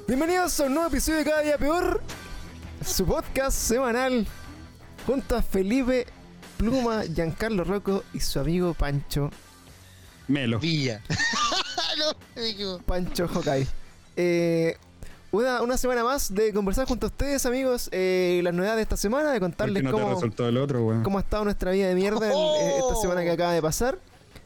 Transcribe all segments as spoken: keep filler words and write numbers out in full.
Bienvenidos a un nuevo episodio de Cada Día Peor, su podcast semanal, junto a Felipe Pluma, Giancarlo Rocco y su amigo Pancho Melo Villa. No, me equivoco. Pancho Hokai. Eh, una, una semana más de conversar junto a ustedes, amigos, eh, las novedades de esta semana, de contarles no cómo, el otro, bueno. cómo ha estado nuestra vida de mierda en, eh, esta semana que acaba de pasar.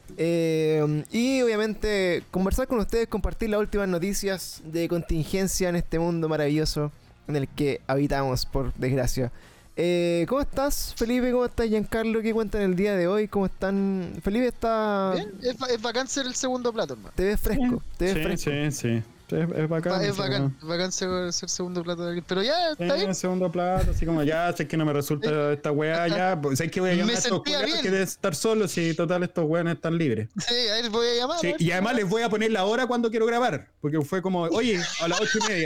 Eh, y obviamente conversar con ustedes, compartir las últimas noticias de contingencia en este mundo maravilloso en el que habitamos, por desgracia. Eh, ¿Cómo estás, Felipe? ¿Cómo estás, Giancarlo? ¿Qué cuentan el día de hoy? ¿Cómo están? Felipe está... Bien, es, es bacán ser el segundo plato, hermano. Te ves fresco, te ves Sí, fresco. sí, sí. Es, es bacán. Es bacán, ¿no? es bacán ser, ser segundo plato de alguien. Pero ya, Sí, está bien. en segundo plato, así como ya, sé que no me resulta esta weá, ya, pues, sé que voy a llamar Me a estos sentía culiados bien. que deben estar solos y total estos weones están libres. Sí, a ver, voy a llamar. Sí, a ver. y además les voy a poner la hora cuando quiero grabar, porque fue como, oye, a las ocho y media.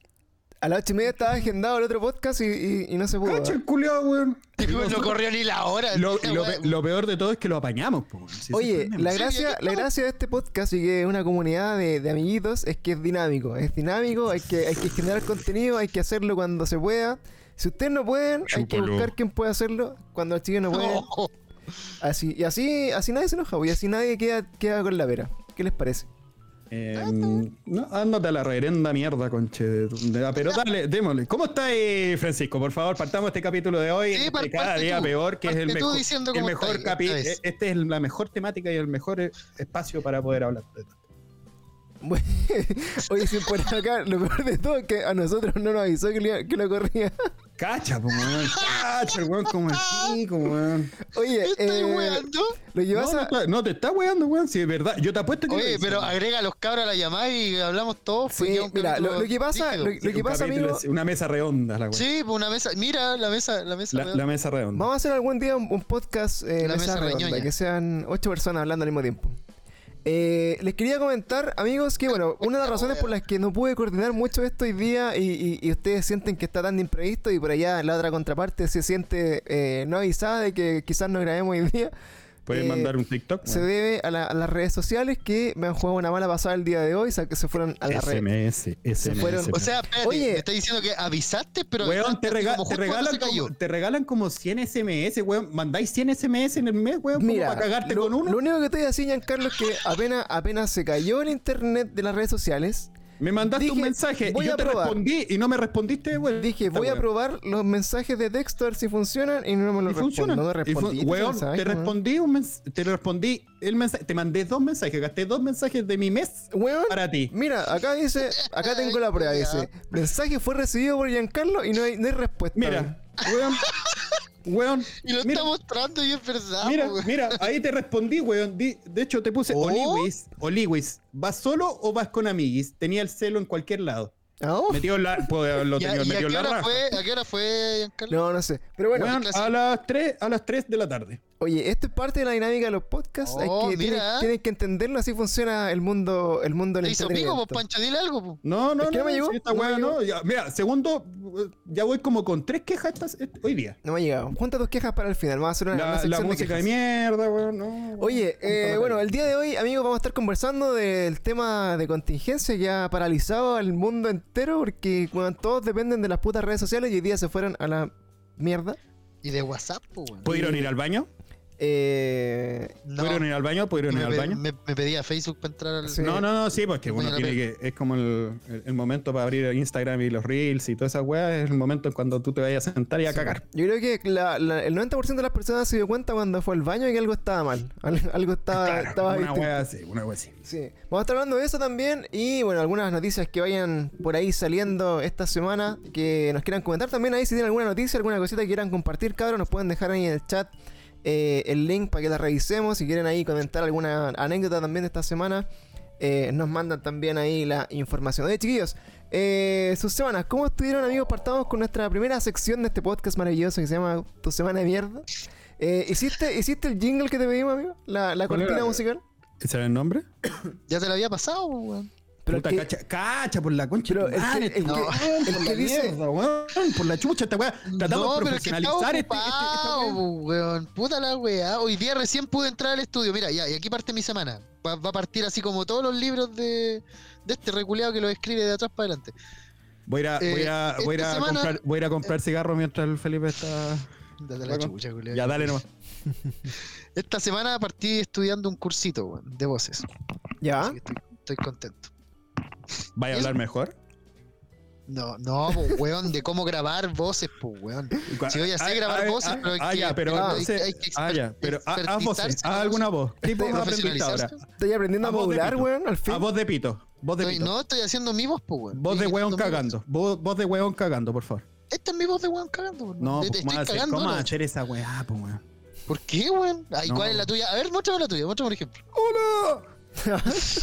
A las ocho y media estaba agendado el otro podcast y, y, y no se pudo. Cacha el culiado, weón. Y no corrió ni la hora. Lo, esta lo, wea. pe- lo peor de todo es que lo apañamos, po, weón. Si ese Oye, es el problema. la Sí, gracia, aquí la estamos. gracia de este podcast y que es una comunidad de, de amiguitos es que es dinámico. Es dinámico, hay que, hay que generar contenido, hay que hacerlo cuando se pueda. Si ustedes no pueden, hay que Chúpalo. buscar quién puede hacerlo cuando los chicos no pueden. No. Así, y así, así nadie se enoja, y así nadie queda, queda con la pera. ¿Qué les parece? Eh, no, ándate a la reverenda mierda, conche. de tu- de- pero dale, démosle. ¿Cómo está ahí, Francisco? Por favor, partamos este capítulo de hoy. Sí, de par- cada parte día tú. peor, que es el Parte tú mejor, diciendo el cómo mejor está ahí, capítulo. esta vez. Este es la mejor temática y el mejor eh, espacio para poder hablar de esto. Bueno, oye, sin por acá, lo peor de todo es que a nosotros no nos avisó que, le- que lo corría. Cacha, po, weón. Cacha, el weón, como el pico, weón. Oye, ¿Me estás eh, weando? lo No, llevas no, a... está- no te está weando, weón. Si es verdad, yo te apuesto que. Oye, lo pero hice. agrega a los cabros a la llamada y hablamos todos. Sí, pues, ya un mira, capítulo lo, lo que pasa, rígido. lo, lo que Un pasa, capítulo, amigo, es una mesa redonda, la weón. Sí, pues una mesa. Mira, la mesa, la mesa. La, redonda. la mesa redonda. vamos a hacer algún día un, un podcast eh, La mesa mesa redonda, reñoña. que sean ocho personas hablando al mismo tiempo. Eh, les quería comentar, amigos, que bueno, una de las razones por las que no pude coordinar mucho esto hoy día y, y- y ustedes sienten que está tan de imprevisto y por allá la otra contraparte se siente eh, no avisada de que quizás no grabemos hoy día, Puedes eh, mandar un TikTok. se debe a, la- a las redes sociales que me han jugado una mala pasada el día de hoy, o sea, que se fueron a la red. S M S, S M S. fueron- O sea, espérate, Oye. me está diciendo que avisaste, pero Weón, avisaste te, así rega- como te justo cuando regalan se cayó. como, te regalan como cien S M S, weón. Mandáis cien S M S en el mes, weón, como Mira, para cagarte lo, con uno. lo único que te voy a decir, Giancarlo, es que apenas, apenas se cayó el internet de las redes sociales, Me mandaste dije, un mensaje voy y yo a te probar. respondí y no me respondiste, weón. dije, Esta voy a weón. probar los mensajes de texto a ver si funcionan y no me lo Y responden. funciona. No me Y fu- respondí. weón, te weón. respondí un mens- te respondí el mensaje, te mandé dos mensajes, gasté dos mensajes de mi mes Weón, para ti. mira, acá dice, acá tengo la prueba, dice, mensaje fue recibido por Giancarlo y no hay, no hay respuesta. Mira, weón, weón, Y lo mira, está mostrando y es verdad. mira, po, weón. mira, ahí te respondí, weón. Di- de hecho, te puse, Oh. Oliwis, Oliwis, ¿vas solo o vas con amiguis? Tenía el celo en cualquier lado. Ah, oh. Metido en la, pues, lo ¿Y a, tenía y a metido en qué la hora raja. fue, ¿A qué hora fue, Giancarlo? No, no sé. Pero bueno, Weón, clase. a las tres, a las tres de la tarde. oye, esto es parte de la dinámica de los podcasts. Oh, hay que, tienen, mira. tienen que entenderlo, así funciona el mundo, el mundo del ¿Te hizo pico, entretenimiento. pues, Pancho? Dile algo, pues. No, no, Es que no, no me llegó, sí, esta no me weá llegó. no. Ya, mira, segundo, ya voy como con tres quejas estas- este- hoy día. No me ha llegado. Junta tus quejas para el final. Vamos a hacer una, una La, sección la de música de, quejas. mierda, weón, no. Oye, eh, bueno, el día de hoy, amigos, vamos a estar conversando del tema de contingencia que ha paralizado al mundo entero porque bueno, todos dependen de las putas redes sociales y hoy día se fueron a la mierda. Y de WhatsApp, pues, weón. ¿Pudieron ir al baño? Eh, No, ¿Pudieron ir al baño? ¿Pudieron me, ir al pe- baño? me, me pedía Facebook para entrar al... Sí. No, no, no, sí, porque Voy uno a tiene ver. que. Es como el, el- el momento para abrir Instagram y los Reels y todas esas weas. Es el momento en cuando tú te vayas a sentar y a cagar. yo creo que la- la- el noventa por ciento de las personas se dio cuenta cuando fue al baño y que algo estaba mal. Al- algo estaba, Claro, estaba una distinto. wea así, una wea así. Sí. Vamos a estar hablando de eso también y bueno, algunas noticias que vayan por ahí saliendo esta semana que nos quieran comentar también ahí si tienen alguna noticia, alguna cosita que quieran compartir, cabros, nos pueden dejar ahí en el chat eh, el link para que la revisemos. Si quieren ahí comentar alguna anécdota también de esta semana, eh, nos mandan también ahí la información. Oye, chiquillos, eh, sus semanas, ¿cómo estuvieron, amigos? Partamos con nuestra primera sección de este podcast maravilloso que se llama Tu Semana de Mierda. Eh, ¿hiciste, ¿Hiciste el jingle que te pedimos, amigo? La, la ¿Cuál cortina era? musical. ¿Ese era el nombre? Ya te lo había pasado, pues, weón. Pero Puta, el que- cacha, cacha por la concha. Pero de el tu que- madre, el este que- weón, el por que la dice- mierda, weón, por la chucha, esta weá. Tratamos No, de pero es que está profesionalizar este, este, esta ocupado, weá. pues, weón. Puta la weá. Hoy día recién pude entrar al estudio. Mira, ya, y aquí parte mi semana. Va, va a partir así como todos los libros de, de este reculeado que lo escribe de atrás para adelante. Voy a ir a, Eh, voy a, voy a, ir a esta semana- comprar, voy a, ir a comprar cigarros mientras el Felipe está. Date la chucha, culiao. Ya, dale nomás. Esta semana partí estudiando un cursito, weón, de voces. ¿Ya? Así que estoy, estoy contento. ¿Vaya a hablar mejor? No, no, po, weón, de cómo grabar voces, pues, weón. Si yo ya sé Ah, grabar ah, voces, ah, pero hay ah, que, ya, pero hay- entonces- hay que Ah, ya, pero haz haz voces, expertizarse, haz ¿no? alguna voz. ¿Qué voz vas a aprender Profesionalizarse. ahora? Estoy aprendiendo a A voz de modular, pito. weón, al fin. A voz de pito. Voz de Estoy- pito. no, estoy haciendo mi voz, pues, weón. Voz Estoy de hueón imitando mi voz. cagando. Voz, voz de hueón cagando, por favor. Esta es mi voz de weón cagando, weón. No, Te- te pues, ¿cómo estoy vas a hacer- cagando. ¿cómo vas a ¿no? hacer esa weá, pues, weón? ¿Por qué, weón? Ay, No. ¿cuál es la tuya? A ver, muéstrame la tuya, muéstrame un ejemplo. ¡Hola!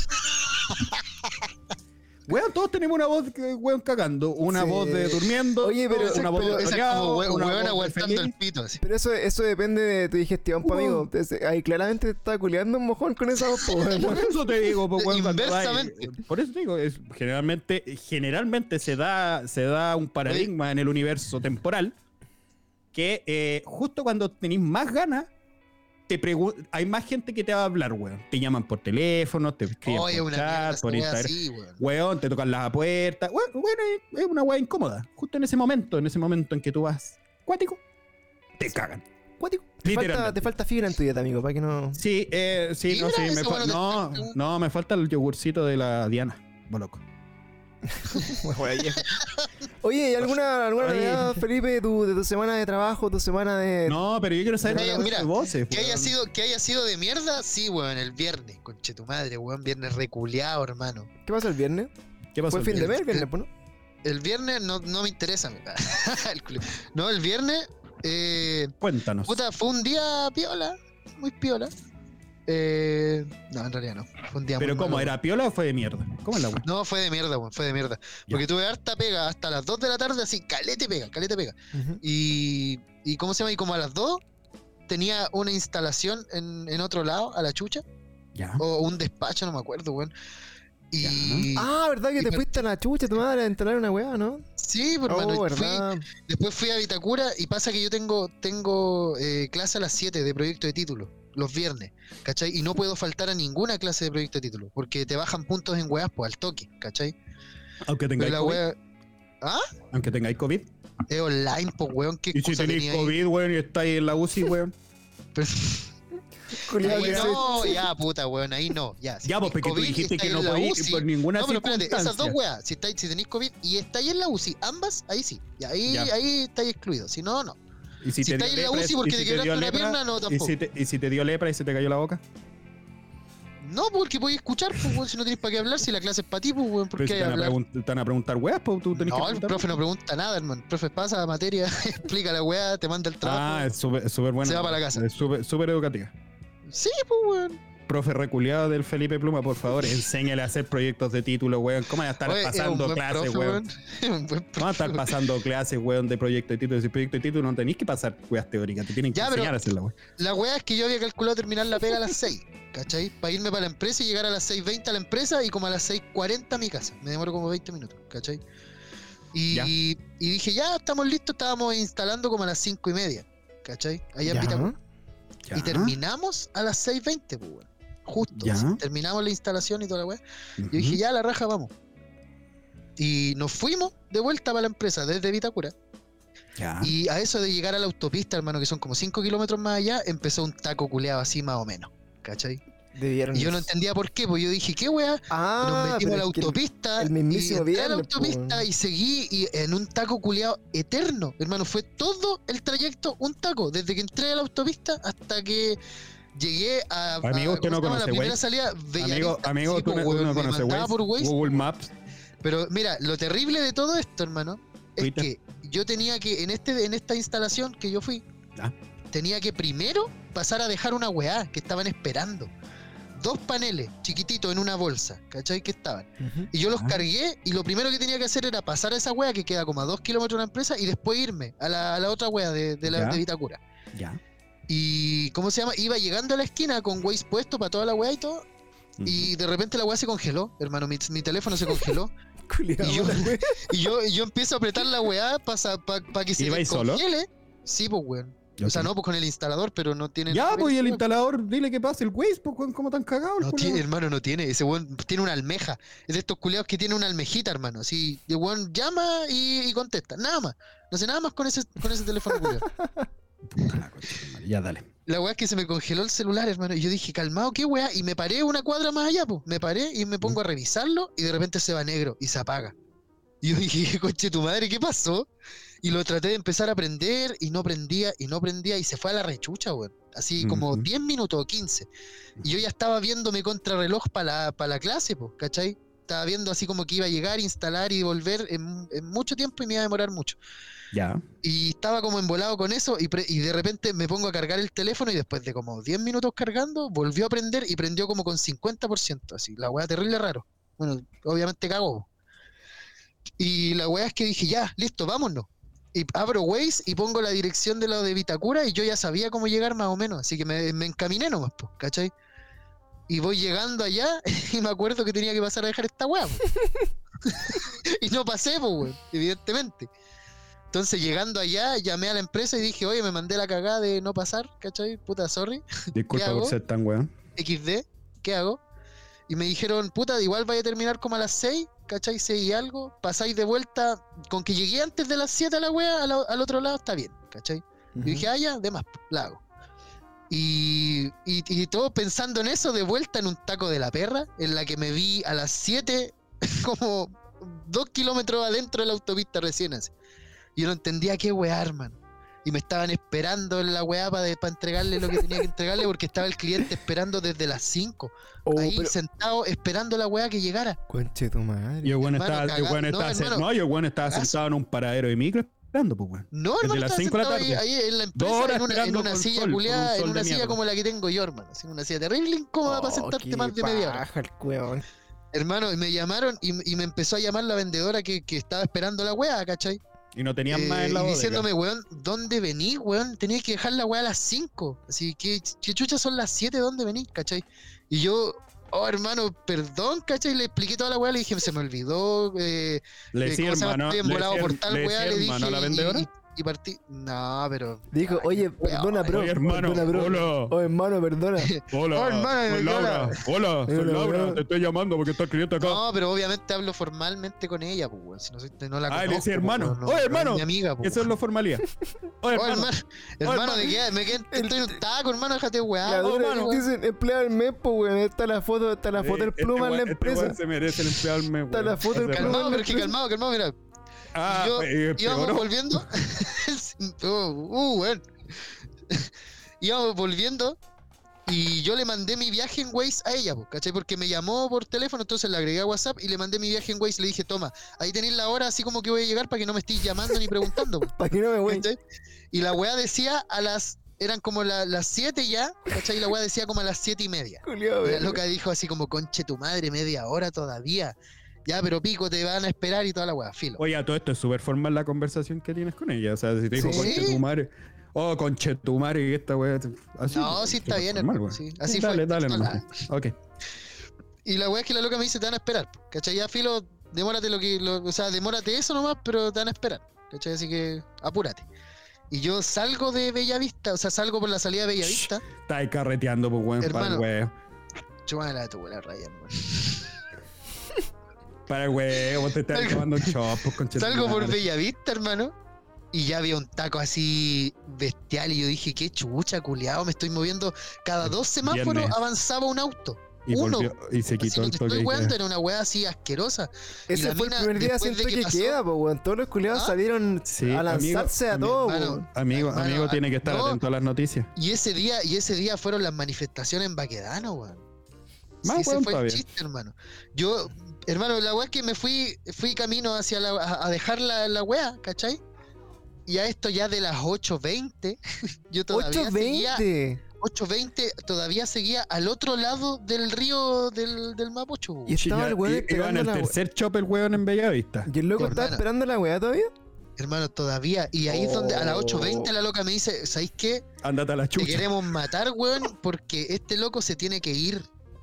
Weón, todos tenemos una voz que weón cagando, una Sí. voz de durmiendo, Oye, pero- una voz pero- de Esa es oreado, como we- una weón voz de aguantando feliz. el pito, así. Pero eso, eso depende de tu digestión, pa' Uh. amigo. Entonces, ahí claramente te está culeando un mojón con esa voz, po, weón. Por eso te digo, pues, weón, cuando Inversamente. hay- por eso te digo, es, generalmente, generalmente se da, se da un paradigma en el universo temporal que eh, justo cuando tenéis más ganas, te pregun- hay más gente que te va a hablar, weón. Te llaman por teléfono, te escriben Oye, por una mierda chat, esa por wea Instagram. así, weón. Weón, te tocan la puerta. Weón, weón, es- es una weá incómoda. Justo en ese momento, en ese momento en que tú vas cuático, te cagan. Cuático. Te falta, Literalmente. te falta fibra en tu dieta, amigo, para que no. Sí, eh, sí, no, Mira, sí, me ese fa- bueno te no, falta. no, me falta el yogurcito de la Diana, loco. Oye, ¿y alguna, alguna Oye. novedad, Felipe, de tu, de tu semana de trabajo, tu semana de. No, pero yo quiero saber Mira, de mira, voces. Que haya, weón. sido, que haya sido de mierda, sí, weón, el viernes. Conche tu madre, weón, viernes reculeado, hermano. ¿Qué pasó el viernes? ¿Qué pasó? Fue el fin de mes, el viernes, pues, ¿no? El viernes no, no me interesa, me- el culo. No, el viernes, eh, Cuéntanos. puta, fue un día piola, muy piola. Eh, no, en realidad no. Fue un día Pero muy ¿cómo? malo. ¿Era piola o fue de mierda? ¿Cómo es la weá? No, fue de mierda, weón, fue de mierda. Porque tuve harta pega hasta las dos de la tarde, así, calete pega, calete pega. Ujú. Y, y ¿cómo se llama? Y como a las dos tenía una instalación en, en otro lado, a la chucha, Ya. o un despacho, no me acuerdo, weón. Y Ah, ¿verdad que y te per- fuiste a la chucha tu madre a instalar una weá, no? sí, pues, hermano, Oh, y fui- ¿verdad? después fui a Vitacura y pasa que yo tengo, tengo eh, clase a las siete de proyecto de título, los viernes, ¿cachai? Y no puedo faltar a ninguna clase de proyecto de título, porque te bajan puntos en weas, pues al toque, ¿cachai? Aunque Pero tengáis la COVID. wea, ¿ah? Aunque tengáis COVID. Es online, pues weón, ¿qué Y si excusa tenéis tenía ahí? COVID, weón, y estáis en la U C I, weón. Pero- Culiao, ahí que no, se- ya, puta, weón, ahí no, ya. Si Ya, pues, tenés porque tú COVID y dijiste que estáis no en la podías U C I, por ninguna no, pero espérate, esas dos circunstancia. weas, si, estáis, si tenéis COVID y estáis en la U C I, ambas, ahí sí. Y ahí, Ya. ahí estáis excluidos. Si no, no. Y si, Si te dio estáis en la lepra, U C I y porque si te te quebraste dio una lepra, pierna, no, y tampoco. si, te, y si te dio lepra y se te cayó la boca. No, porque podéis escuchar, pues, weón, si no tenéis para qué hablar, si la clase es para ti, pues, weón, ¿por Pero qué si hay te que van, a hablar? pregun- te van a preguntar weas, pues tú tenés que No, el preguntar. profe no pregunta nada, hermano. El profe pasa la materia, explica la weá, te manda el trabajo. Ah, es súper es súper buena. Se va para la casa. Es súper súper educativa. Sí, pues, weón. Profe reculeado del Felipe Pluma, por favor, enséñale a hacer proyectos de título, weón. ¿Cómo van a estar Oye, es un pasando buen clases, profe, weón? Es un buen ¿Cómo van a estar profe. pasando clases, weón, de proyecto de título? Si proyecto de título no tenéis que pasar weas teóricas, te tienen que Ya, pero- enseñar a hacerla, weón. La weá es que yo había calculado terminar la pega a las seis, ¿cachai? Para irme para la empresa y llegar a las seis veinte a la empresa y como a las seis cuarenta a mi casa. Me demoro como veinte minutos, ¿cachai? Y, Ya. y dije, ya, estamos listos, estábamos instalando como a las cinco y media, ¿cachai? Allá en Ya. Vitacura. Ya. Y terminamos a las seis veinte, pues, weón. Justo. Ya. así, terminamos la instalación y toda la weá. Ujú. Yo dije, ya, la raja, vamos. Y nos fuimos de vuelta para la empresa desde Vitacura. Ya. Y a eso de llegar a la autopista, hermano, que son como cinco kilómetros más allá, empezó un taco culeado así más o menos. ¿Cachai? De viernes. Y yo no entendía por qué, pues yo dije, ¿qué weá? Ah, Nos metimos a la pero es que el- autopista el mismísimo y entré a la viernes, po, autopista weón. y seguí y en un taco culeado eterno. Hermano, fue todo el trayecto un taco, desde que entré a la autopista hasta que llegué a, Amigo, a- usted no ¿cómo se llama? conoce la primera Waze. salida. Amigo, Bellavista. amigo, Sí, tú po, no, weón, no me conoces mandaba Waze, por Waze. Google Maps. Pero mira, lo terrible de todo esto, hermano, es Twitter. que yo tenía que, en este, en esta instalación que yo fui, Ya. tenía que primero pasar a dejar una weá que estaban esperando. Dos paneles chiquititos en una bolsa, ¿cachai? Que estaban. Ujú. Y yo los Ah. cargué y lo primero que tenía que hacer era pasar a esa weá que queda como a dos kilómetros de la empresa y después irme a la, a la otra weá de, de, la, Ya. de Vitacura. Ya. Y, ¿cómo se llama? Iba llegando a la esquina con Waze puesto para toda la weá y todo. Y de repente la weá se congeló, hermano. Mi, mi teléfono se congeló. Culiao, Y yo- weón. y yo, y yo empiezo a apretar la weá para pa, pa que se ¿Iba ahí solo? descongele. Sí, pues weón. O sea, no, pues con el instalador, pero no tiene. Ya, pues y el no, instalador, dile que pase el Waze, pues weón, ¿cómo tan cagado el no culiao? tiene, hermano, no tiene. Ese weón tiene una almeja. Es de estos culiados que tiene una almejita, hermano. Así, el weón llama y, y contesta. Nada más. No hace nada más con ese, con ese teléfono culiao. Ah, concha tu madre, ya, dale. La weá es que se me congeló el celular, hermano. Y yo dije, calmado, qué weá. Y me paré una cuadra más allá, pues. Me paré y me pongo a revisarlo y de repente se va negro y se apaga. Y yo dije, coche tu madre, ¿qué pasó? Y lo traté de empezar a prender y no prendía y no prendía y se fue a la rechucha, weón. Así como Ujú. diez minutos o quince. Y yo ya estaba viendo mi contrarreloj para la, pa la clase, pues, ¿cachai? Estaba viendo así como que iba a llegar, instalar y volver en, en mucho tiempo y me iba a demorar mucho. Ya. Y estaba como embolado con eso y, pre- y de repente me pongo a cargar el teléfono y después de como diez minutos cargando, volvió a prender y prendió como con cincuenta por ciento, así, la weá terrible raro. Bueno, obviamente cagó. Y la weá es que dije, ya, listo, vámonos. Y abro Waze y pongo la dirección de lo de Vitacura y yo ya sabía cómo llegar más o menos, así que me, me encaminé nomás, pues, ¿cachai? Y voy llegando allá y me acuerdo que tenía que pasar a dejar esta weá, po. Y no pasé, pues, weón, evidentemente. Entonces, llegando allá, llamé a la empresa y dije, oye, me mandé la cagada de no pasar, ¿cachai? Puta, sorry. Disculpa hago? por ser tan weón. equis de, ¿qué hago? Y me dijeron, puta, igual vaya a terminar como a las seis, ¿cachai? seis y algo, pasáis de vuelta, con que llegué antes de las siete a la wea, al, al otro lado está bien, ¿cachai? Y dije, ah, ya, de más, la hago. Y, y, y todo pensando en eso, de vuelta en un taco de la perra, en la que me vi a las siete, como dos kilómetros adentro de la autopista recién así. Yo no entendía qué weá, hermano. Y me estaban esperando en la weá para entregarle lo que tenía que entregarle porque estaba el cliente esperando desde las cinco. Oh, ahí pero- sentado esperando la weá que llegara. Conche tu madre. Y el weón Hermano, estaba, el weón cagá- estaba, no, sen- hermano, no, y el weón estaba cagazo. sentado en un paradero de micro esperando, pues weón. No, Desde hermano, las estaba cinco de la sentado ahí, tarde. ahí en la Dos empresa, horas en una, en esperando una con silla sol, con un culiada, en sol de una silla mierda. como la que tengo yo, hermano. Así, una silla terrible incómoda para Oh, sentarte qué más de media hora. paja el weón. Hermano, y me llamaron y, y me empezó a llamar la vendedora que, que estaba esperando la weá, ¿cachai? Y no tenían Eh, más en la y bodega. diciéndome, weón, ¿dónde venís, weón? Tenías que dejar la weá a las cinco. Así que, ¿qué chuchas son las siete? ¿Dónde venís, cachai? Y yo, oh, hermano, perdón, cachai. Le expliqué toda la weá, le dije, se me olvidó. Eh, Le eh, decía, ¿cómo se llama? hermano, Estoy le embolado decía- por tal le weá, decía, le hermano, a la dije. y- vendedora. Y, y partí. No, pero. Dijo, Ay, oye, weón, perdona, bro. Oye, hermano, Perdona, bro. hola. Oh, hermano, perdona. Hola, Oh, hermano, soy me Laura. Hola, soy Hola, Laura. hola. Te estoy llamando porque está el cliente acá. No, pero obviamente hablo formalmente con ella, pues, weón. Si no, soy, no la Ah, conozco. le decía, pues, hermano. weón, no- Oye, no es hermano. mi amiga, pues, Eso es weón. lo formalía. Oye, Oh, hermano. hermano, hermano, hermano. de qué, me quedé, estoy en un taco, hermano, déjate La weá. dura, hermano. dicen empleado del mes, pues, weón. Está la foto, está la foto del Este pluma en la weón- este weón empresa. se merece el empleado al mes, Está weón. la foto del Es verdad. pluma. Calmado, pero es que calmado, calmado, mira. Ah, yo eh, íbamos peor. volviendo. uh, uh, weón. íbamos volviendo y yo le mandé mi viaje en Waze a ella, po, ¿cachai? Porque me llamó por teléfono, entonces le agregué a WhatsApp y le mandé mi viaje en Waze. Le dije, toma, ahí tenéis la hora, así como que voy a llegar para que no me estéis llamando ni preguntando. po, Para que no me voy. ¿cachai? Y la weá decía a las. Eran como la- las siete ya, ¿cachai? Y la weá decía como a las siete y media. Culiao, Y la weón. loca dijo así como, conche tu madre, media hora todavía. Ya, pero pico, te van a esperar y toda la weá, filo. Oye, a todo esto es súper formal la conversación que tienes con ella. O sea, si te dijo Sí. conche tu madre. Oh, conche tu madre y esta weá. Así, No, sí está súper bien, formal, hermano. weón. Sí, así dale, fue. dale, textual. hermano. Ok. Y la weá es que la loca me dice, te van a esperar. ¿Cachai? Ya, filo, demórate lo que. Lo, o sea, demórate eso nomás, pero te van a esperar. ¿Cachai? Así que apúrate. Y yo salgo de Bellavista, o sea, salgo por la salida de Bellavista. Está ahí carreteando, pues, weón. Para el Hermano. weón. Chúmala la tu la raya, hermano. Para el weón, vos te estás Salgo- tomando un chop, pues, conche tu Salgo por madre. Bellavista, hermano. Y ya había un taco así bestial. Y yo dije, qué chucha, culiao. Me estoy moviendo. Cada dos semáforos Viernes. avanzaba un auto. Y, uno. volvió, y se Así quitó no el te toque. estoy de weando, queda. era una weá así asquerosa. Y Ese la fue el mina, primer día después siento de que, que pasó- queda, pues, weón. Todos los culiados ¿Ah? salieron Sí, a amigo, lanzarse a amigo, todo, hermano. weón. Amigo, Hermano, amigo, tiene que estar no. atento a las noticias. Y ese día, y ese día fueron las manifestaciones en Baquedano, weón. Más Sí, ese weón fue el todavía. chiste, hermano. Yo, hermano, la weá es que me fui, fui camino hacia la, a, a dejar la, la weá, ¿cachai? Y a esto ya de las ocho veinte, yo todavía ocho seguía, veinte. ocho veinte, todavía seguía al otro lado del río del, del Mapocho, weón. Y estaba el weón I- Iba en esperando el la tercer chop el weón en Bellavista. Y el loco Hermano. estaba esperando la weá todavía. Hermano, todavía. Y ahí es donde a las ocho Oh. veinte la loca me dice, ¿sabéis qué? Ándate a la Te chucha. queremos matar, weón, porque este loco se tiene que ir.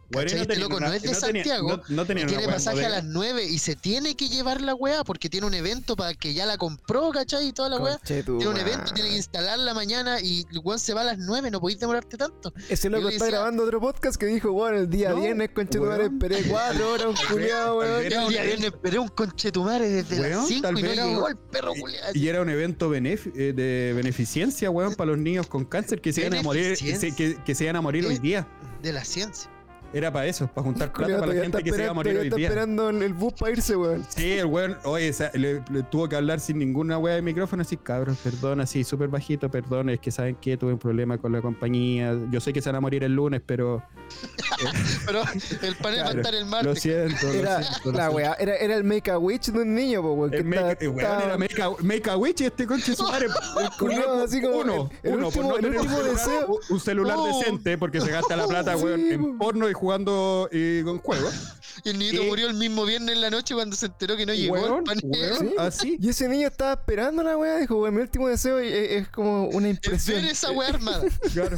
Bueno, ¿Cachai? no Este tenía loco una- no es de no tenía- Santiago. no- no tenía y una tiene weá pasaje a bodega. las nueve y se tiene que llevar la weá porque tiene un evento para que ya la compró, ¿cachai? Y toda la weá. Conche tu Tiene un evento, madre. tiene que instalarla mañana y el weón se va a las nueve, no podéis demorarte tanto. Ese loco Yo le está decía- grabando otro podcast que dijo, weón, el día No, viernes, conche tu madre, weón. esperé cuatro horas, un culiado, weón. Era El un- día viernes esperé un conchetumare desde Weón, las cinco tal y no vez era llegó un- el perro culiado. Y era un evento benef- eh, de beneficencia, weón, para los niños con cáncer que se iban a morir, que se, que, que se iban a morir hoy día. De la ciencia. Era para eso, para juntar plata Culiao, para la todavía está gente que se iba a esperando- morir todavía hoy está día. esperando el, el bus para irse, weón. Sí, el weón, oye, esa- le, le tuvo que hablar sin ninguna weá de micrófono, así, cabros, perdón, así, súper bajito, perdón, es que saben que tuve un problema con la compañía, yo sé que se van a morir el lunes, pero Pero el panel va a Claro, estar el lo martes. siento, lo Era, siento, lo la siento. weá, era, era el Make a Witch de un niño, po, weón. que El make, está- eh, weón, está- era make a, make a Witch y este conche su madre. El Culiao, así como uno, el- el uno, último- por no el tener un último celular, deseo. un celular Oh. decente, porque se gasta la plata, Sí, weón, en po. porno y jugando y con juegos. Y el niñito ¿Qué? murió el mismo viernes en la noche cuando se enteró que no llegó Weón, el panel. weón, Sí. así. Y ese niño estaba esperando la weá, dijo, weón, mi último deseo es, es como una Es impresión. ver esa weá armada. Claro.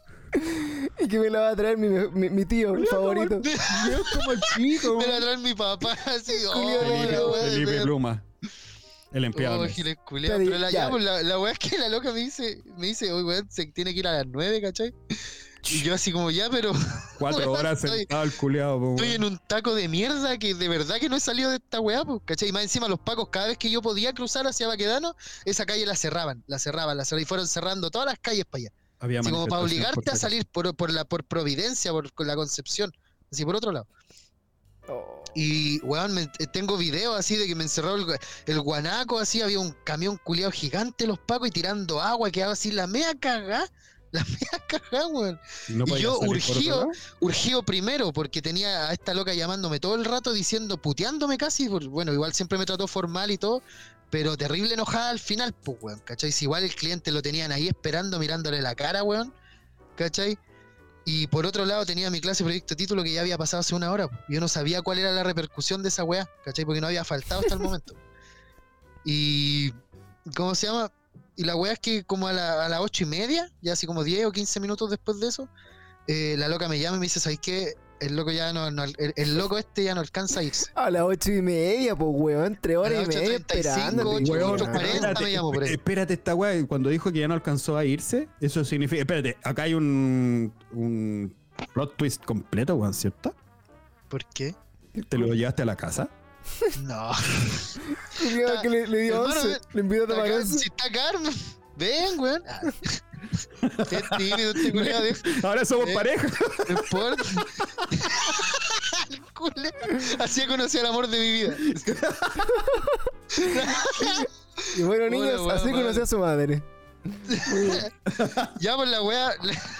Y que me la va a traer mi, mi, mi tío, el favorito. Weón, como el chico, Me la weón. trae mi papá así. Oh, Culiao, la Felipe, weá de Felipe ver. Pluma. El empleado. Oh, Messi. giles culiao. Pero Pero la, ya. ya, pues, la, la weá es que la loca me dice, me dice, oye, weón, se tiene que ir a las nueve, ¿cachai? Y yo así como, ya, pero Cuatro weón, horas estoy- sentado el culeado, po, estoy weón. en un taco de mierda que de verdad que no he salido de esta weá, pues, ¿cachai? Y más encima los pacos, cada vez que yo podía cruzar hacia Baquedano, esa calle la cerraban, la cerraban, la cerraban, y fueron cerrando todas las calles para allá. Había Así como para manifestaciones obligarte por a salir por, por la por Providencia, por, con la Concepción, así por otro lado. Oh. Y, weón, me- eh, tengo videos así de que me encerró el, gua- el guanaco, así había un camión culiado gigante, los pacos, y tirando agua, quedaba así la mea cagá, la mea cagá, weón. No y podía yo salir por otro urgido, lado. urgido primero, porque tenía a esta loca llamándome todo el rato, diciendo, puteándome casi, por- bueno, igual siempre me trató formal y todo, pero terrible enojada al final, pues, weón, ¿cachai? Si igual el cliente lo tenían ahí esperando, mirándole la cara, weón, ¿cachai? Y por otro lado tenía mi clase de proyecto de título que ya había pasado hace una hora. Yo no sabía cuál era la repercusión de esa weá, ¿cachai? Porque no había faltado hasta el momento. Y... ¿Cómo se llama? Y la weá es que como a, la- a las ocho y media, ya así como diez o quince minutos después de eso, eh, la loca me llama y me dice, ¿sabes qué? El loco ya no, no- el, el loco este ya no alcanza a irse. A las ocho y media, pues, weón, tres horas A y las media ocho treinta y cinco, esperando. ocho Weón, cuarenta espérate, me llamo por ahí. espérate esta weá, cuando dijo que ya no alcanzó a irse, eso significa, espérate, acá hay un, un plot twist completo, weón, ¿cierto? ¿Por qué? ¿Te lo llevaste a la casa? No. Culiao, que le, le dio Hermano, once, ven, le invitó a Está tomar acá, once. si está Carmen, ven, weón. Ah. Qué tímido este culiao, de- Ahora somos Eh. pareja. no importa. El culé. Así conocí al amor de mi vida. Y bueno, Hola, niños, weón, así madre. conocí a su madre. Ya, pues la weá.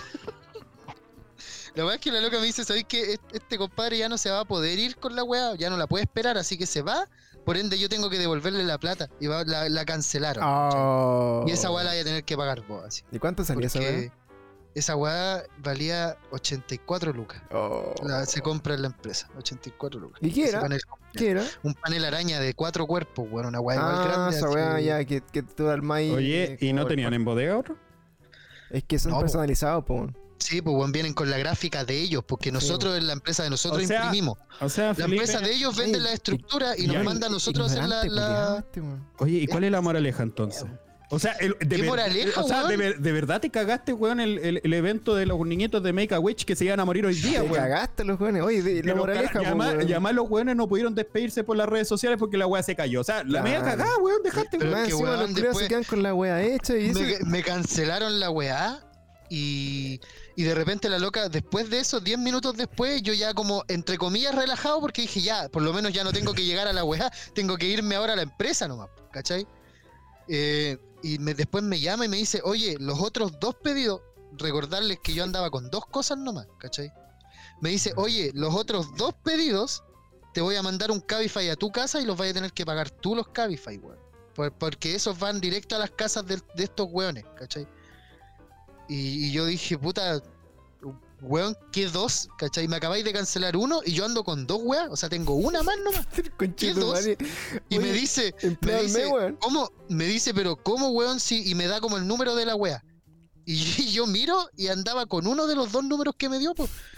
La weá es que la loca me dice, ¿sabéis que este compadre ya no se va a poder ir con la weá? Ya no la puede esperar, así que se va. Por ende, yo tengo que devolverle la plata. Y va- la, la cancelaron. Oh. Y esa weá la voy a tener que pagar vos, así. ¿Y cuánto salía esa weá? Porque esa weá valía ochenta y cuatro lucas. Oh. La- se compra en la empresa, ochenta y cuatro lucas. ¿Y qué Ese era? panel- ¿Qué era? un panel araña de cuatro cuerpos, weón, una weá igual Ah, grande. esa así. weá ya, que, que tú armáis. Oye, eh, ¿y no como- tenían en bodega otro? Es que son No, po. personalizados, po. weón. Sí, pues weón, vienen con la gráfica de ellos, porque nosotros en la empresa de nosotros O sea, imprimimos. O sea, La Felipe, empresa de ellos vende Ay, la estructura y ya, nos manda a nosotros a hacer la... Ignorante, la- culiao, este, weón. Oye, ¿y cuál es la moraleja entonces? O sea, el, de, ¿Qué ver- moraleja, o sea de, weón? ver- de verdad te cagaste, weón, el, el, el evento de los niñitos de Make a Witch que se iban a morir hoy día, Te weón. cagaste los jóvenes. Oye, de- la Pero, moraleja, cara, y po, además, weón. y además los weones no pudieron despedirse por las redes sociales porque la weá se cayó. O sea, la Claro. media cagada, weón, dejaste, Pero weón. Más es que, encima weón, los culiados se después- quedan con la weá hecha y eso. Me, me cancelaron la weá y, y de repente la loca, después de eso, diez minutos después, yo ya como, entre comillas, relajado porque dije, ya, por lo menos ya no tengo que llegar a la weá, tengo que irme ahora a la empresa nomás, ¿cachai? Eh, y me- después me llama y me dice, oye, los otros dos pedidos, recordarles que yo andaba con dos cosas nomás, ¿cachai? Me dice, oye, los otros dos pedidos, te voy a mandar un Cabify a tu casa y los vas a tener que pagar tú los Cabify, weón. Por- porque esos van directo a las casas de, de estos weones, ¿cachai? Y, y yo dije, puta, weón, ¿qué dos? ¿Cachai? Me acabáis de cancelar uno y yo ando con dos weas, o sea, tengo una más nomás. Conche ¿Qué tu dos? madre. Y me Oye, dice, me empleado al dice, mes, weón. ¿cómo? Me dice, pero ¿cómo, weón? Sí, y me da como el número de la wea. Y yo, y yo miro y andaba con uno de los dos números que me dio, pues.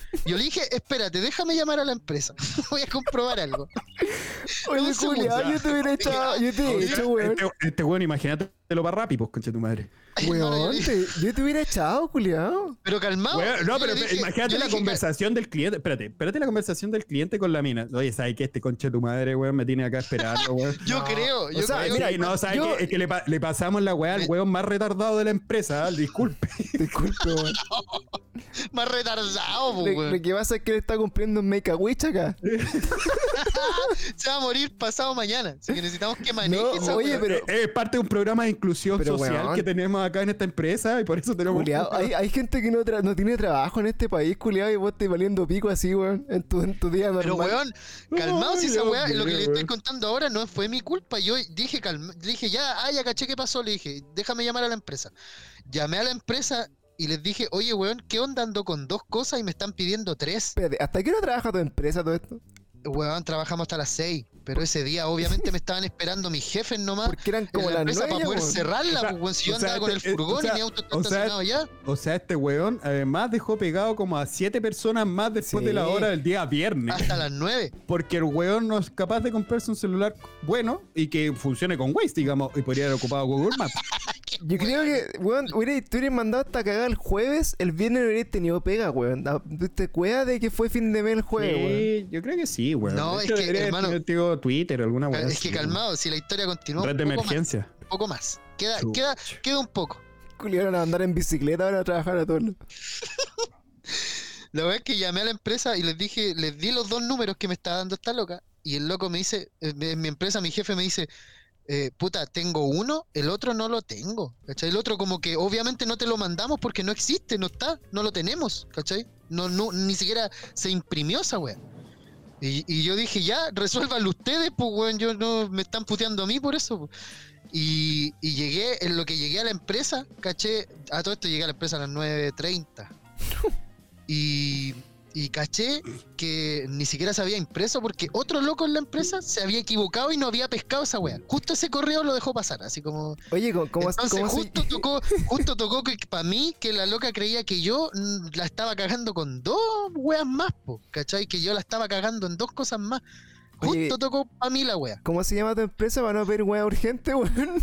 Yo le dije, espérate, déjame llamar a la empresa. Voy a comprobar algo. Oye, Un segundo. Julián, yo te hubiera echado, yo te he hecho, weón. Este, este weón, imagínatelo para rápido, pues, concha tu madre. Weón, te- yo te hubiera echado, Julián. Pero calmado. Weón, no, yo pero le dije- imagínate yo la le dije, conversación del cliente. Espérate, espérate la conversación del cliente con la mina. Oye, ¿sabes qué? Este concha de tu madre, weón, me tiene acá esperando, weón. Yo No. creo, yo O sea, creo. mira, Sí, no, ¿sabes yo- qué? Es que le, pa- le pasamos la weá al Me- weón más retardado de la empresa, ¿ah? Disculpe. Disculpe, weón. Más retardado, po, Lo, weón. lo que pasa es que él está cumpliendo un Make a Wish acá. Se va a morir pasado mañana. Así que necesitamos que maneje No, esa oye, weá. pero- Eh, Es parte de un programa de inclusión Pero, social weón. que tenemos acá en esta empresa y por eso tenemos. Culiao, hay, hay gente que no, tra- no tiene trabajo en este país, culiado, y vos te valiendo pico así, weón, en tu, en tu día normal. Pero weón, calmado si Ay, esa Dios weá, lo que mío, le estoy weón. contando ahora no fue mi culpa. Yo dije, calma, dije ya, ah, ya caché qué pasó. Le dije, déjame llamar a la empresa. Llamé a la empresa y les dije, oye weón, ¿qué onda ando con dos cosas y me están pidiendo tres? Espérate, ¿hasta qué hora trabaja tu empresa todo esto? Weón, trabajamos hasta las seis. Pero ese día obviamente me estaban esperando mis jefes nomás. Porque eran En como la las empresa nueve, para poder weón. cerrarla, O sea, pues, weón, si yo o sea, andaba con el este, eh, furgón o sea, y mi auto está o sea, estacionado ya. O sea, este weón además dejó pegado como a siete personas más después Sí. de la hora del día viernes. Hasta las nueve. Porque el weón no es capaz de comprarse un celular bueno y que funcione con Waze, digamos, y podría haber ocupado Google Maps. Yo creo que, weón, hubiera- te hubieras mandado hasta cagar el jueves, el viernes no hubieras tenido pega, weón. Da- Te cuida de que fue fin de mes el jueves, weón. Sí, yo creo que sí, weón. No, De es hecho, que, debería haber hermano, tenido, digo, Twitter o alguna weón. Es que calmado, si la historia continúa Red un de poco más, emergencia. un poco más. Queda, Chuch. queda, queda un poco. Culiaron a andar en bicicleta ahora a trabajar a todos. La verdad es que llamé a la empresa y les dije, les di los dos números que me está dando esta loca. Y el loco me dice, eh, en mi empresa, mi jefe me dice, eh, puta, tengo uno, el otro no lo tengo. ¿Cachai? El otro como que obviamente no te lo mandamos porque no existe, no está, no lo tenemos, ¿cachai? No, no, ni siquiera se imprimió esa wea. Y, y yo dije, ya, resuélvanlo ustedes, pues weón, yo no me están puteando a mí por eso. po. Y, y llegué, en lo que llegué a la empresa, caché, a todo esto llegué a la empresa a las nueve treinta. Y, y caché que ni siquiera se había impreso porque otro loco en la empresa se había equivocado y no había pescado esa wea. Justo ese correo lo dejó pasar, así como... Oye, ¿cómo, cómo, Entonces cómo se- justo tocó, justo tocó que para mí que la loca creía que yo mm, la estaba cagando con dos weas más, po, ¿cachai? Que yo la estaba cagando en dos cosas más. Justo Oye, tocó para mí la wea. ¿Cómo se llama tu empresa para no pedir weá urgente, weón?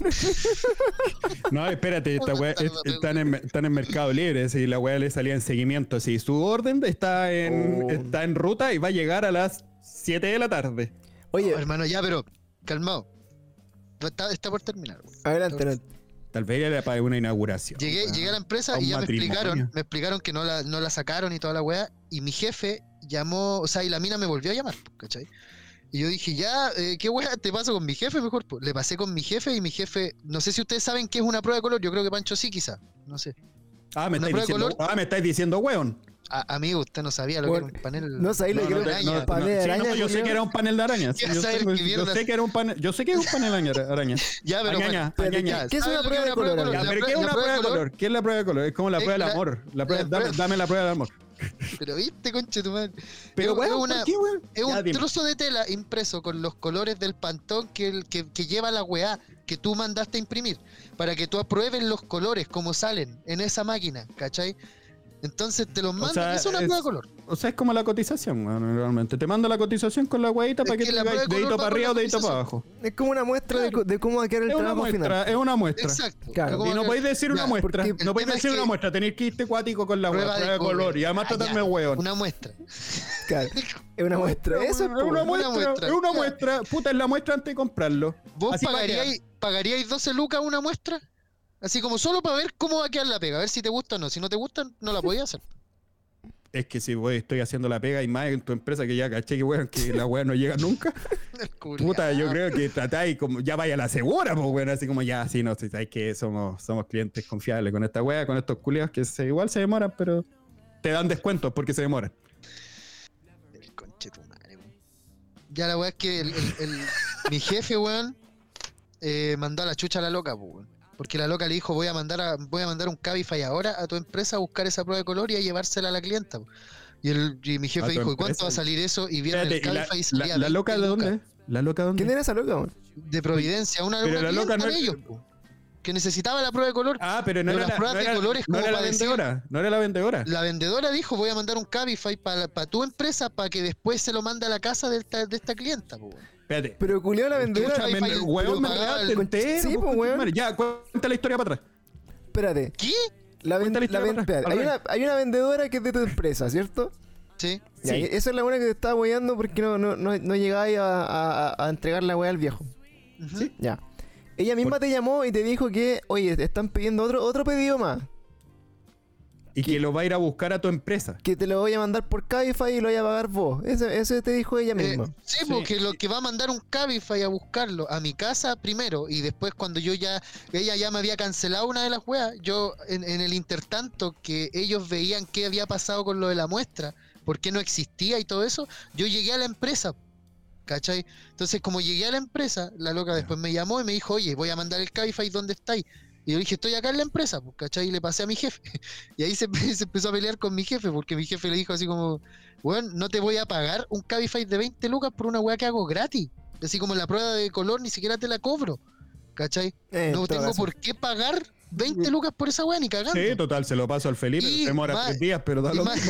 No, espérate, esta weá es- están en, están en Mercado Libre, si la weá le salía en seguimiento. Si su orden está en, Oh. está en ruta y va a llegar a las siete de la tarde. Oye, Oh, hermano, ya, pero calmado. Está, está por terminar. weón. adelante, adelante. Tal vez era para una inauguración. Llegué, weón. llegué a la a empresa un y ya me matrimonio. explicaron, me explicaron que no la, no la sacaron y toda la weá. Y mi jefe llamó, o sea, y la mina me volvió a llamar, ¿cachai? Y yo dije, ya, eh, ¿qué weá te paso con mi jefe mejor? po? Le pasé con mi jefe y mi jefe, no sé si ustedes saben qué es una prueba de color, yo creo que Pancho sí quizá, no sé. Ah, me una estáis prueba de diciendo, color. ah, me estáis diciendo weón. A, amigo, usted no sabía lo Bueno, que era un panel. no sabéis lo No, que no, era te- un no, panel de no, sí, araña, no, yo sé culiao. que era un panel de arañas. ¿Qué Yo, saber sé, qué yo mierda sé es? que era un panel, yo sé que es un panel araña. araña. Ya, pero Araña, bueno, araña. ya, ¿Qué es ¿sabes una lo que prueba de color, Ya, amigo? La pero prue- ¿qué es la una prueba de color? ¿Qué es la prueba de color? Es como la Es prueba del la- amor. La prueba- la dame, prueba- dame la prueba del amor. Pero viste, conche tu madre. Pero Es- es weón, una- ¿por qué, weón? Es Ya, un dime. trozo de tela impreso con los colores del pantón que, el- que, que lleva la weá que tú mandaste a imprimir. Para que tú apruebes los colores como salen en esa máquina, ¿cachai? Entonces te los mandan. sea, Es una es- prueba de color. O sea, es como la cotización, weón, realmente. Te mando la cotización con la weadita Es para que, que te la digáis prueba de dedito color para va arriba o con la dedito para cotización. abajo. Es como una muestra de, co- de cómo va a quedar el Es una trabajo muestra, final. es una muestra. Exacto. Claro. Como Y no que- podéis decir una ya, muestra. porque No el podéis tema es decir que- una muestra. Tenéis que irte cuático con la weá, prueba de color. Y además Ah, tratarme ya, weón. Una muestra. Claro, es una muestra. Eso es Es po, una weón. muestra, muestra. es una Ya. muestra. Puta, es la muestra antes de comprarlo. ¿Vos Así va a pagaríais, pagaríais doce lucas una muestra? Así como solo para ver cómo va a quedar la pega, a ver si te gusta o no. Si no te gusta, no la podías hacer. Es que si voy, estoy haciendo la pega y más en tu empresa que ya caché que weón, que la weá no llega nunca. Puta, yo creo que tratáis como ya vaya a la segura, pues weón, así como ya, sí, no, si sabéis que somos, somos clientes confiables con esta weá, con estos culiados que se, igual se demoran, pero te dan descuentos porque se demoran. El conche tu madre, weón. Ya la weá es que el, el- el- mi jefe, weón, eh, mandó a la chucha a la loca, pues, weón. Porque la loca le dijo, voy a mandar a, voy a mandar un Cabify ahora a tu empresa a buscar esa prueba de color y a llevársela a la clienta. po". Y, el, y mi ¿A jefe tu dijo, ¿y cuánto empresa? va a salir eso? Y vieron Espérate, el ¿y la, Cabify y la- salía la loca de veinte dónde? lucas. ¿La loca de dónde? ¿Quién era esa loca, weón? De Providencia, una, Pero una la loca clienta no de es- ellos, po. que necesitaba la prueba de color. Ah, pero no Pero era, las la, pruebas no de era, colores no como era la para decir- vendedora. No era la vendedora. La vendedora dijo, voy a mandar un Cabify para tu empresa para que después se lo mande a la casa de esta, de esta clienta. Po, weón. Espérate. Pero culiao la vendedora. Chucha, Me- Cabify, me- pero Weón, me pagaba enredaste el- entero. Sí, po, po, concha weón. tu madre. Ya, cuenta la historia para atrás. Espérate. ¿Qué? La ven- Cuenta la la historia ven- para atrás, espérate, hay, al una, hay una vendedora que es de tu empresa, ¿cierto? Sí. Ya, Sí. esa es la buena que te estaba weyando porque no, no, no, no llegabas a, a- a entregar la weá al viejo. Ujú. Sí. Ya. Ella misma Por- te llamó y te dijo que, oye, te están pidiendo otro, otro pedido más. Y que lo va a ir a buscar a tu empresa. Que te lo voy a mandar por Cabify y lo voy a pagar vos. Ese, ese te dijo ella Eh, misma. sí, Sí. porque lo que va a mandar un Cabify a buscarlo a mi casa primero y después cuando yo ya, ella ya me había cancelado una de las weas, yo en, en el intertanto que ellos veían qué había pasado con lo de la muestra, por qué no existía y todo eso, yo llegué a la empresa, ¿cachai? Entonces como llegué a la empresa, la loca después me llamó y me dijo, oye, voy a mandar el Cabify, ¿dónde estáis? Y yo dije, estoy acá en la empresa, pues, ¿cachai? Y le pasé a mi jefe. Y ahí se, se empezó a pelear con mi jefe, porque mi jefe le dijo así como, bueno, no te voy a pagar un Cabify de veinte lucas por una weá que hago gratis. Así como la prueba de color ni siquiera te la cobro, ¿cachai? Eh, en No todo tengo caso. por qué pagar veinte lucas por esa weá ni cagando. Sí, total, se lo paso al Felipe. Y Demora más- tres días, pero da y lo más- mismo.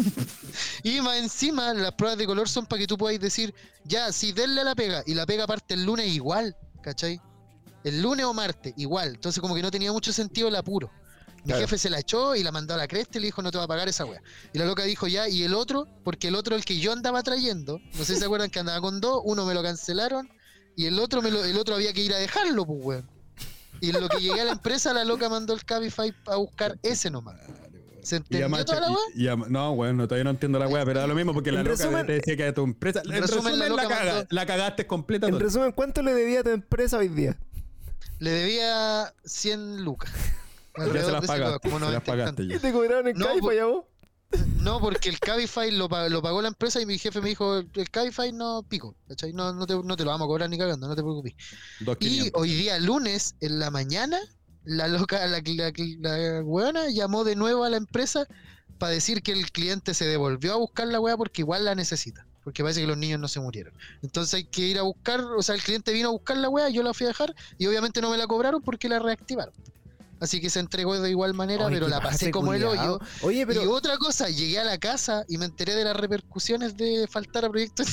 Y más encima, las pruebas de color son para que tú podáis decir, ya, si denle a la pega, y la pega parte el lunes igual, ¿cachai? El lunes o martes, igual. Entonces como que no tenía mucho sentido el apuro. Mi Claro. jefe se la echó y la mandó a la cresta y le dijo, no te va a pagar esa wea. Y la loca dijo, ya, y el otro, porque el otro, el que yo andaba trayendo, no sé si se acuerdan que andaba con dos, uno me lo cancelaron y el otro me lo, el otro había que ir a dejarlo, pues weón. Y en lo que llegué a la empresa, la loca mandó el Cabify a buscar ese nomás. ¿Se Y entendió llama- toda la wea? y- y llama- no, bueno, todavía no entiendo la weá, pero da lo mismo porque la En loca resumen- te decía que era tu empresa. En, en resumen, resumen, la la, loca caga- mandó- la cagaste completa. En toda. resumen, ¿cuánto le debía a tu empresa hoy día? Le debía cien lucas. Ya se Alrededor las de ese pagaste, lugar, como se las noventa y pagaste tantos. ya. ¿Y te cobraron en No, Cabify a vos? No, porque el Cabify lo, pa- lo pagó la empresa y mi jefe me dijo, el Cabify no pico, ¿cachai? No, no, te, no te lo vamos a cobrar ni cagando, no te preocupes. Dos Y quinientos. hoy día, lunes, en la mañana, la loca, la, la, la weona llamó de nuevo a la empresa para decir que el cliente se devolvió a buscar la wea porque igual la necesita. Porque parece que los niños no se murieron. Entonces hay que ir a buscar, o sea, el cliente vino a buscar la wea, yo la fui a dejar y obviamente no me la cobraron porque la reactivaron. Así que se entregó de igual manera, Ay, pero qué la pasé pase, como el culiao. hoyo. Oye, pero Y otra cosa, llegué a la casa y me enteré de las repercusiones de faltar a proyectos.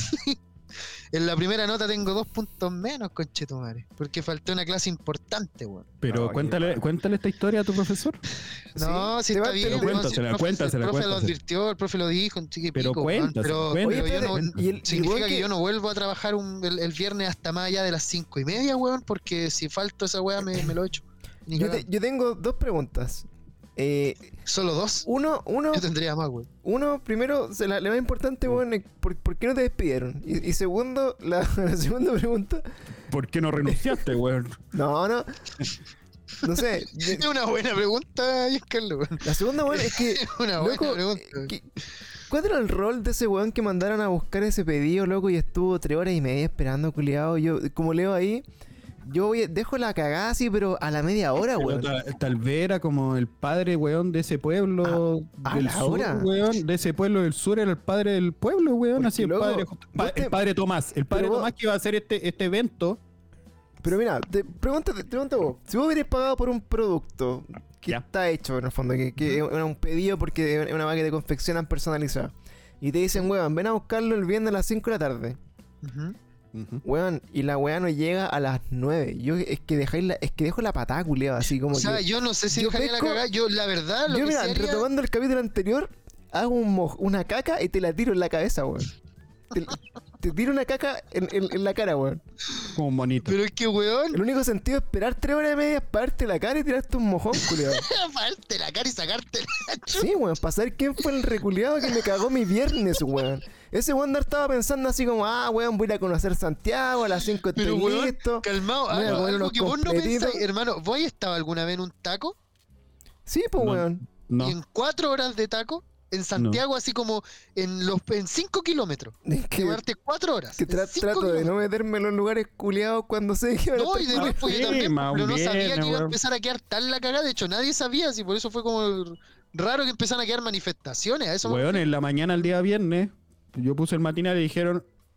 En la primera nota tengo dos puntos menos, conchetumare, porque falté una clase importante, weón. Pero No, cuéntale, cuéntale esta historia a tu profesor. No, Sí, si te está va- bien. pero no, si el cuéntasela, profe- cuéntasela, El profe lo cuéntasela. advirtió, el profe lo dijo, un chique Pero pico, weón, cuéntasela, pero, cuéntasela. pero yo no, Oye, y el- y significa igual que... que- yo no vuelvo a trabajar un- el, el viernes hasta más allá de las cinco y media, weón, porque si falto esa weá me, me lo echo. Ni yo, te- cagando. yo tengo dos preguntas. Eh, Solo dos. uno, uno, Yo tendría más, weón. uno, primero, se la, la más importante, weón, es ¿por, por qué no te despidieron? Y, y segundo, la, la segunda pregunta, ¿Por qué no renunciaste, weón? no, no, no sé. de- Es una buena pregunta, Giancarlo, weón. la segunda, weón, es que, Es una buena loco, pregunta. eh, que- ¿cuál era el rol de ese weón que mandaron a buscar ese pedido, loco, y estuvo tres horas y media esperando, culiado? Yo, como leo ahí, yo voy, dejo la cagada así, pero a la media hora, Pero weón. tal, tal vez era como el padre, weón, de ese pueblo a del la sur, hora. weón. De ese pueblo del sur era el padre del pueblo, weón. Porque, Así, el loco, padre, pa- vos te- el padre Tomás. El padre Pero vos- Tomás que iba a hacer este, este evento. Pero mira, te pregunta, te pregunta vos, si vos hubieras pagado por un producto que Ya. está hecho en el fondo, que, que es un pedido porque es una máquina de confeccionan personalizada, y te dicen, weón, ven a buscarlo el viernes a las cinco de la tarde, Ujú. weón, y la weá no llega a las nueve, yo es que dejáis la, es que dejo la patada, culiao, así como O sea, que... yo no sé si yo dejaría pesco- la cagada. Yo, la verdad, lo Yo que mira, sí haría- retomando el capítulo anterior, hago un mo- una caca y te la tiro en la cabeza, weón. Te, te tiro una caca en, en- en la cara, weón. Como un monito. Pero es que, weón, El único sentido es esperar tres horas y media, pararte la cara y tirarte un mojón, culiao. aparte la cara y sacarte la chucha. Sí, weón, para saber quién fue el reculeado que me cagó mi viernes, weón. Ese weón estaba pensando así como, ah, weón, voy a ir a conocer Santiago, a las cinco estoy Pero, weón, listo. calmado, Voy a algo, comer algo unos que vos no completitos. pensáis, hermano. ¿Vos has estado alguna vez en un taco? Sí, pues, No. weón. No. Y en cuatro horas de taco, en Santiago, así como en los en cinco kilómetros. Es que, Llevarte cuatro horas. que en tra- cinco trato de no kilómetros. meterme en los lugares culiados cuando sé que van a No, y estar de culiados. pues yo Sí, también, más pero no bien, sabía que iba a weón. empezar a quedar tan la cagada. De hecho, nadie sabía, así por eso fue como raro que empezaran a quedar manifestaciones. A eso me Weón, en la mañana el día viernes, yo puse el matinal y dijeron,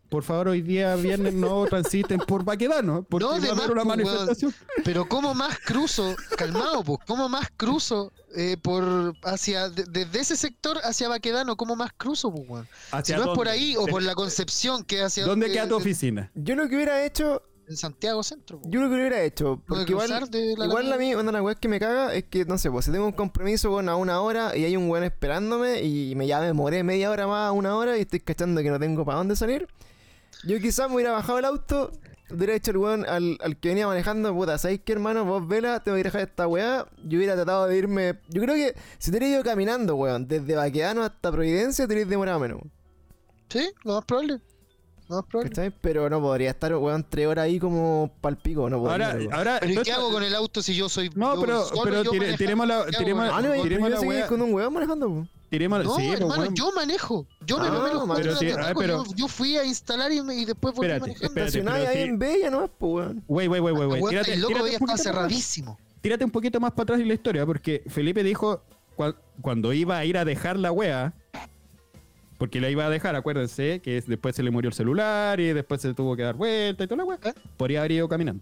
por favor, hoy día viernes no transiten por Baquedano, porque No, de va a haber más, una pues, manifestación. Pero ¿cómo más cruzo? Calmado, pues. ¿Cómo más cruzo eh, por hacia de- desde ese sector hacia Baquedano? ¿Cómo más cruzo, pues, weón? Si ¿Hacia no es por dónde? ahí o por la Concepción, que hacia ¿Dónde eh, queda tu eh, oficina? Yo lo que hubiera hecho, En Santiago Centro, pues. yo lo que hubiera hecho, Lo de porque igual, cruzar de la igual a Alameda. mí, una de las weas que me caga es que, no sé, pues si tengo un compromiso con a una hora y hay un weón esperándome y me ya me demoré media hora más a una hora y estoy cachando que no tengo para dónde salir, yo quizás me hubiera bajado el auto, hubiera hecho el weón al, al que venía manejando, puta, ¿sabes qué, hermano? Vos vela, tengo que ir a dejar esta weá. Yo hubiera tratado de irme, yo creo que si te hubieras ido caminando, weón, desde Baquedano hasta Providencia, te hubieras demorado menos. Sí, lo más probable. Lo más probable. ¿Cachai? Pero no podría estar, weón, tres horas ahí como palpico, no podría. Ahora, weón. ahora. Pero ¿y todo qué esto- hago con el auto si yo soy No, yo pero, solo, pero yo tire- manejando? tiremos la. ¿Qué hago, Tiremos, weón? Ah, no, pero tiremos yo la seguí wea- con un weón manejando, po. tiremos la- No, sí, pues, hermano, weón. yo manejo. Yo me Ah, tomé los pero cuatro sí, horas de ah, taco, pero- yo, yo fui a instalar y, me- y después volví Espérate, manejando. espérate. Estacionáis pero ahí sí. en Bella nomás, po, weón. Wey, wey, wey, wey, wey. Weón, Tírate, estáis loco, tírate ya un estaba poquito más- cerradísimo. tírate un poquito más para atrás en la historia, porque Felipe dijo cua- cuando iba a ir a dejar la wea, porque la iba a dejar, acuérdense, que es- después se le murió el celular y después se tuvo que dar vuelta y toda la wea. ¿Eh? Podría haber ido caminando.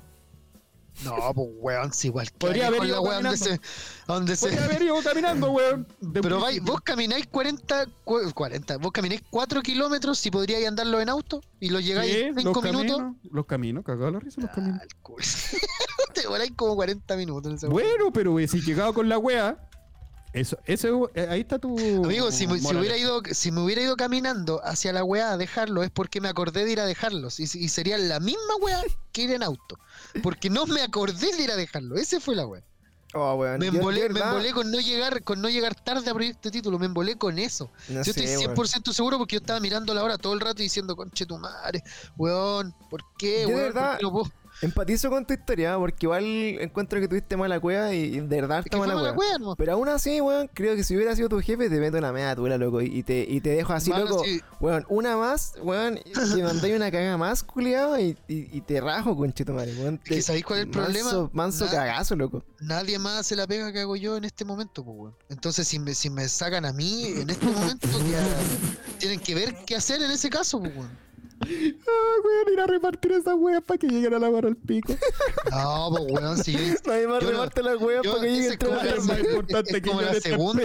No, pues weón, si igual que Podría haber con ido la weá donde se, caminando. donde se. Podría haber ido caminando, weón. De- Pero vais, vos camináis cuarenta, cu- cuarenta, vos camináis cuatro kilómetros si podríais andarlo en auto y lo llegáis Sí, en los cinco minutos. caminos, los caminos, cagado la risa, los caminos. Al culo. Te demoráis como cuarenta minutos en esa weá. Bueno, pero wey, si llegaba con la wea, eso, eso, eh, ahí está tu. Amigo, si, me- si moraleja. hubiera ido, si me hubiera ido caminando hacia la weá a dejarlo, es porque me acordé de ir a dejarlos. Y, y sería la misma weá que ir en auto. Porque no me acordé de ir a dejarlo. Ese fue la weá. Oh, weón. Me yo de embolé, me verdad, embolé con no llegar, con no llegar tarde a proyecto de título, me embolé con eso. no yo sé, estoy weón. cien por ciento seguro porque yo estaba mirando la hora todo el rato y diciendo, conche tu madre, weón, ¿por qué, Yo de weón? verdad- ¿Por qué no puedo? Empatizo con tu historia, porque igual encuentro que tuviste mala cueva y de verdad Es que está fue mala mala cueva. weá, ¿no? Pero aún así, weón, creo que si hubiera sido tu jefe, te meto una media tula, loco, y te, y te dejo así, Hermano, loco. sí. Weón, una más, weón, que mandáis una cagada más, culiado, y, y, y te rajo, conchito madre, weón. que Te- ¿sabéis cuál es el problema? Manso, manso Na- cagazo, loco. Nadie más hace la pega que hago yo en este momento, pues, weón. Entonces, si me, si me sacan a mí en este momento, que- tienen que ver qué hacer en ese caso, pues, weón. Ah, weón, ir a repartir esas weas para que lleguen a la barra al pico. No, pues, weón, si yo. Nadie más Yo no- reparte las weas yo- para que llegue esa el es como trabajo. la, Es más importante es que como yo la en este segunda.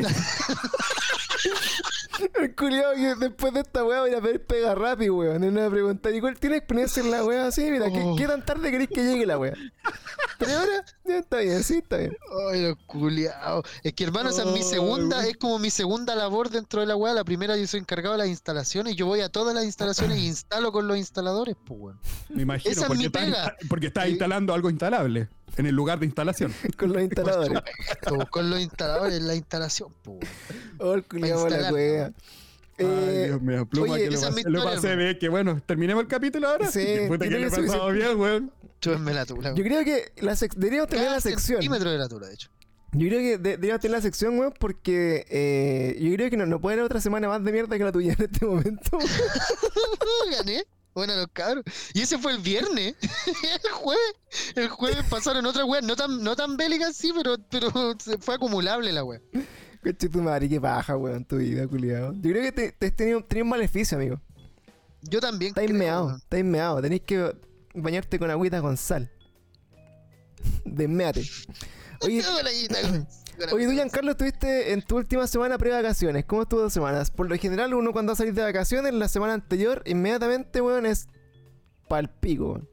El culiado que después de esta wea voy a pedir pega rápido, weón. En una pregunta, ¿y cuál tiene experiencia en la wea así? Mira, ¿qué, Oh. qué tan tarde queréis que llegue la wea? ¿Tres horas? Ya está bien, sí, está bien. Ay, los culiados. Es que, hermano, esa es mi Ay, segunda, weón. es como mi segunda labor dentro de la weá. La primera, yo soy encargado de las instalaciones. Yo voy a todas las instalaciones e instalo con los instaladores, pues, weón. Me imagino, Esa es porque mi estás pega. insta- porque estás Sí. instalando algo instalable en el lugar de instalación. Con los instaladores. Como con los instaladores en la instalación, pues, weón. Oh, el culiado la instalar, wea. Ay, Eh, Dios mío, pluma oye, que lo esa es pasé, mi lo historia, pasé hermano. bien, que bueno, terminemos el capítulo ahora. Sí, Puta yo que creo le he que pasado bien, weón. Chúpenme la tula, yo weón. creo que la sec- deberíamos tener Cada la sección. centímetro de la tula, de hecho. Yo creo que de- deberíamos tener la sección, weón, porque eh, yo creo que no, no puede haber otra semana más de mierda que la tuya en este momento. Gané. Bueno, los cabros. Y ese fue el viernes. El jueves. El jueves pasaron otras weas, no tan, no tan bélicas, sí, pero, pero se- fue acumulable la wea. Coche tu madre, qué paja, weón, tu vida, culiado. Yo creo que te, te has tenido, tenías un maleficio, amigo. Yo también. Estáis creo, meado, weón. estáis meado. Tenéis que bañarte con agüita con sal. Desméate. Oye, Con la guita, con- con la oye, tú, guita. Giancarlo, estuviste en tu última semana pre-vacaciones. ¿Cómo estuvo dos semanas? Por lo general, uno cuando va a salir de vacaciones, la semana anterior, inmediatamente, weón, es pa'l pico, weón.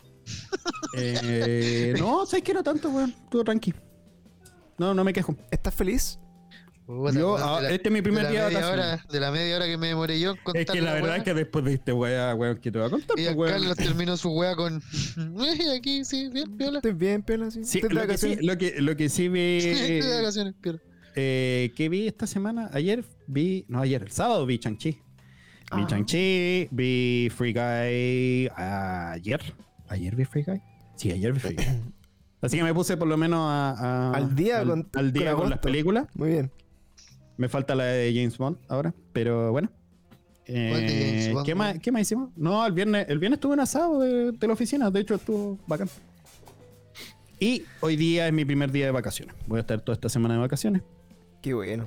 Eh, no, sabes que no tanto, weón. Estuvo tranqui. No, no me quejo. ¿Estás feliz? Puta, Yo, weón, ah, de la- este es mi primer de la día de media vacaciones. hora, de la media hora que me demoré yo en Es contar que la verdad es que después de este weá, weón, que te voy a contar, Y pues, weón. Carlos terminó su wea con. "Eh, aquí, sí, bien, piola. Estoy bien, piola, sí. Sí, Estoy de lo que sí, vacaciones. lo que, lo que sí vi. Estoy de vacaciones, piola. Eh, ¿Qué vi esta semana? Ayer vi. No, ayer, el sábado vi Shang-Chi. Vi Ah. Shang-Chi, vi Free Guy. Ayer. ¿Ayer vi Free Guy? Sí, ayer vi Free Guy. Así que me puse por lo menos a, a- Al día al, con- al día con con, las agosto. películas. Muy bien. Me falta la de James Bond ahora, pero bueno. Eh, ¿Cuál de James Bond, ¿qué, más, weón? ¿Qué más hicimos? No, el viernes, el viernes estuve en asado de, de la oficina, de hecho estuvo bacán. Y hoy día es mi primer día de vacaciones. Voy a estar toda esta semana de vacaciones. Qué bueno.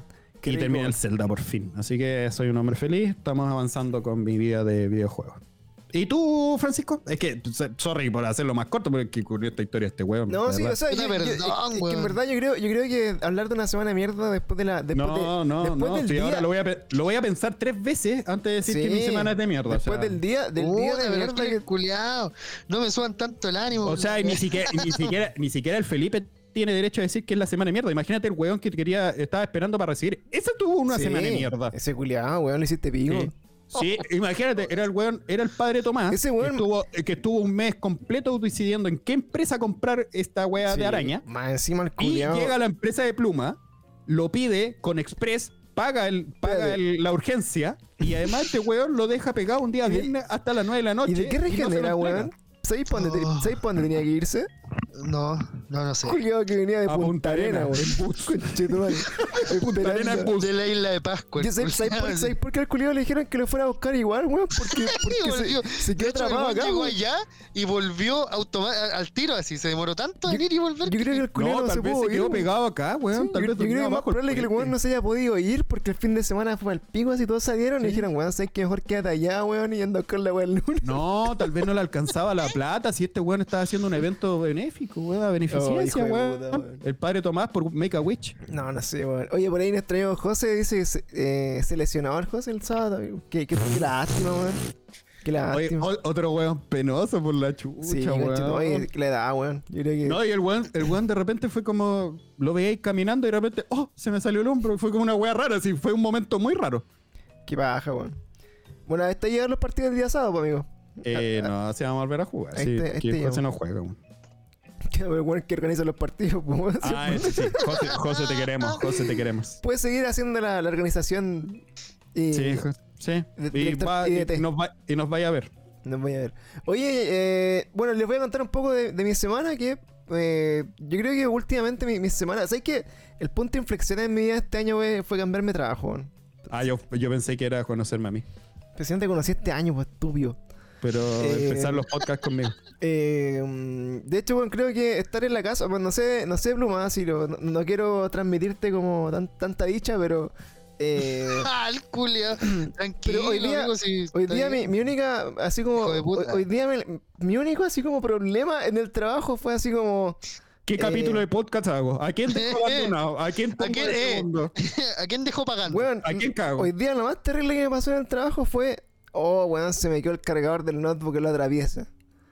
Qué y rico. terminé el Zelda por fin. Así que soy un hombre feliz. Estamos avanzando con mi vida de videojuegos. ¿Y tú, Francisco? Es que, sorry por hacerlo más corto, porque que ocurrió esta historia este weón. No, la sí, verdad. o sea, Puta, yo, yo- perdón, es que en weón. verdad yo creo, yo creo que hablar de una semana de mierda después de la. Después No, de, no, después no. del Sí, día, ahora lo voy, a, pe- lo voy a pensar tres veces antes de decir sí, que mi semana es de mierda. Después o sea. del día, del Puta, día de pero mierda qué que. culiao. No me suban tanto el ánimo. O sea, ni siquiera, ni siquiera, ni siquiera el Felipe tiene derecho a decir que es la semana de mierda. Imagínate el weón que quería, estaba esperando para recibir. Esa tuvo una Sí, semana de mierda. Ese culiado, weón, le hiciste pico. Sí. Sí, imagínate, era el weón, era el padre Tomás, Ese que, weón- estuvo, que estuvo un mes completo decidiendo en qué empresa comprar esta weá Sí, de araña. Más encima el Y culiado. llega a la empresa de pluma, lo pide con Express, paga, el, paga el- la urgencia, y además este weón lo deja pegado un día ¿Y de- viernes hasta las nueve de la noche. ¿Y de qué no se lo regenera, entrega. weón? ¿Sabéis para dónde, te- Oh. ¿sabéis pa' dónde tenía que irse? No, no, no sé. Culiado que venía de A Punta, Punta Arena, Arena. weón. Conchetumare. Punta Arena en Esperando. bus. De la isla de Pascua. el Yo sé- ¿Sabes por, culiao, sabes por qué al culiado le dijeron que lo fuera a buscar igual, weón? Porque, Y porque volvió. se, se De quedó hecho, el atrapado weón acá, llegó weón. allá y volvió automa- a- al tiro así. Se demoró tanto en Yo- ir y volver. Yo creo que el culiado No, no, tal se vez pudo se ir. quedó weón. pegado acá, weón. Sí, tal yo, vez yo creo que dormía es más abajo el probable que el puente. weón no se haya podido ir porque el fin de semana fue al pico, así todos salieron y dijeron, weón, ¿sabes qué? Mejor quédate allá, weón, y anda con la weón el lunes. No, tal vez no le alcanzaba la plata si este weón estaba haciendo un evento benéfico, weón, a Oh, beneficencia, hijo de weón. puta, weón. El padre Tomás por Make a Witch. No, no sé, weón. Oye, por ahí nuestro amigo José dice que se, eh, se lesionó el José el sábado. Qué, qué, qué lástima, weón. Qué Oye, lástima. o- otro weón penoso por la chucha, Sí, weón. conchito, oye, qué le da, weón. Yo creo que. No, y el weón, el weón de repente fue como. Lo veíais caminando y de repente, oh, se me salió el hombro. Y fue como una wea rara, así. Fue un momento muy raro. Qué paja, weón. Bueno, hasta llegar los partidos del día sábado, pues, amigo. Eh, no, se va a volver a jugar. Sí, Este- que este José ya. no juega, weón. Que el weón que organiza los partidos, pues, weón. Ah, ese sí. José, José, te queremos. José, te queremos. Puedes seguir haciendo la, la organización. Y Sí, Jo- sí. de- Y, director va- I D y T. nos va, y nos vaya a ver. Nos voy a ver. Oye, eh, bueno, les voy a contar un poco de, de mi semana que eh, yo creo que últimamente mi, mi semana... ¿Sabes qué? El punto de inflexión en mi vida este año fue, fue cambiarme de trabajo, weón. Ah, yo, yo pensé que era conocerme a mí. Recién te conocí este año, pues, estúpido. Pero Eh, empezar los podcasts conmigo. Eh, mm, de hecho, bueno, creo que estar en la casa, pues no sé, no sé, Pluma, si lo- no, no quiero transmitirte como tan- tanta dicha, pero eh, Ah, el culia. Tranquilo, hoy día- amigo, si hoy está día mi, bien. mi única, así como, Hijo de hoy, puta. hoy día mi, mi único así como problema en el trabajo fue así como, ¿Qué eh, capítulo de podcast hago? ¿A quién dejo abandonado? ¿A quién pongo quién, de eh? segundo? ¿A quién dejó pagando? weón, ¿A quién cago? hoy día lo más terrible que me pasó en el trabajo fue, oh, weón, se me quedó el cargador del notebook en la otra pieza.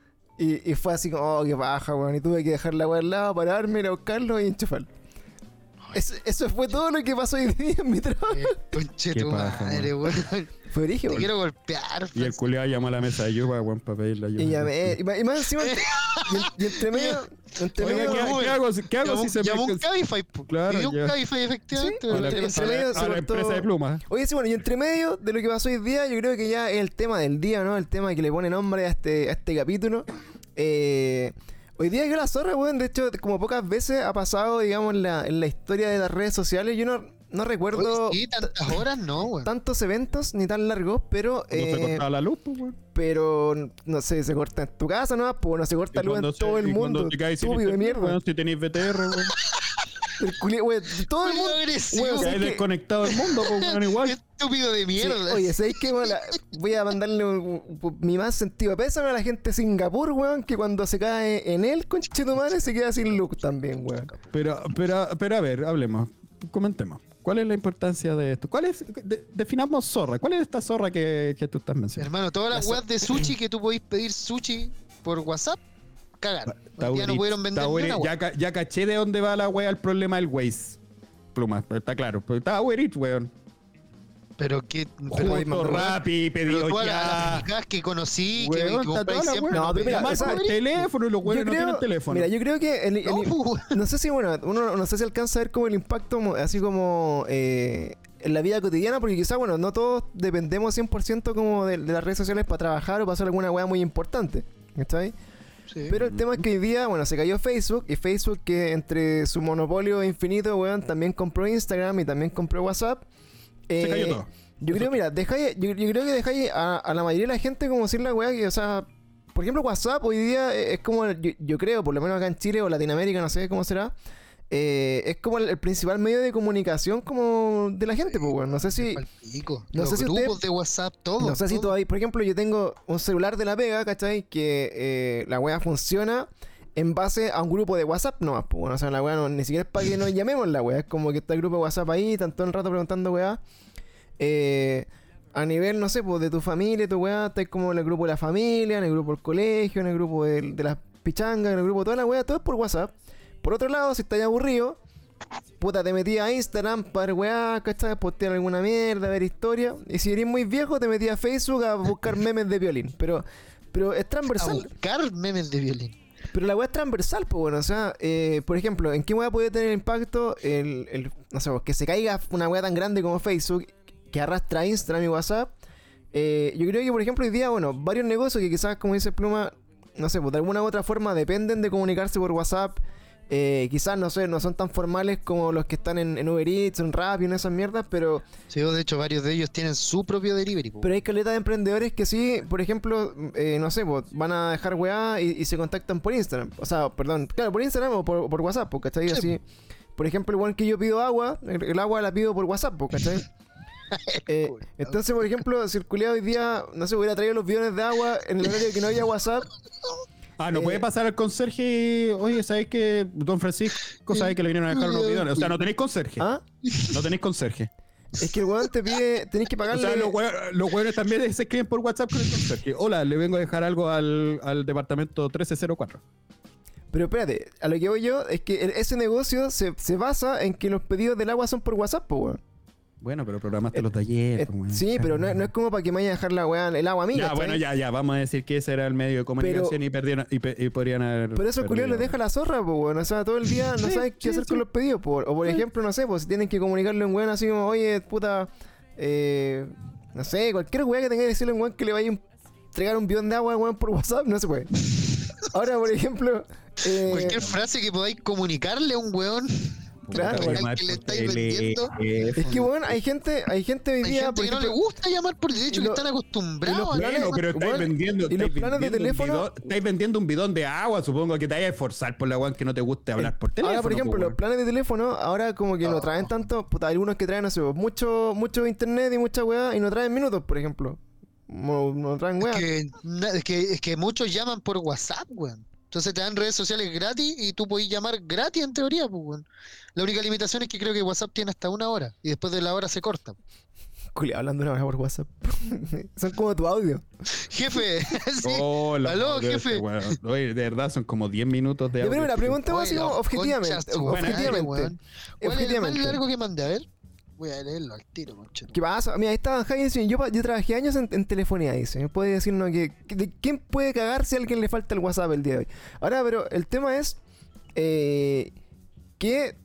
Y, y fue así como, oh, qué paja, weón. Y tuve que dejar la weá al lado, pararme, ir a buscarlo y enchufarlo. Eso, eso fue todo lo que pasó hoy día en mi trabajo. Eh, Conche Qué tu paja, madre, weón. Fue origen, Te weón. quiero golpear. Y el culiao llamó a la mesa de Yuba, weón, para pedirle ayuda. Y llamé, y, más- y más encima, y, en- y entre medio, entre Oiga, medio, ¿qué, Oye, ¿qué hago, si- ¿qué hago Llamó, si se llamó me... un Cabify, po. Claro, Pidió un ya. Cabify, efectivamente. Sí, pero a la, te lo entre a la- medio sabe. se a la cortó- empresa de plumas. Oye, sí, bueno, y entre medio de lo que pasó hoy día, yo creo que ya es el tema del día, ¿no? El tema que le pone nombre a este, a este capítulo. Eh, hoy día yo la zorra, weón. De hecho, como pocas veces ha pasado, digamos, en la, en la historia de las redes sociales. Yo no, no recuerdo Oye, sí, tantas horas no, weón. tantos eventos ni tan largos, pero... No se eh, cortaba la luz, pues, weón. pero, no sé, se corta en tu casa, ¿no? Pues no se corta Y luz en cuando todo se- el y cuando mundo. te caes sin Estúpido de internet, mierda. weón, si tenéis V T R, weón. El culi- weón, todo el Culiao mundo... agresivo. weón, Que ¿sabes hay qué? desconectado el mundo, pues, weón, igual. Estúpido de Sí, mierda. oye, ¿sabéis qué? Weón? La- voy a mandarle un- un- mi más sentido pésame a la gente de Singapur, weón, que cuando se cae en él, conchetumare, se queda sin luz también, weón. Pero, pero, pero a ver, hablemos, comentemos. ¿Cuál es la importancia de esto? ¿Cuál es, de- definamos zorra. ¿Cuál es esta zorra que, que tú estás mencionando? Hermano, todas las La webs de sushi que tú podéis pedir sushi por WhatsApp, cagaron. Está Hoy día no Uber pudieron Eats, vender está ni Uber una Eats. wea. ya, ca- ya caché de dónde va la wea el problema del Waze. Pluma, está claro. Pero está Uber Eats, weón. Pero que. Pero, Justo Rappi, pero pedido todas las, las ya. mexicanas que conocí, que, Weón, que está compráis toda la siempre. wea. No, no pero mira, pedían Llaman esa- por Uber Eats. teléfono y los Yo weones no creo- tienen teléfono. Mira, yo creo que el- el- No, pues, no sé si, bueno, uno no sé si alcanza a ver como el impacto mo- así como eh, en la vida cotidiana, porque quizás, bueno, no todos dependemos cien por ciento como de, de las redes sociales para trabajar o para hacer alguna weá muy importante. ¿Está ahí? sí. Pero el tema es que hoy día, bueno, se cayó Facebook y Facebook que entre su monopolio infinito, weón, también compró Instagram y también compró WhatsApp. Se Eh, cayó todo. Yo creo, mira, dejáis, yo, yo creo que dejáis a, a la mayoría de la gente como decir la weá que, o sea, por ejemplo, WhatsApp hoy día es como, yo, yo creo, por lo menos acá en Chile o Latinoamérica, no sé cómo será, eh, es como el, el principal medio de comunicación como de la gente, pues, weón. No sé si... Palpico. no Los sé si grupos usted- de WhatsApp, todo. No sé si todo. todavía... Por ejemplo, yo tengo un celular de la pega, ¿cachai? Que eh, la weá funciona en base a un grupo de WhatsApp nomás, pues, bueno. O sea, la weá no, ni siquiera es para que nos llamemos la weá. Es como que está el grupo de WhatsApp ahí, están todo el rato preguntando weá. Eh... A nivel, no sé, pues de tu familia, tu weá, estás como en el grupo de la familia, en el grupo del colegio, en el grupo de, de las pichangas, en el grupo de toda la weá, todo es por WhatsApp. Por otro lado, si estás aburrido, puta, te metías a Instagram para ver weá, ¿cachai? Postear alguna mierda, ver historia. Y si eres muy viejo, te metías a Facebook a buscar memes de violín. Pero, pero es A transversal. buscar memes de violín. Pero la weá es transversal, pues bueno, o sea, eh, por ejemplo, ¿en qué weá puede tener impacto el, el no sé, pues, que se caiga una weá tan grande como Facebook, que arrastra Instagram y WhatsApp? Eh, yo creo que, por ejemplo, hoy día, bueno, varios negocios que quizás, como dice Pluma, no sé, pues de alguna u otra forma dependen de comunicarse por WhatsApp. Eh, quizás, no sé, no son tan formales como los que están en, en Uber Eats, en Rappi, en esas mierdas, pero, Sí, de hecho, varios de ellos tienen su propio delivery. po. pero hay caleta de emprendedores que sí, por ejemplo, eh, no sé, pues, van a dejar weá y, y se contactan por Instagram. O sea, perdón, claro, por Instagram o por, por WhatsApp, pues, ¿cachai? Sí, Así, por ejemplo, igual que yo pido agua, el, el agua la pido por WhatsApp, pues, ¿cachai? Eh, entonces, por ejemplo, si el culiao hoy día, no sé, hubiera traído los bidones de agua en el horario que no había WhatsApp. Ah, no Eh, puede pasar al conserje. Oye, ¿sabéis que Don Francisco sabe que le vinieron a dejar unos bidones? O sea, no tenéis conserje. ¿Ah? No tenéis conserje. Es que el weón te pide, tenés que O pagarle. sea, los hue- los hueones también se escriben por WhatsApp con el conserje. Hola, le vengo a dejar algo al, al departamento trece cero cuatro. Pero espérate, a lo que voy yo es que el- ese negocio se, se basa en que los pedidos del agua son por WhatsApp, pues, weón. Bueno, pero programaste Eh, los de ayer. Eh, pues, weón. sí, pero no, es- no es como para que me vaya a dejar la weá, el agua a mí, Ya, ¿cachai? bueno, ya, ya, vamos a decir que ese era el medio de comunicación y, perdieron, y, pe- y podrían haber. Pero eso el culiao les perdido. deja la zorra, pues, weón. O sea, todo el día no Sí, saben qué sí, hacer sí. con los pedidos, po. O por ejemplo, no sé, pues si tienen que comunicarle a un weón así como, oye, puta, eh, no sé, cualquier weá que tenga que decirle a un weón que le vaya a entregar un bidón de agua, weón, por WhatsApp, no se puede. Ahora, por ejemplo, eh, Cualquier frase que podáis comunicarle a un weón. Claro, al Llamar que le por estáis vendiendo. es que, weón, hay gente, hay gente hoy Hay día, gente por que no le ejemplo, gusta llamar por derecho, y que lo- están acostumbrados. y los a planes- Bueno, pero estáis Bueno, vendiendo. y los estáis planes de vendiendo un teléfono- bidón- estáis vendiendo un bidón de agua, supongo que te vayas a esforzar por la weón que no te guste hablar por teléfono. ahora, por ejemplo, pues, los weón. planes de teléfono, ahora como que no Oh. traen tanto, puta, hay algunos que traen, no sé, mucho, mucho internet y mucha weá, y no traen minutos, por ejemplo. No, no traen weá. Es que, na- es, que, es que muchos llaman por WhatsApp, weón. Entonces te dan redes sociales gratis y tú podés llamar gratis en teoría, pues, weón. La única limitación es que creo que WhatsApp tiene hasta una hora y después de la hora se corta. Culiao, hablando una hora por WhatsApp. Son como tu audio. Jefe, sí. Hola, Aló, de jefe. este weón. Oye, de verdad son como diez minutos de Ya, pero audio. mira, preguntemos Oye, así como la objetivamente. concha su madre, Objetivamente. weón. ¿Cuál es el más Objetivamente. largo que mandé? A ver. Voy a leerlo al tiro, concha. ¿Qué pasa? Mira, ahí estaba Javi diciendo, yo, pa- yo trabajé años en, en telefonía, dice. ¿Me puede decirnos que, que- de quién puede cagar si a alguien le falta el WhatsApp el día de hoy? Ahora, pero el tema es eh, que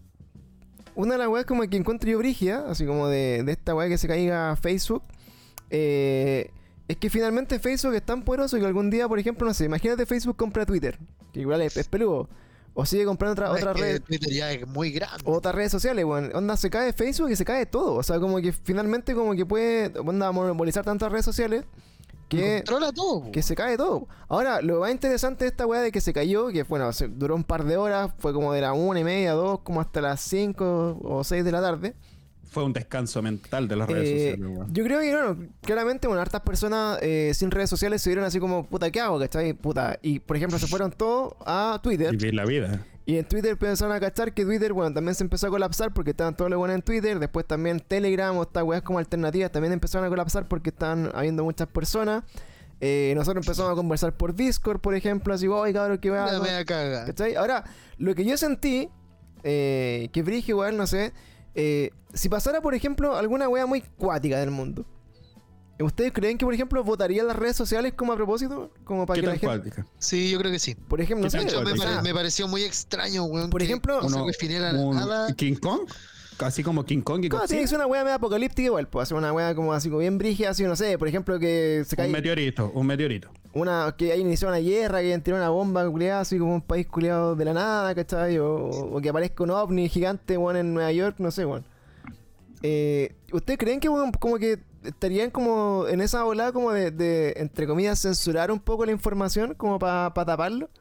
una de las weas como que encuentro yo brigia, así como de, de esta wea que se caiga Facebook, eh, es que finalmente Facebook es tan poderoso que algún día, por ejemplo, no sé, imagínate Facebook compra Twitter, que igual es, es peludo, o sigue comprando otra, No, es otra que red. Twitter ya es muy grande. Otras redes sociales, weón. Onda, se cae Facebook y se cae todo. O sea, como que finalmente como que puede, onda, monopolizar tantas redes sociales que, Controla todo. po. que se cae todo. Ahora, lo más interesante de esta weá de que se cayó, que bueno, se duró un par de horas, fue como de la una y media, dos, como hasta las cinco o seis de la tarde. Fue un descanso mental de las redes Eh, sociales, weón. yo creo que, bueno, claramente, bueno, hartas personas eh, sin redes sociales se vieron así como, puta, ¿qué hago? ¿Cachai? Puta. Y, por ejemplo, se fueron todos a Twitter. Vivir la vida. Y en Twitter empezaron a cachar que Twitter, bueno, también se empezó a colapsar porque estaban todos los buenos en Twitter. Después también Telegram o estas weas como alternativas también empezaron a colapsar porque están habiendo muchas personas. Eh, nosotros empezamos a conversar por Discord, por ejemplo, así, oye, cabrón, qué La wea. media caga. ¿Cachai? Ahora, lo que yo sentí, eh, que brige igual, no sé, eh, si pasara, por ejemplo, alguna wea muy cuática del mundo, ¿ustedes creen que, por ejemplo, votarían las redes sociales como a propósito? Como para ¿Qué que la tan gente... cuática? Sí, yo creo que sí. Por ejemplo, no ¿Qué sé, tan De hecho, me, o sea, pare- me pareció muy extraño, weón. Por que ejemplo, no se Uno- definiera un- nada. King Kong, así como King Kong y no, tiene Godzilla. que ser una wea medio apocalíptica igual, pues hacer una wea como así como bien brígida, así, no sé, por ejemplo, que se Un cae meteorito, un meteorito. una, que haya iniciado una guerra, que hayan tirado una bomba culiada así como un país culiado de la nada, ¿cachai? O, o que aparezca un ovni gigante, weón, en Nueva York, no sé, weón. Eh, ¿Ustedes creen que, weón, como que estarían como en esa ola como de, de, entre comillas, censurar un poco la información como para taparlo?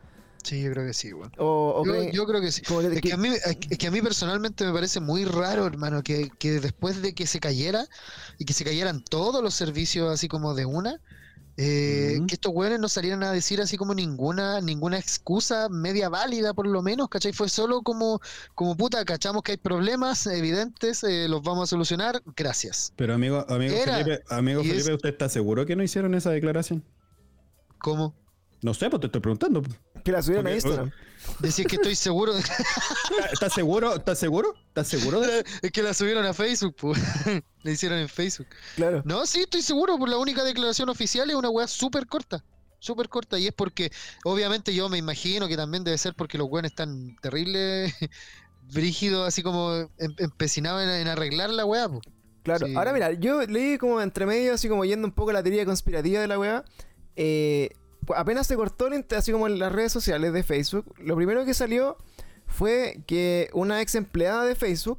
Sí, yo creo que sí, weón. O, o Yo, creen- yo creo que sí. como que- Es que- que, a mí, es que a mí personalmente me parece muy raro, hermano, que, que después de que se cayera y que se cayeran todos los servicios así como de una, eh, Ujú. que estos weones no salieran a decir así como ninguna ninguna excusa media válida por lo menos, ¿cachai? Fue solo como, como puta, cachamos que hay problemas evidentes, eh, los vamos a solucionar, gracias. Pero amigo, amigo Era, Felipe, amigo y es- Felipe, ¿usted está seguro que no hicieron esa declaración? ¿Cómo? No sé, pues te estoy preguntando. que la subieron a Porque- Instagram. Decir que estoy seguro de ¿Estás seguro? ¿Estás seguro? ¿Estás seguro de es que la subieron a Facebook, pues. La hicieron en Facebook. Claro. No, sí, estoy seguro, por la única declaración oficial es una weá súper corta. Súper corta. Y es porque, obviamente, yo me imagino que también debe ser porque los weones están terribles, brígidos, así como em- empecinados en, en arreglar la weá, pues. Claro, Sí. ahora mira, yo leí como entre medio, así como yendo un poco a la teoría conspirativa de la weá. Eh, pues apenas se cortó el inter- así como en las redes sociales de Facebook, lo primero que salió fue que una ex empleada de Facebook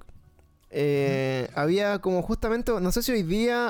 eh, había como justamente, no sé si hoy día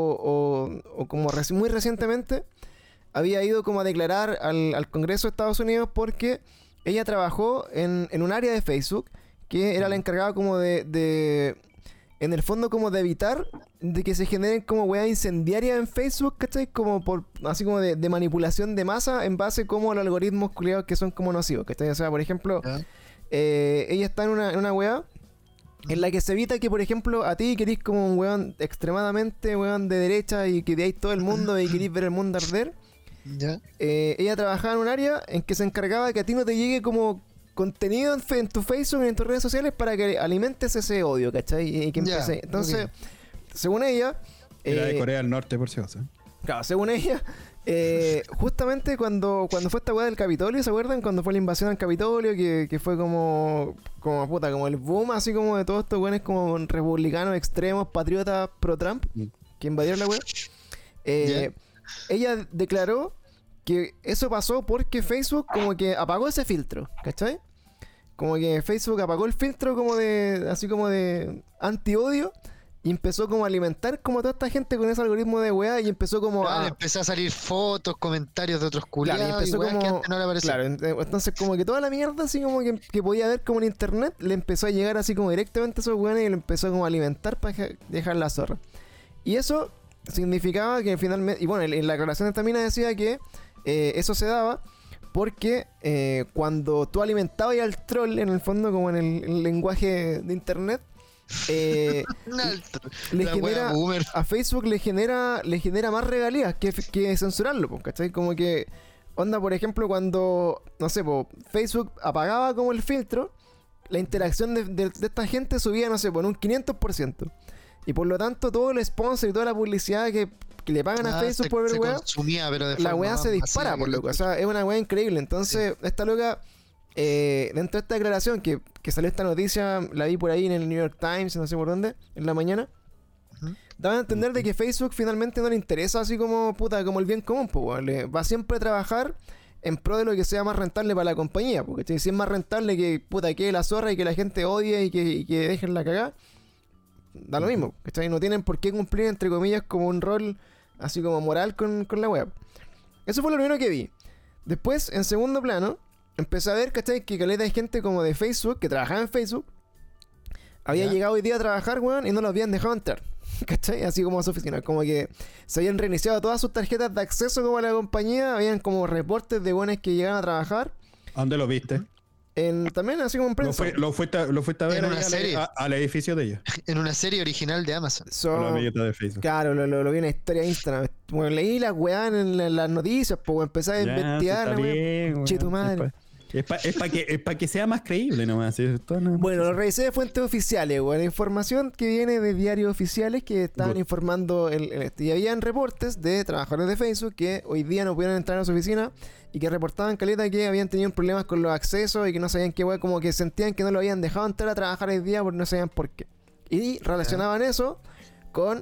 o, o- o como reci- muy recientemente, había ido como a declarar al, al Congreso de Estados Unidos porque ella trabajó en, en un área de Facebook que era la encargada como de, de en el fondo como de evitar de que se generen como weas incendiarias en Facebook, ¿cachai? Como por, así como de, de manipulación de masa en base como a los algoritmos culiados que son como nocivos, ¿cachai? O sea, por ejemplo, ¿Ya? eh, ella está en una, en una wea en la que se evita que, por ejemplo, a ti querís como un weón extremadamente weón de derecha y que veáis todo el mundo y querís ver el mundo arder. ¿Ya? Eh, ella trabajaba en un área en que se encargaba de que a ti no te llegue como contenido en, fe- en tu Facebook y en tus redes sociales para que alimentes ese odio, ¿cachai? Y, y que Ya, empiece. Entonces, ok. según ella, Era de eh, Corea del Norte, por si acaso. claro, según ella, eh, justamente cuando, cuando fue esta weá del Capitolio, ¿se acuerdan? Cuando fue la invasión al Capitolio, que, que fue como, como puta, como el boom así como de todos estos weones como republicanos extremos, patriotas pro-Trump, Mm. que invadieron la weá. Eh, ella declaró que eso pasó porque Facebook como que apagó ese filtro, ¿cachai? Como que Facebook apagó el filtro como de, así como de anti-odio y empezó como a alimentar como toda esta gente con ese algoritmo de weá y empezó como Ah, a... le empezó a salir fotos, comentarios de otros Claro, y culiados empezó y weas que como... antes no le aparecían. Claro, ent- entonces como que toda la mierda así como que, que podía ver como en internet le empezó a llegar así como directamente a esos weones y lo empezó como a alimentar para deja- dejar la zorra. Y eso significaba que finalmente... Y bueno, en en la aclaración de esta mina decía que eh, eso se daba porque eh, cuando tú alimentabas al troll en el fondo como en el, el lenguaje de internet, eh, le La wea genera... boomer. A Facebook le genera le genera más regalías que, que censurarlo, po, ¿cachai? Como que, onda, por ejemplo, cuando, no sé, po, Facebook apagaba como el filtro, la interacción de, de- de esta gente subía, no sé, por un quinientos por ciento. Y por lo tanto, todo el sponsor y toda la publicidad que, que le pagan a Ah, Facebook se- por ver se weá, consumía, pero de la forma weá se masiva dispara, que por la loco. O chucha. sea, es una weá increíble. Entonces, esta loca, eh, dentro de esta declaración que, que salió esta noticia, la vi por ahí en el New York Times, no sé por dónde, en la mañana. Ujú. Daban a entender de que Facebook finalmente no le interesa así como puta, como el bien común, pues, weón. Le va siempre a trabajar en pro de lo que sea más rentable para la compañía, porque si es más rentable que puta que la zorra y que la gente odie y que, y que dejen la cagada, da lo mismo, ¿cachai? No tienen por qué cumplir, entre comillas, como un rol así como moral con, con la web. Eso fue lo primero que vi. Después, en segundo plano, empecé a ver, ¿cachai? Que caleta de gente como de Facebook, que trabajaba en Facebook, había Ya. llegado hoy día a trabajar, weón, y no los habían dejado entrar. ¿Cachai? Así como a su oficina. Como que se habían reiniciado todas sus tarjetas de acceso como a la compañía. Habían como reportes de buenos que llegaban a trabajar. ¿A dónde lo viste? En, también así como en ¿Lo, prensa. fue- lo fuiste, a- lo fuiste a ver En ahí una al- serie. a- al edificio de ella? En una serie original de Amazon. Son- La amiguita de Facebook. Claro, lo, lo, lo vi en la historia de Instagram. Bueno, leí las weá en, la- en las noticias, pues empecé a Ya, investigar. sí, la está weá. bien, weón. Che, tu madre. Es para es pa que, es pa que sea más creíble nomás. ¿Sí? Esto no- Bueno, lo revisé de fuentes oficiales, weón. Información que viene de diarios oficiales que estaban Good. informando el, el- y habían reportes de trabajadores de Facebook que hoy día no pudieron entrar a su oficina y que reportaban caleta que habían tenido problemas con los accesos y que no sabían qué weón, como que sentían que no lo habían dejado entrar a trabajar hoy día porque no sabían por qué. Y relacionaban eso con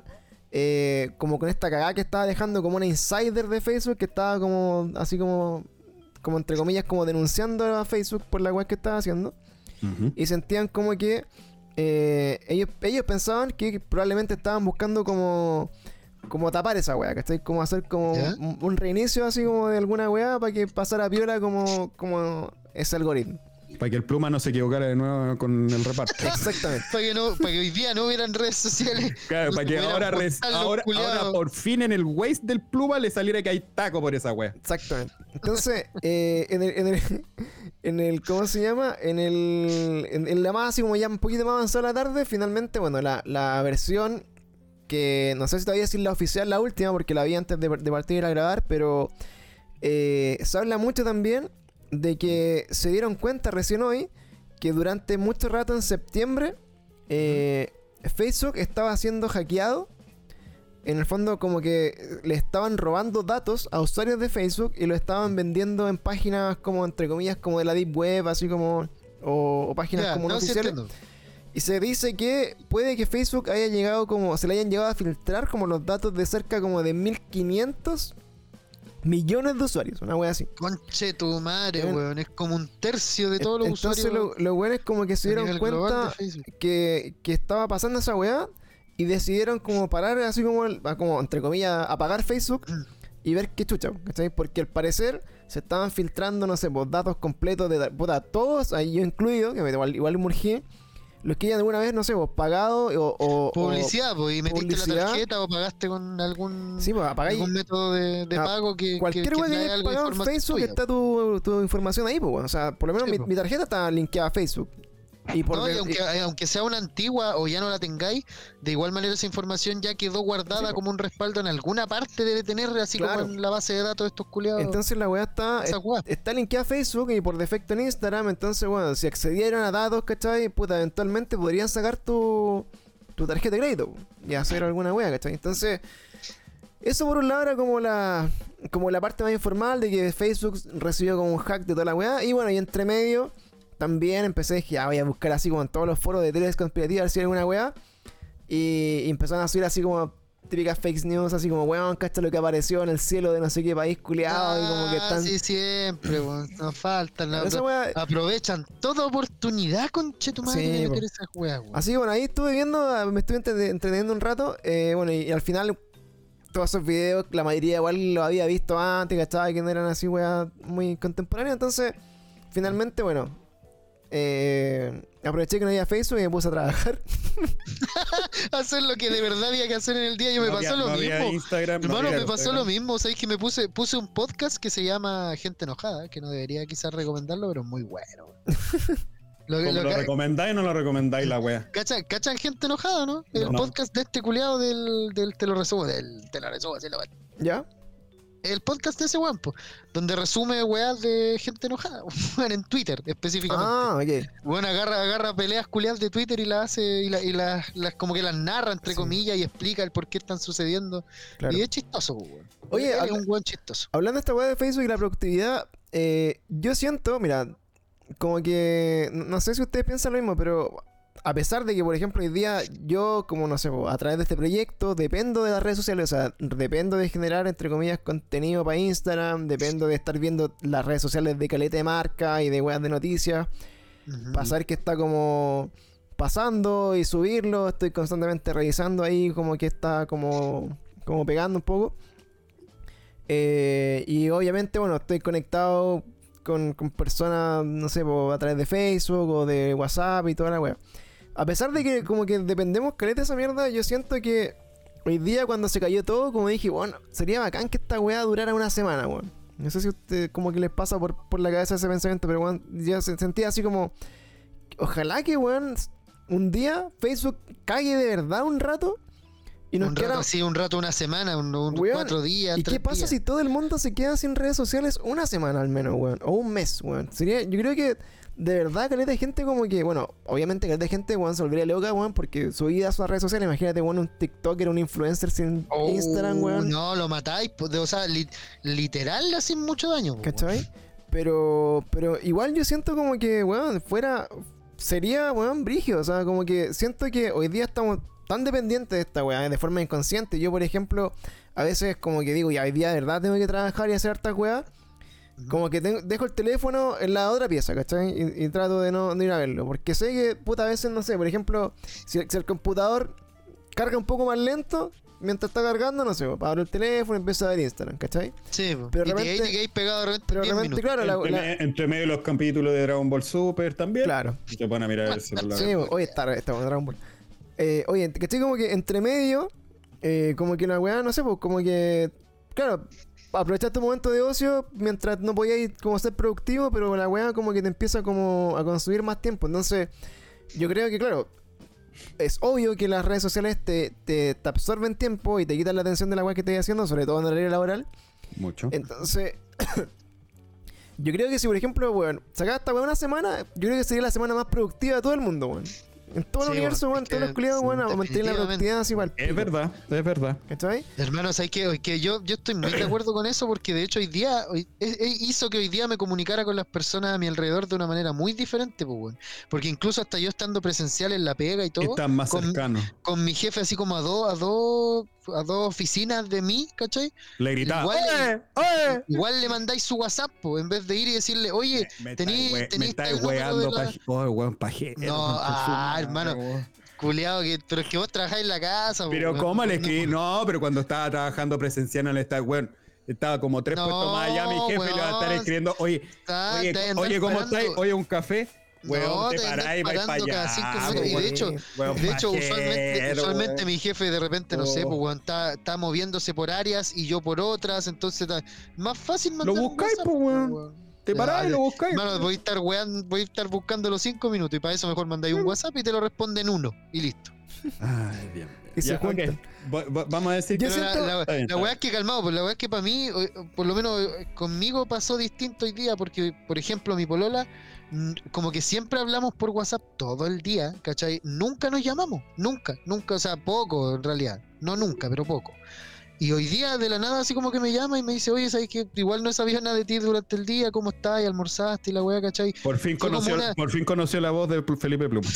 eh, como con esta cagada que estaba dejando como una insider de Facebook que estaba como así como como entre comillas como denunciando a Facebook por la web que estaba haciendo. Ujú. Y sentían como que eh, ellos, ellos pensaban que probablemente estaban buscando como como tapar esa weá, ¿cachai? Como hacer como ¿Ya? un, un reinicio así como de alguna weá para que pasara piola como, como ese algoritmo. Para que el pluma no se equivocara de nuevo con el reparto. Exactamente. Para que, no, para que hoy día no hubieran redes sociales. Claro, no para se que pudieran ahora, res- postar los ahora, culiados. ahora por fin en el waist del pluma le saliera que hay taco por esa wea. Exactamente. Entonces, eh, en, el, en, el, en el. ¿Cómo se llama? En el. En, en la más, así como ya un poquito más avanzada la tarde, finalmente, bueno, la, la versión que. No sé si todavía decir la oficial, la última, porque la vi antes de, de partir a grabar, pero. Eh, se habla mucho también de que se dieron cuenta recién hoy que durante mucho rato en septiembre eh, Facebook estaba siendo hackeado. En el fondo como que le estaban robando datos a usuarios de Facebook y lo estaban vendiendo en páginas como entre comillas como de la Deep Web, así como o, o páginas Ya, como no no, sí oficiales. entiendo. Y se dice que puede que Facebook haya llegado como se le hayan llegado a filtrar como los datos de cerca como de mil quinientos millones de usuarios, una wea así. Conche tu madre, Ven. weón. Es como un tercio de todos los Entonces usuarios. lo, lo bueno es como que se a dieron nivel global cuenta de Facebook. que, que estaba pasando esa weá y decidieron como parar así como, el- como entre comillas, apagar Facebook y ver qué chucha, ¿cachai? Porque al parecer se estaban filtrando, no sé, pues, datos completos de puta, todos, ahí yo incluido, que me- igual, igual murgí, los que hayan alguna vez, no sé, pues, pagado o... o- o- Publicidad, pues, y metiste la publicidad. tarjeta o pagaste con algún, sí, pues apagáis. algún método de, de Ah, pago que, Cualquier que, que weá que trae hayas algo de pagado en información Facebook tuya. está tu, tu información ahí, pues, weón. O sea, por lo menos Sí, mi, pues. mi tarjeta está linkeada a Facebook. Y por No, de- y aunque, eh, aunque sea una antigua o ya no la tengáis, de igual manera esa información ya quedó guardada Sí, po. como un respaldo en alguna parte, debe tener, así Claro. como en la base de datos de estos culiados. entonces la weá está, Esa weá. está linkeada a Facebook y por defecto en Instagram. Entonces, bueno, si accedieron a datos, ¿cachai? Puta, eventualmente podrían sacar tu, tu tarjeta de crédito y hacer alguna weá, ¿cachai? Entonces, eso por un lado era como la como la parte más informal de que Facebook recibió como un hack de toda la weá. Y bueno, y entre medio también empecé, dije, ya voy a buscar así como en todos los foros de teorías conspirativas a ver si hay alguna weá. Y, y empezaron a subir así como típicas fake news, así como, weón, cacha lo que apareció en el cielo de no sé qué país culiado. y como que Ah, están... sí, siempre, weón. Nos faltan. Pero no, esa apro- weá- aprovechan toda oportunidad, conche tu madre, Sí, de po. meter esas weas, weón. Así que bueno, ahí estuve viendo, ah, me estuve entre- entreteniendo un rato. eh, bueno, y, y al final, todos esos videos, la mayoría igual lo había visto antes, ¿cachai? Que no eran así, weá, muy contemporáneos. Entonces, finalmente, bueno, eh, aproveché que no había Facebook y me puse a trabajar. Hacer lo que de verdad había que hacer en el día. Yo me No pasó había- lo no había mismo. Instagram, no Hermano, había me pasó Instagram. lo mismo. Sabéis que me puse, puse un podcast que se llama Gente Enojada, que no debería quizás recomendarlo, pero es muy bueno. weón. Lo, Como lo lo ca- recomendáis o no lo recomendáis la wea. ¿Cachan, cachan Gente Enojada, no? El No. podcast de este culiado del, del Te lo resumo, del Te lo resumo, así lo- ¿Ya? el podcast de ese weón, po, donde resume weas de gente enojada, weón, en Twitter específicamente. Ah, ok. Bueno, agarra, agarra peleas culiadas de Twitter y las hace, y, la- y las, las como que las narra entre Sí. comillas y explica el por qué están sucediendo. Claro. Y es chistoso, weón. Oye, Él es habla- un weón chistoso. Hablando de esta weá de Facebook y la productividad, eh, yo siento, mira, como que, no no sé si ustedes piensan lo mismo, pero a pesar de que, por ejemplo, hoy día yo, como no sé, po, a través de este proyecto, dependo de las redes sociales, o sea, dependo de generar, entre comillas, contenido para Instagram, dependo de estar viendo las redes sociales de caleta de marca y de weas de noticias, Ujú. para saber qué está como pasando y subirlo, estoy constantemente revisando ahí como que está como, como pegando un poco. Eh, y obviamente, bueno, estoy conectado con, con personas, no sé, po, a través de Facebook o de WhatsApp y toda la wea. A pesar de que como que dependemos caleta de esa mierda, yo siento que hoy día cuando se cayó todo, como dije, bueno, sería bacán que esta wea durara una semana, weón. No sé si a usted como que les pasa por, por la cabeza ese pensamiento, pero weón, yo se- sentía así como, ojalá que, weón, un día Facebook cague de verdad un rato y nos un queda... rato así, un rato, una semana, un, un Weón, cuatro días. ¿Y qué tres pasa días. si todo el mundo se queda sin redes sociales una semana al menos, weón? O un mes, weón. Sería, yo creo que de verdad caleta de gente como que, bueno, obviamente caleta de gente, weón, se volvería loca, weón, porque su vida a sus redes sociales, imagínate, weón, un TikToker, un influencer sin Oh, Instagram, weón. No, lo matáis. pues, de- O sea, li- literal le hacen mucho daño. po, weón. ¿Cachai? Pero, pero igual yo siento como que, weón, fuera, sería, weón, brigio. O sea, como que siento que hoy día estamos tan dependientes de esta weá, de forma inconsciente. Yo, por ejemplo, a veces como que digo, ya hoy día de verdad tengo que trabajar y hacer hartas weas. Como que tengo- dejo el teléfono en la otra pieza, ¿cachai? Y, y trato de no, no ir a verlo. Porque sé que, puta, a veces, no sé, por ejemplo, si, si el computador carga un poco más lento, mientras está cargando, no sé, pues, abro el teléfono y empiezo a ver Instagram, ¿cachai? Sí, po. Pero y te- realmente- ahí te quedáis pegado de repente Pero diez realmente, minutos. claro, la, Entre, la- me- entre medio de los capítulos de Dragon Ball Super también. claro. Y se pone a mirar el celular. Sí, pues, oye, está, está con Dragon Ball. Eh, oye, ¿cachai? Como que entre medio, eh, como que la weá, no sé, pues como que, claro, aprovechar tu momento de ocio mientras no podías como ser productivo, pero la weá como que te empieza como a consumir más tiempo. Entonces, yo creo que, claro, es obvio que las redes sociales te, te, te absorben tiempo y te quitan la atención de la weá que estás haciendo, sobre todo en el horario laboral. Mucho. Entonces, yo creo que si, por ejemplo, weón, sacaba esta weá una semana, yo creo que sería la semana más productiva de todo el mundo, weón. En todo el Sí, universo, weón, weón, es todos los que- culiados, weón, a mantener la definitivamente. productividad así igual. Es verdad, es verdad. ¿Cachai? Hermano, ¿sabes qué? Que yo, yo estoy muy de acuerdo con eso porque de hecho hoy día hoy- es- es- hizo que hoy día me comunicara con las personas a mi alrededor de una manera muy diferente, pues, weón. Porque incluso hasta yo estando presencial en la pega y todo, Están más con- cercanos. con mi jefe así como a dos, a dos, a dos oficinas de mí, ¿cachai? Le gritaba. Igual- ¡Oye! ¡Oye! Igual le mandáis su WhatsApp, pues, en vez de ir y decirle, oye, Me tení- estáis we- tení me este estáis número weando, de la- paje- oh, weón, pajero. No, ah, hermano. culiado, que, pero es que vos trabajáis en la casa, pues, Pero weón. ¿cómo le No, escribí? No, pero cuando estaba trabajando presencial no le estaba, weón. Estaba como tres No, puestos más allá, mi jefe le va a estar weón. escribiendo, oye, Está- oye, te vas a andar oye, ¿cómo parando. estáis? Oye, un café. Weón, No, te te andas parás y vais para parando cada allá. cinco Ah, minutos. Y de weón. hecho, Weón, de hecho pajero, usualmente, usualmente weón. mi jefe de repente, no sé, Oh. pues weón, está, está moviéndose por áreas y yo por otras, entonces está más fácil mandar un buscáis, WhatsApp, pues, weón. weón. Te parás y lo buscáis. Hermano, voy a estar weón, voy a estar buscando los cinco minutos y para eso mejor mandáis un WhatsApp y te lo responden uno y listo. Ay, bien. Y se Ya, juntan. ok. Va- va- Vamos a decir Yo que Pero la, siento- la, Está bien, la está weá es que calmado, pues la weá es que para mí, o- por lo menos eh, conmigo pasó distinto hoy día, porque por ejemplo mi polola, mm, como que siempre hablamos por WhatsApp todo el día, ¿cachai? Nunca nos llamamos, nunca, nunca, o sea, poco en realidad, no nunca, pero poco. Y hoy día de la nada así como que me llama y me dice, oye, ¿sabes qué? Igual no sabía nada de ti durante el día, ¿cómo estás? Y almorzaste y la weá, ¿cachai? por fin fue como conoció, una- por fin conoció la voz de Felipe Plum.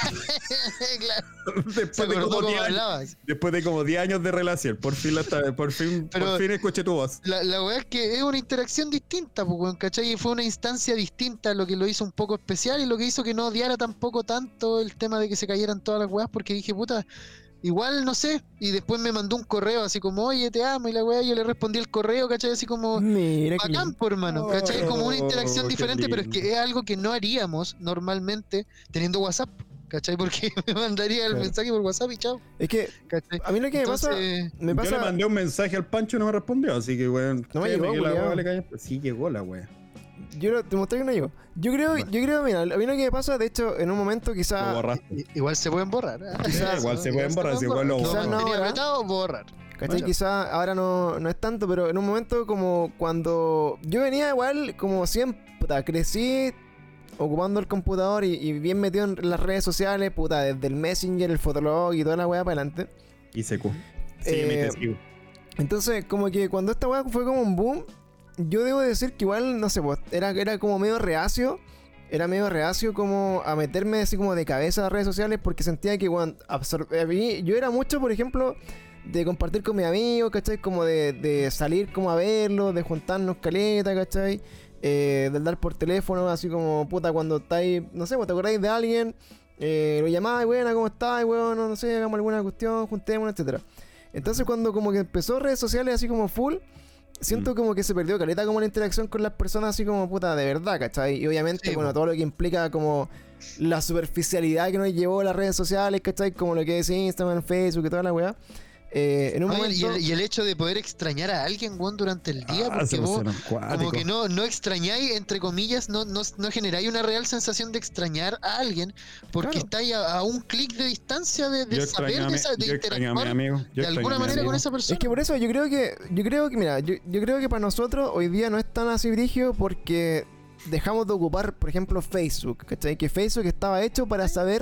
Claro, se después, de acordó como cómo diez años, hablabas. después de como diez años de relación, por fin la está- por fin, Pero- por fin escuché tu voz. La, la weá es que es una interacción distinta, pues, weón, ¿cachai? Y fue una instancia distinta lo que lo hizo un poco especial y lo que hizo que no odiara tampoco tanto el tema de que se cayeran todas las weas, porque dije, puta, igual no sé. Y después me mandó un correo así como, oye, te amo, y la weá, yo le respondí el correo, ¿cachai? Así como, Mira que bacán, por hermano, ¿cachai? Como una interacción Oh, qué diferente, pero es lindo. que es algo que no haríamos normalmente teniendo WhatsApp, ¿cachai? Porque me mandaría el Claro. mensaje por WhatsApp y chao, es que ¿cachai? a mí lo que me pasa, Entonces, me Yo le pasa, mandé un mensaje al Pancho y no me respondió, así que weón. No me créeme llegó, que la culiao. weá le cayó. Sí llegó la weá. yo lo- te mostré que no llegó. Yo creo, Bueno. yo creo, mira, a mí lo que me pasa, de hecho, en un momento Lo quizá, borraste. i- igual se pueden borrar. ¿eh? Quizás- igual se pueden borrar, si igual lo Quizás Quizás no no ahora. apretado, borrar. ¿cachai? Bueno. Quizá ahora no, no es tanto, pero en un momento como cuando yo venía igual, como siempre, puta, crecí ocupando el computador y, y bien metido en las redes sociales, puta, desde el Messenger, el Fotolog y toda la weá para adelante. Y se cu. Sí, Eh, me testigo. Entonces, como que cuando esta weá fue como un boom, yo debo decir que igual, no sé, pues, era, era como medio reacio. Era medio reacio como a meterme así como de cabeza a las redes sociales porque sentía que, weón, absor- a mí- yo era mucho, por ejemplo, de compartir con mis amigos, ¿cachai? Como de, de salir como a verlos, de juntarnos caleta, ¿cachai? Eh, de andar por teléfono, así como, puta, cuando estáis, no sé, pues, te acordáis de alguien, eh, lo llamáis, buena, ¿cómo estás, weón? No, no sé, hagamos alguna cuestión, juntémonos, etcétera. Entonces cuando como que empezó redes sociales así como full, siento Mm. como que se perdió caleta como la interacción con las personas así como puta de verdad, ¿cachai? Y obviamente, Sí, bueno, po. todo lo que implica como la superficialidad que nos llevó las redes sociales, ¿cachai? Como lo que es Instagram, Facebook y toda la weá. Eh, en un Oye, momento... y, el, y el hecho de poder extrañar a alguien, weón, durante el día, Ah, porque se vos pusieron como cuáticos. que no, no extrañáis, entre comillas, no, no, no generáis una real sensación de extrañar a alguien, porque Claro. estáis a, a un clic de distancia de, de Yo saber, extraño a de, mi- esa- de yo extraño a mi interactuar amigo. Yo de extraño alguna a mi manera amigo. con esa persona. Es que por eso yo creo que, yo creo que, mira, yo, yo creo que para nosotros hoy día no es tan así brígido porque dejamos de ocupar, por ejemplo, Facebook, ¿cachai? Que Facebook estaba hecho para saber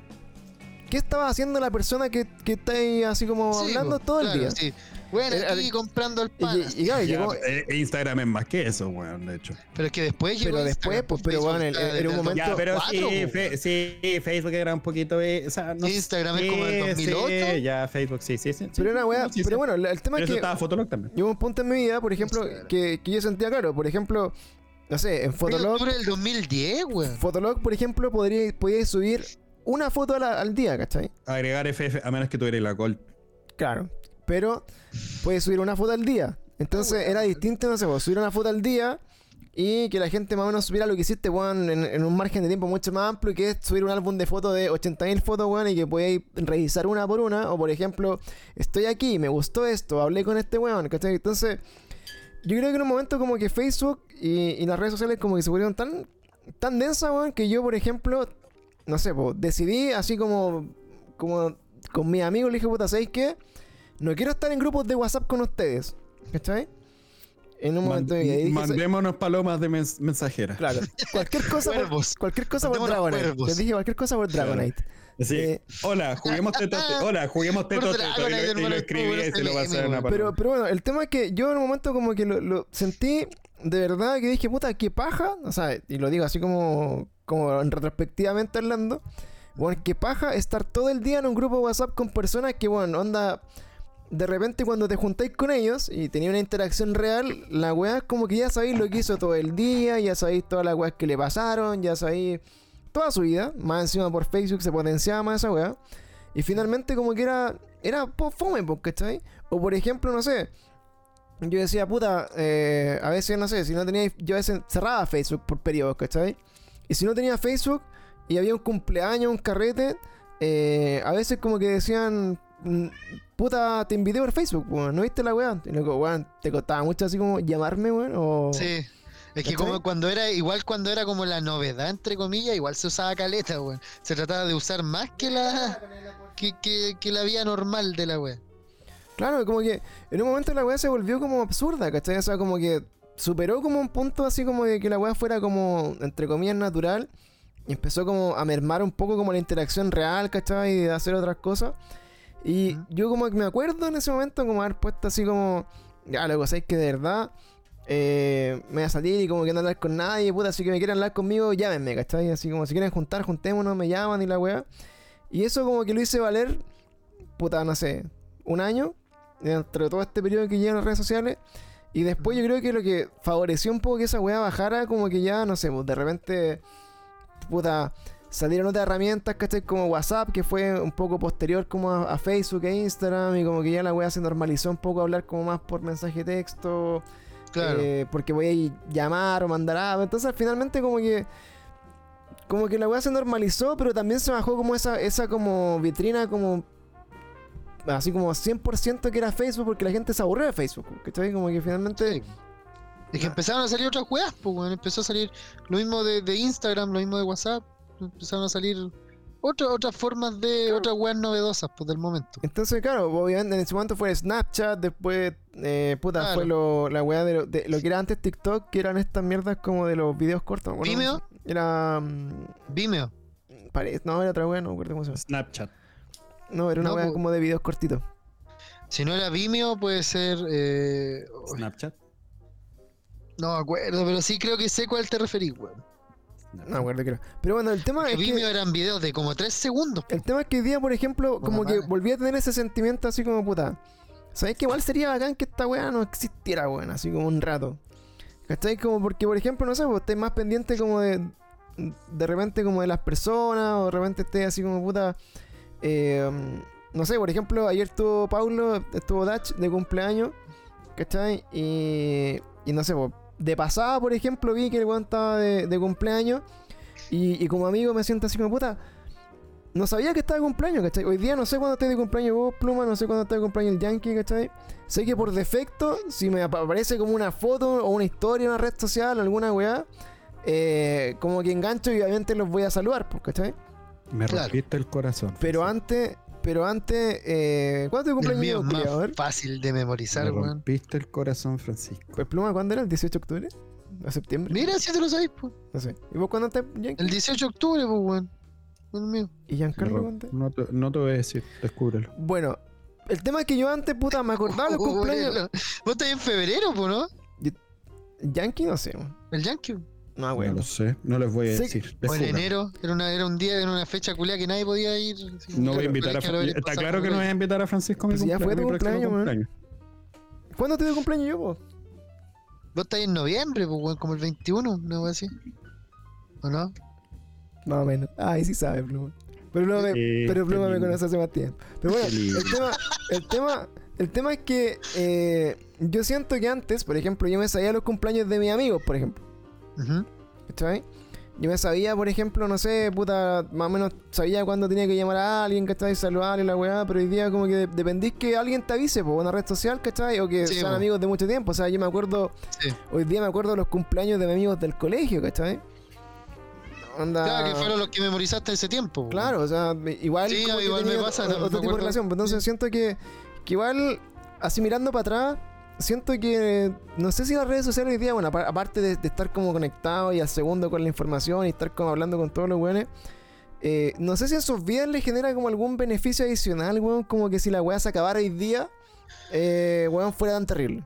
qué estaba haciendo la persona que, que está ahí así como Sí, hablando po, todo claro, el día. sí. Bueno, Eh, aquí eh, comprando el Y, pan. y- y claro, Ya, llegó, eh, Instagram es más que eso, weón, de hecho. Pero es que después llegó Pero después, Instagram, pues, pero, Facebook bueno, está en- en desde un el momento- Ya, pero sí, dos mil cuatro, fe- sí, Facebook era un poquito. eh, o sea, no Instagram es sé, como del dos mil ocho. sí, ya, Facebook, sí, sí, sí. sí, pero una weá, sí, sí, pero sí. bueno, la- el tema Pero es eso que estaba Fotolog también. llegó un punto en mi vida, por ejemplo, Instagram. que, que yo sentía claro, por ejemplo, no sé, en Fue en Fotolog, octubre del dos mil diez, weón. Fotolog, por ejemplo, podría, podíais subir una foto a la- al día, ¿cachai? Agregar F F, a menos que tuvierais la Gold. Claro. pero puedes subir una foto al día. Entonces era distinto, no sé, pues, subir una foto al día y que la gente más o menos supiera lo que hiciste, weón, en, en un margen de tiempo mucho más amplio, que es subir un álbum de fotos de ochenta mil fotos, weón, y que podéis revisar una por una. O por ejemplo, estoy aquí, me gustó esto, hablé con este weón, ¿cachai? Entonces, yo creo que en un momento como que Facebook y, y las redes sociales como que se volvieron tan, tan densas, weón, que yo, por ejemplo, no sé, pues, decidí así como, como con mis amigos, le dije, puta, ¿sabéis qué? No quiero estar en grupos de WhatsApp con ustedes, ¿cachai? En un momento de vida. Y dije, mandémonos palomas de mens mensajeras. claro, cualquier cosa por, cualquier cosa por Dragonite. Les dije cualquier cosa por Dragonite. Sí. Eh, hola, juguemos Tetote. Hola, juguemos Tetote. Y, lo, y lo escribí y se lo pasé a una paloma. Pero, pero bueno, el tema es que yo en un momento como que lo, lo sentí de verdad, que dije, puta, qué paja. O sea, y lo digo así como, como en retrospectivamente hablando. Bueno, qué paja estar todo el día en un grupo de WhatsApp con personas que, bueno, onda... De repente cuando te juntáis con ellos y tenéis una interacción real, la weá es como que ya sabéis lo que hizo todo el día, ya sabéis todas las weas que le pasaron, ya sabéis toda su vida. Más encima por Facebook se potenciaba más esa weá. Y finalmente como que era, era po fome, ¿cachai? O por ejemplo, no sé, yo decía, puta, eh, a veces, no sé, si no tenía, yo a veces cerraba Facebook por periodos, ¿cachai? Y si no tenía Facebook y había un cumpleaños, un carrete, eh, a veces como que decían... Puta, te invité por Facebook, weón, ¿no viste la weá? Y luego, weón, te costaba mucho así como llamarme, weón, o... Sí, es que como cuando era, igual cuando era como la novedad, entre comillas, igual se usaba caleta, weón. Se trataba de usar más que la que, que, que la vía normal de la weá. Claro, como que en un momento la weá se volvió como absurda, ¿cachai? O sea, como que superó como un punto así como de que la weá fuera como, entre comillas, natural. Y empezó como a mermar un poco como la interacción real, ¿cachai? Y de hacer otras cosas. Y uh-huh. yo como que me acuerdo en ese momento como haber puesto así como, ya loco, sabéis que de verdad eh, me voy a salir y como que no hablar con nadie, puta, si que me quieren hablar conmigo, llámenme, ¿cachai? Así como si quieren juntar, juntémonos, me llaman y la weá. Y eso como que lo hice valer, puta, no sé, un año, dentro de todo este periodo que llevan las redes sociales. Y después yo creo que lo que favoreció un poco que esa weá bajara, como que ya, no sé, pues de repente, puta... Salieron otras herramientas, ¿cachai? Como WhatsApp, que fue un poco posterior como a, a Facebook e Instagram. Y como que ya la weá se normalizó un poco a hablar como más por mensaje de texto. Claro. Eh, porque voy a ir llamar o mandar algo. Entonces finalmente como que... Como que la weá se normalizó, pero también se bajó como esa, esa como vitrina como... Así como cien por ciento que era Facebook, porque la gente se aburrió de Facebook, ¿cachai? Como que finalmente... Sí. Es que empezaron a salir otras weas, pues, bueno. Empezó a salir lo mismo de, de Instagram, lo mismo de WhatsApp. Empezaron a salir otra, otras formas de claro. otras weas novedosas pues, del momento. Entonces, claro, obviamente en ese momento fue Snapchat, después, eh, puta, claro. fue lo, la wea de lo, de lo que era antes TikTok, que eran estas mierdas como de los videos cortos. Bueno, ¿Vimeo? Era. Um, ¿Vimeo? Parece, no, era otra wea, no recuerdo cómo se llama. Snapchat. No, era una no, wea pues, como de videos cortitos. Si no era Vimeo, puede ser. Eh... Snapchat. No me acuerdo, pero sí creo que sé cuál te referís, weón. No me acuerdo que era. Pero bueno, el tema Porque es Vimeo que... eran videos de como tres segundos. El tema es que hoy día, por ejemplo, bueno, como vale. que volví a tener ese sentimiento así como puta. ¿Sabes que igual sería bacán que esta weá no existiera, weón? Así como un rato. ¿Cachai? Como porque, por ejemplo, no sé, vos estés más pendiente como de... De repente como de las personas, o de repente estés así como puta... Eh, no sé, por ejemplo, ayer estuvo Paulo, estuvo Dutch de cumpleaños, ¿cachai? Y... Y no sé, pues... De pasada, por ejemplo, vi que el weón estaba de, de cumpleaños y, y como amigo me siento así como puta. No sabía que estaba de cumpleaños, ¿cachai? Hoy día no sé cuándo esté de cumpleaños vos, Pluma, no sé cuándo está de cumpleaños el Yankee, ¿cachai? Sé que por defecto, si me aparece como una foto o una historia en una red social, alguna weá, eh, como que engancho y obviamente los voy a saludar, pues, ¿cachai? Me claro. rompiste el corazón. Pero antes... Pero antes, eh, ¿cuándo te cumpleaños? El mío es más fácil de memorizar, Me weón. rompiste el corazón, Francisco. Pues Pluma, ¿cuándo era? ¿El dieciocho de octubre? ¿A septiembre? Mira, si te lo sabéis, pues. No sé. ¿Y vos cuándo estás, Yankee? El dieciocho de octubre, pues, weón. El mío. ¿Y Giancarlo cuándo? No te, no te voy a decir, descúbrelo. Bueno, el tema es que yo antes, puta, me acordaba de los cumpleaños. Vos estás en febrero, pues, ¿no? Yo... Yankee, no sé, weón. ¿El Yankee? No, weón. No lo sé, no les voy a Sí. decir. O en Descúbralo. enero, era, una, era un día, era una fecha culiada que nadie podía ir. Sí, No voy a claro, invitar a colegio, Francisco. Está claro que no voy a invitar a Francisco a mi Pues ya fue tu mi próximo cumpleaños, weón. ¿Cuándo te de cumpleaños yo, vos? Vos estás en noviembre, pues, weón, como el veintiuno, una wea así. ¿O no? Más o menos. Ay, sí sabe, Pluma. Pero Pluma, me, Eh, pero Pluma qué me lindo. conoce hace más tiempo. Pero bueno, Qué lindo. el tema, el tema, el tema es que eh, yo siento que antes, por ejemplo, yo me sabía los cumpleaños de mis amigos, por ejemplo. Ujú. ¿Cachai? Yo me sabía, por ejemplo, no sé, puta, más o menos sabía cuándo tenía que llamar a alguien, ¿cachai? Saludarle la weá, pero hoy día como que dependís que alguien te avise por una red social, ¿cachai? O que Sí, sean po. amigos de mucho tiempo. O sea, yo me acuerdo, Sí. hoy día me acuerdo los cumpleaños de mis amigos del colegio, ¿cachai? Onda... Claro, que fueron los que memorizaste ese tiempo. weón. Claro, o sea, me- igual, Sí, como que igual me tenía pasa, otro, me otro tipo de acuerdo. relación. Pero entonces Sí. siento que, que igual, así mirando para atrás, siento que, no sé si las redes sociales hoy día, bueno, apa- aparte de, de estar como conectado y al segundo con la información y estar como hablando con todos los weones, eh, no sé si en sus vidas les genera como algún beneficio adicional, weón, como que si la weá se acabara hoy día, eh, weón, fuera tan terrible.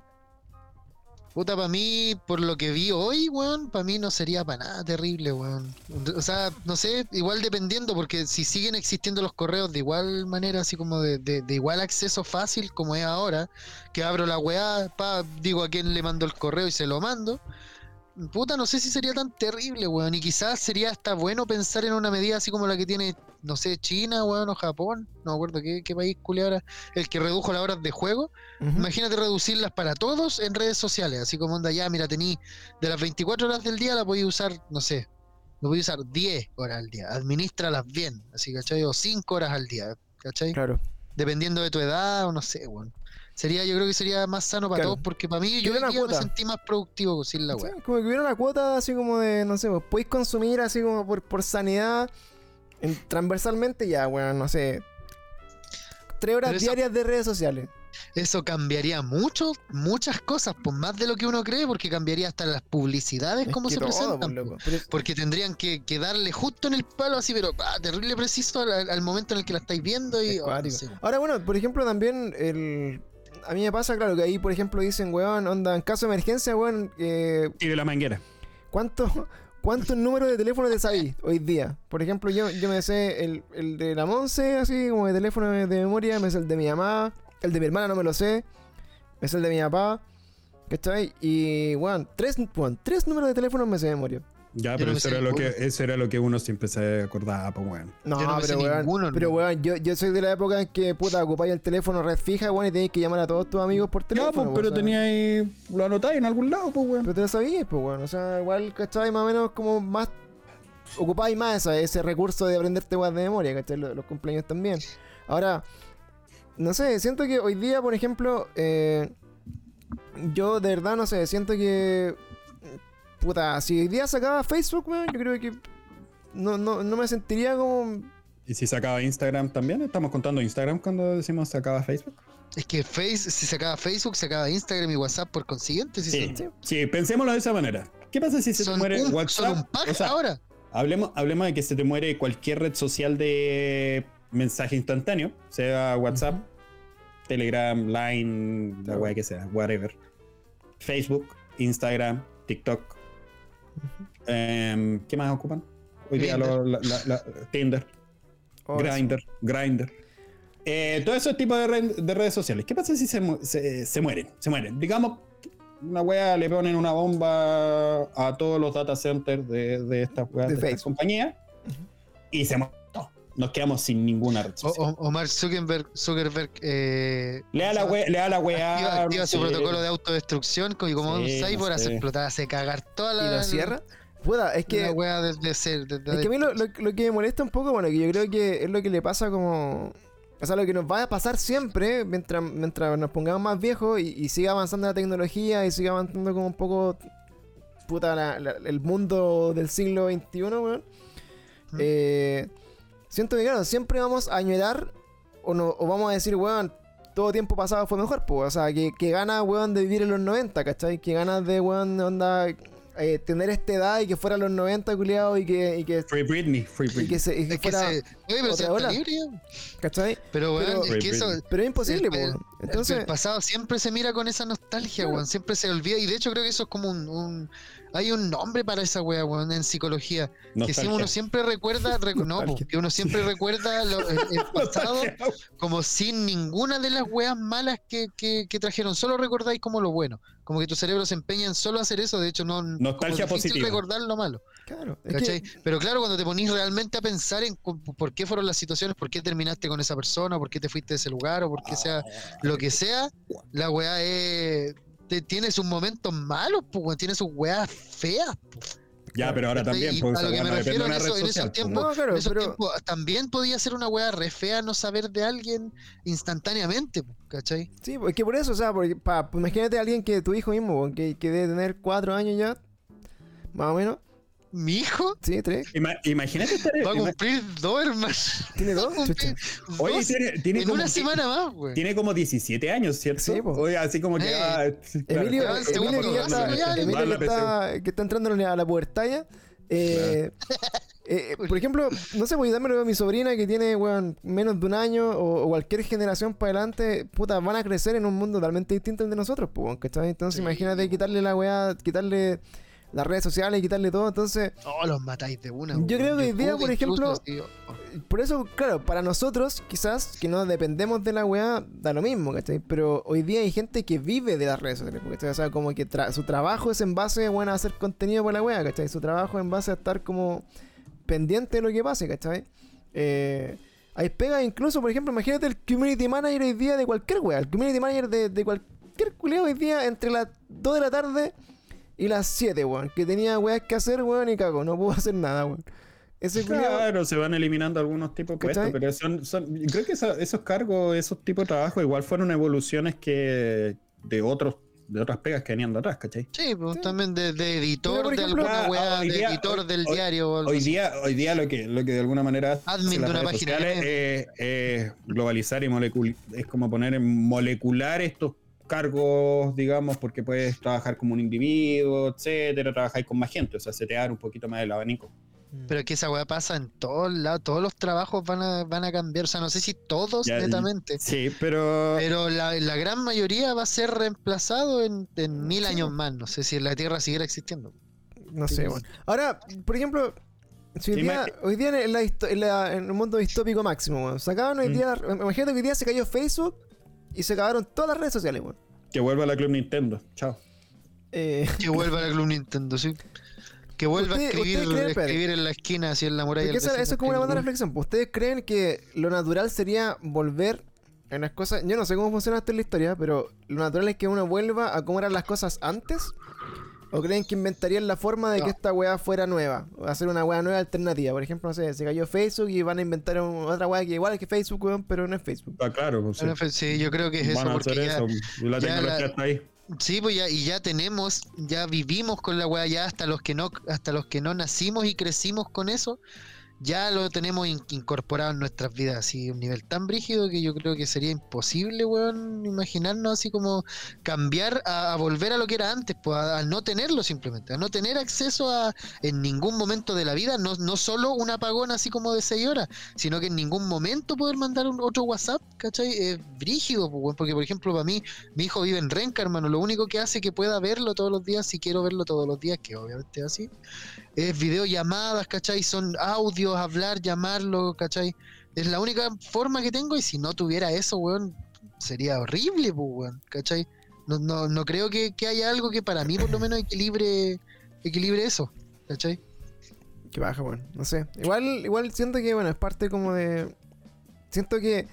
Puta, para mí, por lo que vi hoy, weón, para mí no sería para nada terrible, weón. O sea, no sé, igual dependiendo, porque si siguen existiendo los correos de igual manera, así como de, de, de igual acceso fácil como es ahora, que abro la weá, pa, digo a quién le mando el correo y se lo mando. Puta, no sé si sería tan terrible, weón. Y quizás sería hasta bueno pensar en una medida así como la que tiene, no sé, China, weón, o Japón. No me acuerdo qué, qué país culiao era el que redujo las horas de juego. Ujú. Imagínate reducirlas para todos en redes sociales, así como onda ya, mira, tení de las veinticuatro horas del día la podéis usar, no sé, lo podéis usar diez horas al día, administralas bien, así, ¿cachai? O cinco horas al día, ¿cachai? Claro. Dependiendo de tu edad o no sé, bueno. Sería, yo creo que sería más sano para Claro. todos, porque para mí Que yo hubiera hoy una día me cuota. sentí más productivo sin la Sí, weá. como que hubiera una cuota así como de, no sé, vos podéis consumir así como por, por sanidad, en- transversalmente ya, weón, no sé, tres horas Pero eso- diarias de redes sociales. Eso cambiaría mucho, muchas cosas, pues más de lo que uno cree, porque cambiaría hasta las publicidades, Es como que se todo, presentan. pues, pues. loco. Pero- Porque tendrían que, que darle justo en el palo así, pero ah, terrible preciso al, al momento en el que la estáis viendo y Es oh, no cuático. sé. Ahora, bueno, por ejemplo, también el... A mí me pasa, claro, que ahí, por ejemplo, dicen, weón, onda, en caso de emergencia, weón, eh, Y de la manguera. ¿cuánto, ¿cuántos números de teléfono te sabís hoy día? Por ejemplo, yo, yo me sé el, el de la Monse, así como de teléfono de, de memoria, me sé el de mi mamá, el de mi hermana no me lo sé, me sé el de mi papá, ¿cachai? Y, weón, tres, weón, tres números de teléfono me sé de memoria. Ya, Yo pero no me eso sé era, lo que, ninguno. eso era lo que uno siempre se acordaba, pues, weón. No, Yo no me pero sé weón, ninguno, pero hermano. weón, yo, yo soy de la época en que puta ocupáis el teléfono red fija, weón, y tenéis que llamar a todos tus amigos por Ya, teléfono. pues, pero o sea, tenía ahí. Lo anotáis en algún lado, pues, weón. Pero te lo sabías, pues weón. O sea, igual, ¿cachai? Más o menos como más. Ocupáis más esa- ese recurso de aprenderte weas de memoria, ¿cachai? Los, los cumpleaños también. Ahora, no sé, siento que hoy día, por ejemplo, eh, yo de verdad no sé, siento que. Puta, si hoy día sacaba Facebook, weón, yo creo que. No, no, no me sentiría como. ¿Y si sacaba Instagram también? ¿Estamos contando Instagram cuando decimos sacaba Facebook? Es que Face, si se acaba Facebook, se acaba Instagram y WhatsApp por consiguiente. Si Sí, son, sí, pensémoslo de esa manera. ¿Qué pasa si se te son muere un, WhatsApp? son un pack O sea, ahora. hablemos, hablemos de que se te muere cualquier red social de mensaje instantáneo, sea WhatsApp, Telegram, Line, la Claro. weá que sea, whatever. Facebook, Instagram, TikTok. Em, ¿Qué más ocupan? Hoy día Grindr. lo- la- la- la- Tinder, Oh, Grindr, Grindr. Eh, todo ese tipo de, red- de redes sociales. ¿Qué pasa si se, mu- se, se mueren? Se mueren. Digamos, una wea le ponen una bomba a todos los data centers de, de estas weas, De de, estas Facebook. compañías y se mueren. Nos quedamos sin ninguna red O, social. o- Omar Zuckerberg, Zuckerberg eh, le da la wea, le da la wea. activa, activa no su sé. protocolo de autodestrucción y como Sí, un no cyborg hace sé. explotar, hace cagar toda la. ¿Y lo cierra? Puta, es que. La wea de, de ser. de- de- Es que a mí lo, lo- lo que me molesta un poco, bueno, que yo creo que es lo que le pasa como... O sea, lo que nos va a pasar siempre mientras, mientras nos pongamos más viejos y, y siga avanzando la tecnología y siga avanzando como un poco... Puta, la- la- el mundo del siglo veintiuno, weón. ¿Mm? Eh, siento que, claro, siempre vamos a añorar o, no, o vamos a decir, weón, todo tiempo pasado fue mejor, pues. O sea, que, que ganas, weón, de vivir en los noventa, ¿cachai? Que ganas de, weón, onda... eh, tener esta edad y que fuera los noventa, culiado, y que, y que, Free Britney, Free y que, Britney. se, y que Es que fuera... se. Oye, pero otra se ola. está libre ya. ¿Cachai? Pero, weón, Pero- es que eso. Pero es imposible, el- po. el- Entonces, el pasado siempre se mira con esa nostalgia, Claro. weón. Siempre se olvida. Y de hecho, creo que eso es como un. un- hay un nombre para esa wea, weón, en psicología. Que si Nostalgia. uno siempre recuerda, recu- no, po, que uno siempre recuerda lo- el, el pasado como sin ninguna de las weas malas que, que, que trajeron. Solo recordáis como lo bueno. Como que tu cerebro se empeña en solo hacer eso. De hecho, no Nostalgia como difícil positiva. recordar lo malo. Claro. Es ¿Cachai? que, Pero claro, cuando te ponís realmente a pensar en cu- por qué fueron las situaciones, por qué terminaste con esa persona, por qué te fuiste de ese lugar, o por qué sea lo que sea, la weá es. Te, tiene sus momentos malos, pues, tiene sus weas feas. Po. Ya, pero ahora ¿Cachai? también, Y pues a lo que esa me weá no depende refiero de una en, red eso- en social. esos pues, tiempos, no, claro, en esos pero tiempos también podía ser una weá re fea no saber de alguien instantáneamente, po, ¿cachai? sí, es que por eso, o sea, porque, pa, pues imagínate a alguien que tu hijo mismo, weón, que, que debe tener cuatro años ya, más o menos, Mi hijo sí, tres, Ima- imagínate estar. va a ima- cumplir dos, hermano. tiene Va a dos, cumplir chucha. Oye, dos tiene, tiene en como una die- semana más, güey. Tiene como diecisiete años, ¿cierto? Sí, po. Oye, así como que. Eh, ah, sí, claro. Emilio, Ya va en Emilio segundo que ya está, básico, ya, Emilio va en que la P C U. está, que está entrando a la pubertad ya, eh, eh, por ejemplo, no sé, pues yo también lo veo a mi sobrina que tiene, weón, menos de un año o, o cualquier generación para adelante, puta, van a crecer en un mundo totalmente distinto al de nosotros, pues, weón, ¿cachai? Entonces Sí. imagínate quitarle la weá, quitarle las redes sociales, quitarle todo, entonces... Oh, los matáis de una. Yo güey. creo que hoy día, YouTube por ejemplo, incluso, así, oh. Por eso, claro, para nosotros, quizás, que no dependemos de la weá, da lo mismo, ¿cachai? Pero hoy día hay gente que vive de las redes sociales, ¿cachai? O sea, como que tra- su trabajo es en base, bueno, a hacer contenido para la weá, ¿cachai? Su trabajo es en base a estar como pendiente de lo que pase, ¿cachai? Eh, hay pegas incluso, por ejemplo, imagínate el community manager hoy día de cualquier weá. El community manager de, de cualquier culeo hoy día entre las dos de la tarde y las siete, weón. Que tenía weas que hacer, weón, y cago, no pudo hacer nada, weón. Ese culiao- Claro, se van eliminando algunos tipos de puestos, ¿Cachai? pero son, son, yo creo que esa- esos cargos, esos tipos de trabajo igual fueron evoluciones que de otros, de otras pegas que venían de atrás, ¿cachai? Sí, pues Sí. también de, de editor Mira, por de ejemplo, alguna ah, weá, hoy de día- editor hoy- del hoy- diario o algo Hoy así. día, hoy día lo que, lo que de alguna manera hace Admin las de una redes página sociales web. es, es globalizar y molecul es como poner en molecular estos cargos, digamos, porque puedes trabajar como un individuo, etcétera, trabajar con más gente, o sea, se te abre un poquito más el abanico. Pero es que esa weá pasa en todos lados, todos los trabajos van a, van a cambiar, o sea, no sé si todos Ya, netamente, Sí, pero pero la, la gran mayoría va a ser reemplazado en, en mil Sí. años más, no sé si la Tierra siguiera existiendo. No sé, weón. Ahora, por ejemplo, si hoy, Ima- día, hoy día en, la histo- en, la- en el mundo distópico máximo, weón, sacaban hoy Mm. día, imagínate que hoy día se cayó Facebook y se acabaron todas las redes sociales, weón. que vuelva la Club Nintendo. Chao. Eh, Que vuelva la Club Nintendo, sí. Que vuelva Usted- a escribir, ¿ustedes creen, espérate? escribir en la esquina, así en la muralla. porque del esa- vecino, eso es como una buena escribir. reflexión. pues, ¿Ustedes creen que lo natural sería volver en las cosas? Yo no sé cómo funciona esto en la historia, pero lo natural es que uno vuelva a cómo eran las cosas antes. ¿O creen que inventarían la forma de No. que esta weá fuera nueva? O hacer una weá nueva alternativa. Por ejemplo, no sé, se cayó Facebook y van a inventar un- otra weá que igual es que Facebook, weón, pero no es Facebook. Ah, claro, pues, sí. Bueno, pues, sí, yo creo que es eso, Van a hacer porque ya, eso. Y la ya tecnología la- está ahí. sí, pues ya, y ya tenemos, ya vivimos con la weá, ya hasta los que no, hasta los que no nacimos y crecimos con eso, ya lo tenemos in- incorporado en nuestras vidas, así, a un nivel tan brígido que yo creo que sería imposible, weón, imaginarnos así como cambiar a, a volver a lo que era antes, pues a, a no tenerlo simplemente, a no tener acceso a en ningún momento de la vida, no, no solo un apagón así como de seis horas, sino que en ningún momento poder mandar un otro WhatsApp, ¿cachai? Es brígido, pues, weón, porque por ejemplo para mí, mi hijo vive en Renca, hermano, lo único que hace que pueda verlo todos los días, si quiero verlo todos los días, que obviamente es así, es videollamadas, ¿cachai? Son audios, hablar, llamarlo, ¿cachai? Es la única forma que tengo y si no tuviera eso, weón, sería horrible, pues, weón, ¿cachai? No, no, no creo que, que haya algo que para mí por lo menos equilibre, equilibre eso, ¿cachai? Qué baja, weón. No sé. Igual, igual siento que, bueno, es parte como de. Siento que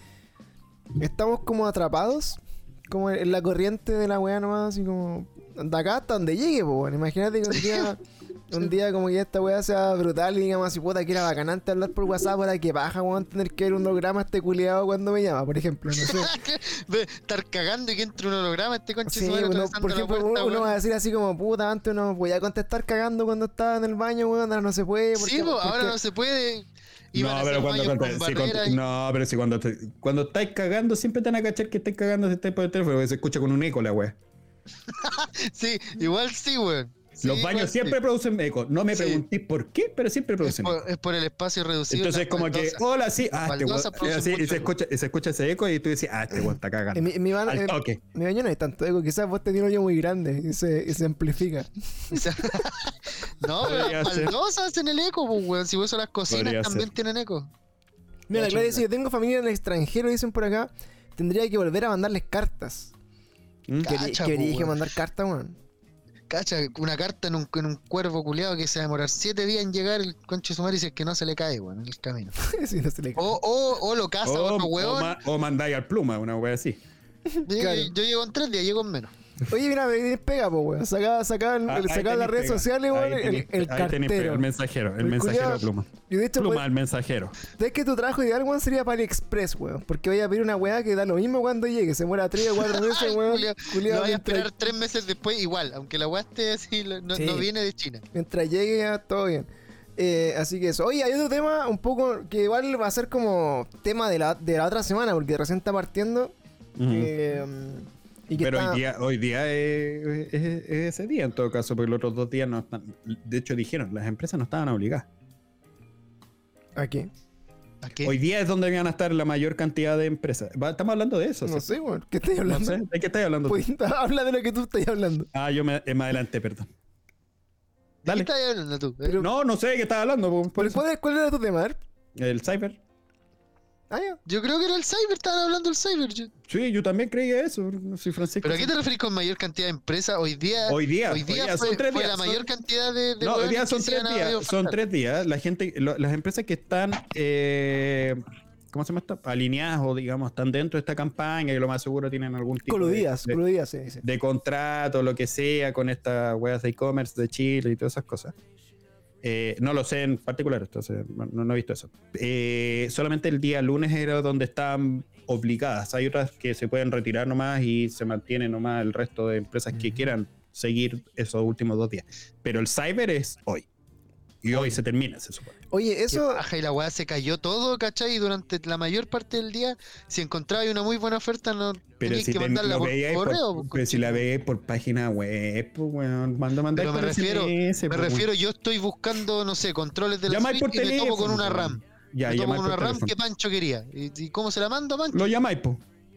estamos como atrapados, como en la corriente de la weá nomás, así como. De acá hasta donde llegue, pues, weón. Imagínate que un día. Un día como que esta weá sea brutal y digamos así, puta, que era bacanante hablar por WhatsApp, ahora que baja, weón, tener que ver un holograma a este culiado cuando me llama, por ejemplo, no sé. Ve, estar cagando y que entre un holograma este conche Sí, su madre uno, atravesando por la ejemplo, puerta, uno, uno weón. va a decir así como, puta, antes uno podía contestar cagando cuando estaba en el baño, weón, ahora no se puede. Sí, porque- pues, ahora porque- no se puede. Iban No, a pero hacer cuando, baños cuando- con si cuando- barreras y- no, pero si cuando, te- cuando estáis cagando, siempre te van a cachar que estáis cagando si estáis por el teléfono, porque se escucha con un eco la wea. Sí, igual sí, weón. Sí, Los baños igual siempre sí. producen eco. No me Sí. preguntéis por qué, pero siempre Es producen eco. por, es por el espacio reducido. Entonces, las como que, baldosas. hola, sí, Las ah, este weón. baldosas producen así, y, mucho se eco. escucha, y se escucha ese eco y tú dices, ah, este weón está cagando. En mi, en mi, ba- Al en- toque. mi baño no hay tanto eco, quizás vos tenés un hoyo muy grande y se, y se amplifica. O sea, no, pero Podría las ser. baldosas hacen el eco, pues, weón. Si vos eso las cocinas Podría también ser. tienen eco. Mira, Ya, Claudia chunga. dice, yo tengo familia en el extranjero, dicen por acá, tendría que volver a mandarles cartas. ¿Mm? ¿Qué Cacha, que po, que weón. mandar cartas, weón? Cacha, una carta en un, en un cuervo culeado que se va a demorar siete días en llegar el conche su madre y dice que no se le cae, weón, en el camino. Si no se le cae. O, o, o lo caza O, otro o, weón. ma- o mandáis al pluma, una wea así. Yo, claro. yo llego en tres días, llego en menos. Oye, mira, me tenés pega, po, weón. Sacaba, sacaba, en- Ah, ahí sacaba en las tenéis redes pega. sociales, weón, Ahí el, tenéis- el ahí tenéis pega, cartero. el mensajero, el El mensajero culiao- de pluma. Y de hecho, Pluma, pues, el mensajero. ¿sabes que tu trabajo ideal, weón, sería para AliExpress, weón? Porque vaya a pedir una weá que da lo mismo cuando llegue. Se muera tres o cuatro meses, Ay, weón. culiao, culiao, Lo voy a mientras, esperar tres meses después igual, aunque la weá esté así, lo- no, Sí. no viene de China. mientras llegue ya todo bien. Eh, así que eso. Oye, hay otro tema un poco que igual va a ser como tema de la, de la otra semana, porque recién está partiendo. Ujú. eh, y que Pero está... hoy día, hoy día es, es- es ese día en todo caso, porque los otros dos días no están. De hecho, dijeron, las empresas no estaban obligadas. ¿Aquí? ¿A qué? Hoy día es donde van a estar la mayor cantidad de empresas. Va- Estamos hablando de eso. No ¿sí? sé, weón. ¿Qué estás No hablando? sé, ¿de qué estás hablando? tú? Pues, habla de lo que tú estás hablando. Ah, yo me, eh, me adelanté, perdón. ¿De qué Dale. estás hablando tú? Pero- No, no sé de qué estás hablando. por- por ¿Cuál, eso. cuál, cuál era tu tema? A ver. El cyber. Ah, ya. Yo creo que era el cyber, estaban hablando del cyber. yo- Sí, yo también creía eso. Soy Francisco. ¿Pero a qué te referís con mayor cantidad de empresas? Hoy día, Hoy día, hoy día son fue, tres fue días. la son- mayor cantidad de, de No, hoy hueones día son que se tres iban a días. medio Son faltar. tres días. La gente, lo- las empresas que están, eh, ¿cómo se llama esto? Alineadas o digamos están dentro de esta campaña y lo más seguro tienen algún tipo de, Coludidas, de, coludidas se dice. de contrato, lo que sea, con estas weas de e-commerce de Chile y todas esas cosas. Eh, no lo sé en particular, entonces no, no he visto eso. Eh, solamente el día lunes era donde estaban obligadas. Hay otras que se pueden retirar nomás y se mantienen nomás el resto de empresas que quieran seguir esos últimos dos días. Pero el cyber es hoy. Y hoy se termina, se supone. Oye, Qué eso... paja, y la weá se cayó todo, ¿cachai? Y durante la mayor parte del día, si encontrabas una muy buena oferta, no Pero tenías si, que te- mandarla lo por veíais por- correo. pues, pero si la conchito. veis por página web, pues weón, manda mandar Pero me por refiero- S M S, Me pues, weón. refiero, yo estoy buscando, no sé, controles de la Llamáis Switch por y me topo con teléfono, una pues, RAM. Ya, me topo llamáis con una por RAM teléfono. que Pancho quería. ¿Y, y cómo se la mando, Pancho? Lo llamáis, pues.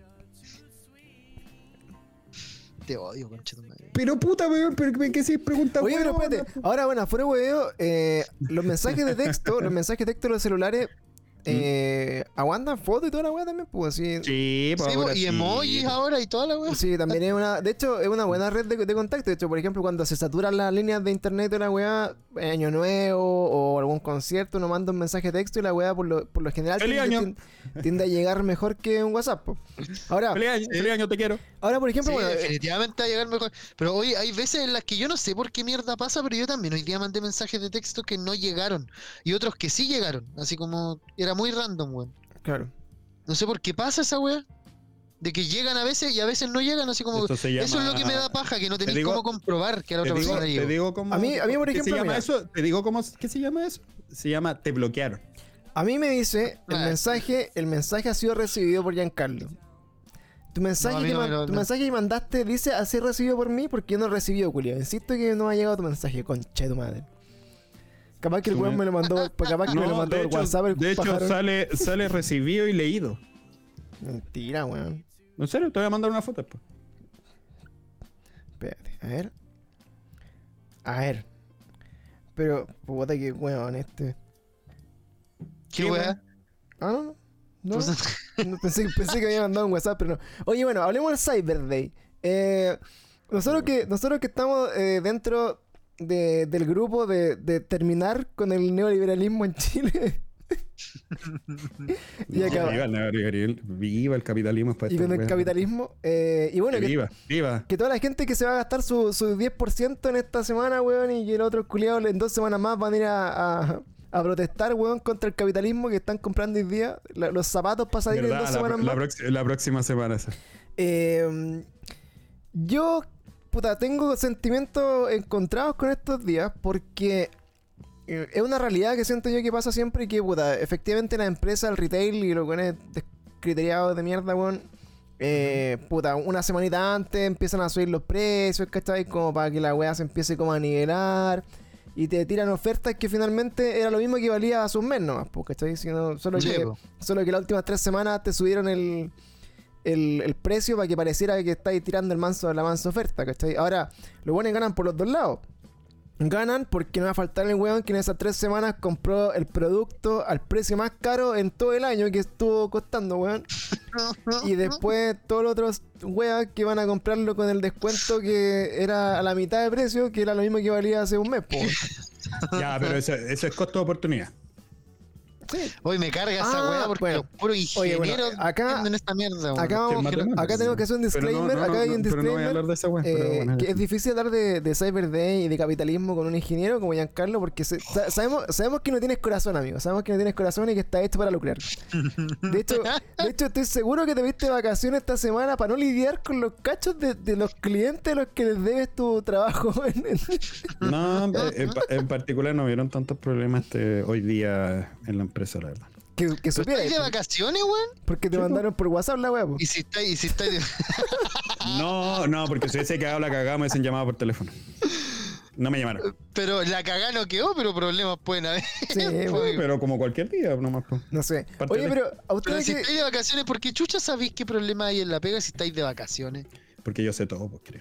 Te odio, concha tu madre. Pero puta, weón, pero ¿qué si pregunta Oye, pero weón? espérate. Ahora, bueno, fuera hueveo, eh, los mensajes de texto, los mensajes de texto de los celulares, eh, aguantan fotos y toda la weá también, pues así. Sí, pues Sí, ahora po, y sí, emojis pues. ahora y toda la weá. Sí, también es una. De hecho, es una buena red de, de contacto. De hecho, por ejemplo, cuando se saturan las líneas de internet de la weá, en Año Nuevo o algún concierto, uno manda un mensaje de texto y la weá, por lo, por lo general, ¡Feliz tiende, año! tiende- tiende a llegar mejor que un WhatsApp. Po. Ahora, Feliz año, feliz año, te quiero. ahora, por ejemplo, Sí, bueno, eh, definitivamente va a llegar mejor. Pero hoy hay veces en las que yo no sé por qué mierda pasa, pero yo también hoy día mandé mensajes de texto que no llegaron. Y otros que sí llegaron. Así como era muy random, weón. claro. No sé por qué pasa esa weá. De que llegan a veces y a veces no llegan, así como. Eso se llama- Eso es lo que me da paja, que no tenéis digo- cómo comprobar que a la Te otra digo, persona te llegó. digo cómo, A mí- a mí, por ¿qué ejemplo, se llama mira. eso? Te digo cómo, ¿qué se llama eso? Se llama te bloquearon. A mí me dice el Ah. mensaje, el mensaje ha sido recibido por Giancarlo. Tu mensaje, No, a mí que, no me man- lo- tu no. mensaje que mandaste dice así recibido por mí porque yo no lo he recibido, culiao. Insisto que no me ha llegado tu mensaje, concha de tu madre. Capaz que el Su weón me- me lo mandó, pues capaz que me lo mandó de por hecho, WhatsApp el de hecho pájaro. sale, sale recibido y leído. Mentira, weón. ¿En serio? Te voy a mandar una foto después. Espérate, a ver. A ver. Pero, puta que weón este. ¿Qué ¿Qué weá? Ah, no, no. No, Pues, no, pensé, pensé que había mandado un WhatsApp, pero no. Oye, bueno, hablemos del Cyber Day. Eh, nosotros, que, nosotros que estamos eh, dentro de- del grupo de, de terminar con el neoliberalismo en Chile y, No, acaba- viva, el neoliberal- viva el capitalismo. para y esta con el wea. capitalismo. eh, y bueno, Que que, viva, viva. que toda la gente que se va a gastar su, su diez por ciento en esta semana, weón, y que los otros culiados en dos semanas más van a ir a, a, a protestar, weón, contra el capitalismo que están comprando hoy día la- los zapatos para salir en Verdad, dos la, semanas la más. prox- la próxima semana. esa. Eh, yo, puta, tengo sentimientos encontrados con estos días porque eh, es una realidad que siento yo que pasa siempre y que, puta, efectivamente la empresa, el retail y los buenos descriteriados de mierda, weón, Eh, puta, una semanita antes empiezan a subir los precios, ¿cachai? Como para que la weá se empiece como a nivelar. Y te tiran ofertas que finalmente era lo mismo que valía hace un mes nomás, pues, ¿cachai? Sino, solo, Sí, que, po. solo que las últimas tres semanas te subieron el, el, el precio para que pareciera que estáis tirando el manso, la mansa oferta, ¿cachai? Ahora, los buenos ganan por los dos lados. Ganan porque no va a faltar el weón que en esas tres semanas compró el producto al precio más caro en todo el año que estuvo costando, weón. Y después todos los otros weas que van a comprarlo con el descuento que era a la mitad de precio, que era lo mismo que valía hace un mes, po. Ya, pero eso, eso es costo de oportunidad. Hoy me carga esa Ah, weá porque bueno. los puros Oye, bueno, ingenieros acá- entienden esta mierda, weón. Acá, vamos- matemáticas. acá tenemos que hacer un Pero no, disclaimer. no, acá hay un no, pero no voy a disclaimer. hablar de esa weá. eh, pero bueno. que es difícil hablar de, de Cyber Day y de capitalismo con un ingeniero como Giancarlo porque se- sa- sabemos, sabemos que no tienes corazón, amigo. Sabemos que no tienes corazón y que está hecho para lucrar. De hecho, de hecho estoy seguro que te viste de vacaciones esta semana para no lidiar con los cachos de, de los clientes a los que les debes tu trabajo. en- en- No, en, pa- en particular no vieron tantos problemas este, hoy día en la empresa, la verdad. que, que ¿Pero supiera. estáis de vacaciones, weón? Porque te Sí, po. mandaron por WhatsApp la wea, po. Y si estáis, y si estáis de... No, no, porque si hubiese quedado la cagada me hubiesen llamado por teléfono. No me llamaron. Pero la cagá no quedó, pero problemas pueden haber. Sí, Pues, po. Pero como cualquier día, nomás. Pues. No sé. Parte Oye, de- pero a Pero ustedes si que... estáis de vacaciones, ¿por qué chucha sabéis qué problema hay en la pega si estáis de vacaciones? Porque yo sé todo, pues creo.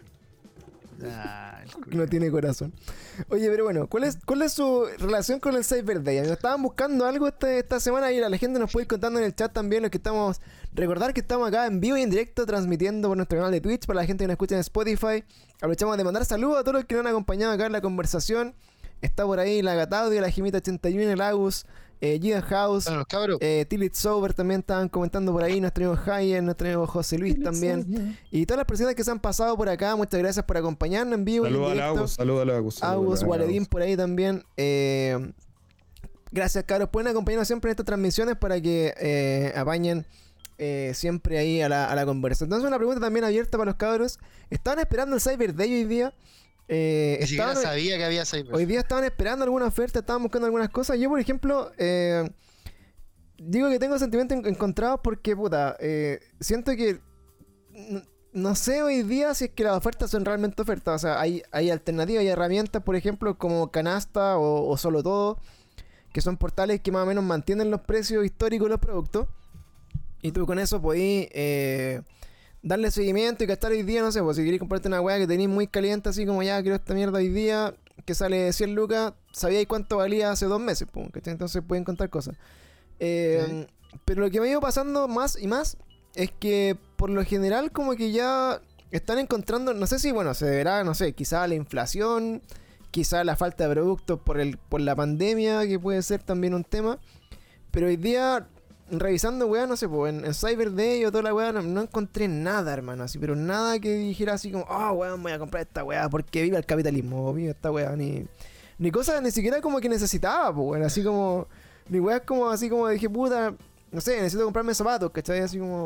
Ah, el culo. No tiene corazón. Oye, pero bueno, ¿cuál es, cuál es su relación con el Cyber Day? Amigos, ¿estaban buscando algo esta, esta semana? Y la gente nos puede ir contando en el chat también lo que estamos... Recordar que estamos acá en vivo y en directo transmitiendo por nuestro canal de Twitch para la gente que nos escucha en Spotify. Aprovechamos de mandar saludos a todos los que nos han acompañado acá en la conversación. Está por ahí la Gataudio, la Jimita ochenta y uno, el Agus, eh, Gideon House, Bueno, cabros, eh, Tillit Sober también estaban comentando por ahí. Nuestro amigo Jayer, nuestro amigo José Luis también. Y todas las personas que se han pasado por acá, muchas gracias por acompañarnos en vivo y en Saludos al directo. Agus, saludos al Agus. saludos Agus, al Waledín Agus. por ahí también. Eh, gracias, cabros. Pueden acompañarnos siempre en estas transmisiones para que eh, apañen eh, siempre ahí a la, a la conversa. Entonces, una pregunta también abierta para los cabros. ¿Estaban esperando el Cyber Day hoy día? Eh, ni siquiera estaban- sabía que había cyber. Hoy día estaban esperando alguna oferta, estaban buscando algunas cosas. Yo, por ejemplo, eh, digo que tengo sentimientos en- encontrados porque, puta, eh, siento que... n- No sé hoy día si es que las ofertas son realmente ofertas. O sea, hay, hay alternativas, hay herramientas, por ejemplo, como Canasta o, o Solo Todo, que son portales que más o menos mantienen los precios históricos de los productos. Y tú con eso podís eh, darle seguimiento y gastar hoy día, no sé, pues si queréis comprarte una weá que tenéis muy caliente, así como ya quiero esta mierda hoy día, que sale cien lucas, sabíais cuánto valía hace dos meses, pues, ¿cachai? Entonces pueden contar cosas. Eh, Pero lo que me ha ido pasando más y más es que por lo general como que ya están encontrando, no sé si, bueno, se deberá, no sé, quizá la inflación, quizá la falta de productos por el por la pandemia, que puede ser también un tema. Pero hoy día, revisando, weá, no sé, pues en, en Cyber Day o toda la weá, no, no encontré nada, hermano, así, pero nada que dijera así como, ah, weón, voy a comprar esta weá porque viva el capitalismo, o viva esta weá, ni, ni cosas ni siquiera como que necesitaba, pues, weón, así como, ni weá como, así como dije, puta, no sé, necesito comprarme zapatos, ¿cachai? Así como,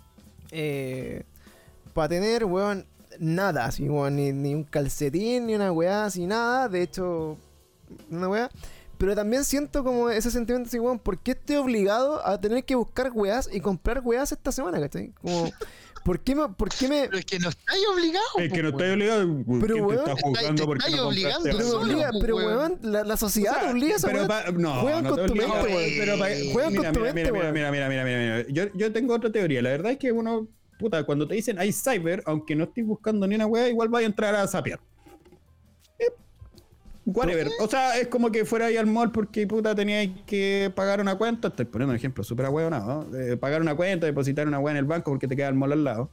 eh, para tener, weón, nada, así, weón, ni, ni un calcetín, ni una weá, así, nada, de hecho, una weá. Pero también siento como ese sentimiento así, weón, ¿por qué estoy obligado a tener que buscar weás y comprar weás esta semana, ¿cachai? Como, ¿por qué me, por qué me, Pero es que no estáis obligados. Es que no pues, estoy weón. obligado. Pero, ¿Quién te weón, está juzgando te porque estáis no obligando compraste pero algo? solo, obliga, pues, pero weón. weón, la, la sociedad O sea, te obliga a esa pero weá. pa- no, Juegan no con te tu obliga, mente, weón, weón. pero pa- Juegan mira, con tu mira, mente, mira, weón. mira, mira, mira, mira, mira. Yo, yo tengo otra teoría. La verdad es que uno, puta, cuando te dicen hay cyber, aunque no estés buscando ni una wea, igual vas a entrar a sapear. Eh, Whatever. O sea, es como que fuera ahí al mall porque puta teníais que pagar una cuenta. Estoy poniendo un ejemplo súper ahueonado, ¿no? Eh, pagar una cuenta, depositar una wea en el banco porque te queda el mall al lado.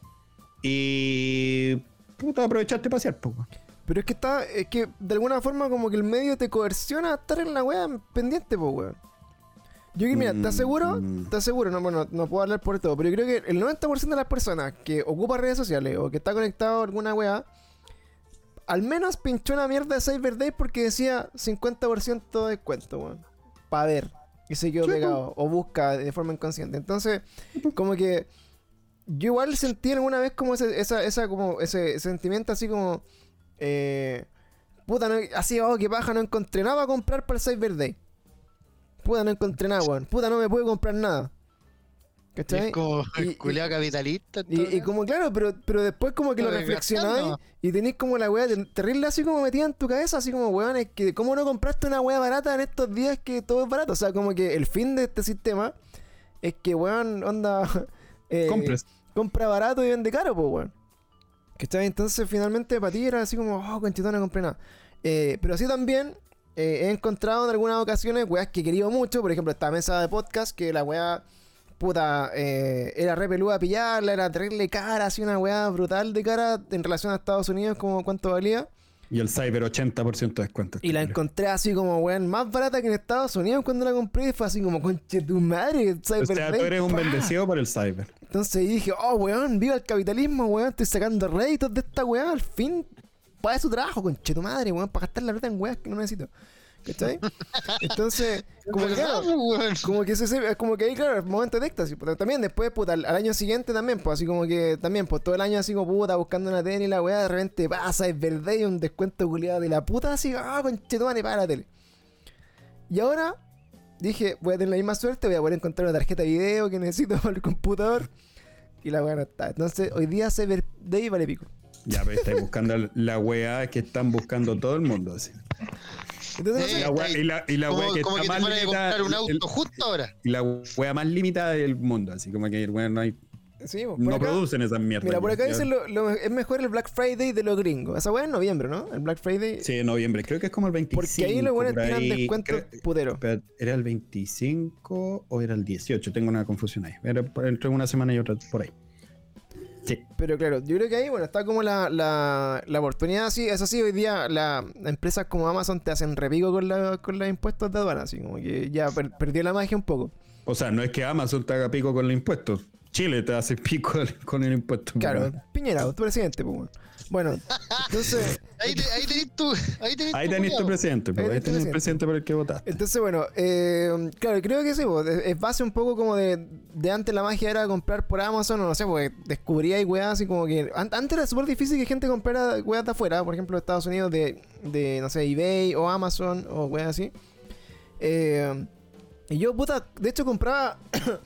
Y puta, aprovechaste para pasear, poco. Pero es que está, es que de alguna forma como que el medio te coerciona a estar en la weá pendiente, po, weón. Yo que, mira, te aseguro, Mm. te aseguro, no, bueno, no puedo hablar por todo, pero yo creo que el noventa por ciento de las personas que ocupa redes sociales o que está conectado a alguna weá, al menos pinchó una mierda de Cyber Day porque decía cincuenta por ciento de descuento, weón. Para ver. Y se quedó Sí, pegado. O busca de forma inconsciente. Entonces, como que yo igual sentí alguna vez como ese, esa, esa, como ese sentimiento así como. Eh, puta, no, así, oh, que paja, no encontré nada para comprar para el Cyber Day. Puta, no encontré nada, weón. Puta, no me puedo comprar nada. ¿Cachai? Es como Y- el culiao capitalista. Y, y como claro, pero, pero después como que lo Pero reflexionáis gastando. y tenéis como la weá ter- terrible así como metida en tu cabeza, así como weón, es que ¿cómo no compraste una weá barata en estos días que todo es barato? O sea, como que el fin de este sistema es que weón, onda, eh, Compres. compra barato y vende caro, pues weón. ¿Cachai? Entonces finalmente para ti era así como, oh, conchito, no compré nada. Eh, pero sí también eh, he encontrado en algunas ocasiones weas que he querido mucho, por ejemplo, esta mesa de podcast, que la wea, puta, eh, era re peluda pillarla, era terrible cara, así una wea brutal de cara en relación a Estados Unidos, como cuánto valía. Y el Cyber ochenta por ciento de descuento. Y la encontré así como, weón, más barata que en Estados Unidos cuando la compré. Y fue así como, conche tu madre, O Cyber sea, tú Day, eres un pa. bendecido por el Cyber. Entonces dije, oh, weón, viva el capitalismo, weón, estoy sacando réditos de esta weá, al fin, paga su trabajo, conche tu madre, weón, para gastar la plata en weas que no necesito. ¿Cachai? Entonces, como que, claro, como que se, se- como que ahí, claro, el momento de éxtasis. Pero también después, puta, al, al año siguiente también, pues así como que también, pues todo el año así como puta, buscando una tele y la weá, de repente pasa, es verdad, y un descuento culiado de la puta, así, ah, conchetumare, para la tele. Y ahora dije, voy a tener la misma suerte, voy a poder encontrar una tarjeta de video que necesito para el computador. Y la weá no está. Entonces, hoy día Cyber Day vale pico. Ya, pero estáis buscando la weá que están buscando todo el mundo. Así. Entonces, no Sí, sé, Y la weá, y la, y la Como, weá que como está que te más fuera a limitada. comprar un auto el- justo ahora. y la weá más limitada del mundo. Así como que bueno, no, hay, sí, pues, por no acá- producen esas mierdas. Mira, por acá Ya. dicen lo, lo- es mejor el Black Friday de los gringos. Esa weá es en noviembre, ¿no? El Black Friday. Sí, en noviembre. Creo que es como el veinticinco. Porque ahí los buenos por tiran ahí. descuentos Creo- puteros. Pero, ¿era el veinticinco o era el dieciocho? Tengo una confusión ahí. Era por- entre una semana y otra por ahí. Sí. Pero claro, yo creo que ahí, bueno, está como la, la, la oportunidad, sí, eso sí, hoy día las empresas como Amazon te hacen repico con, la, con los impuestos de aduana, así como que ya per- perdió la magia un poco. O sea, no es que Amazon te haga pico con los impuestos. Chile te hace pico con el impuesto. Claro, Piñera, tu presidente, pues bueno. Bueno, entonces, Ahí, te, ahí tenés tu. Ahí tenés Ahí tu tenés tu culiao. presidente. pues, Ahí Ahí tenés tu tenés el presidente. presidente por el que votaste. entonces bueno, eh, claro, creo que sí, pues, es es base un poco como de, de antes la magia era comprar por Amazon, o no sé, porque descubría y weas así como que, an- antes era súper difícil que gente comprara weas de afuera, por ejemplo, de Estados Unidos, de, de, no sé, eBay o Amazon o weas así. Eh, y yo, puta, de hecho compraba...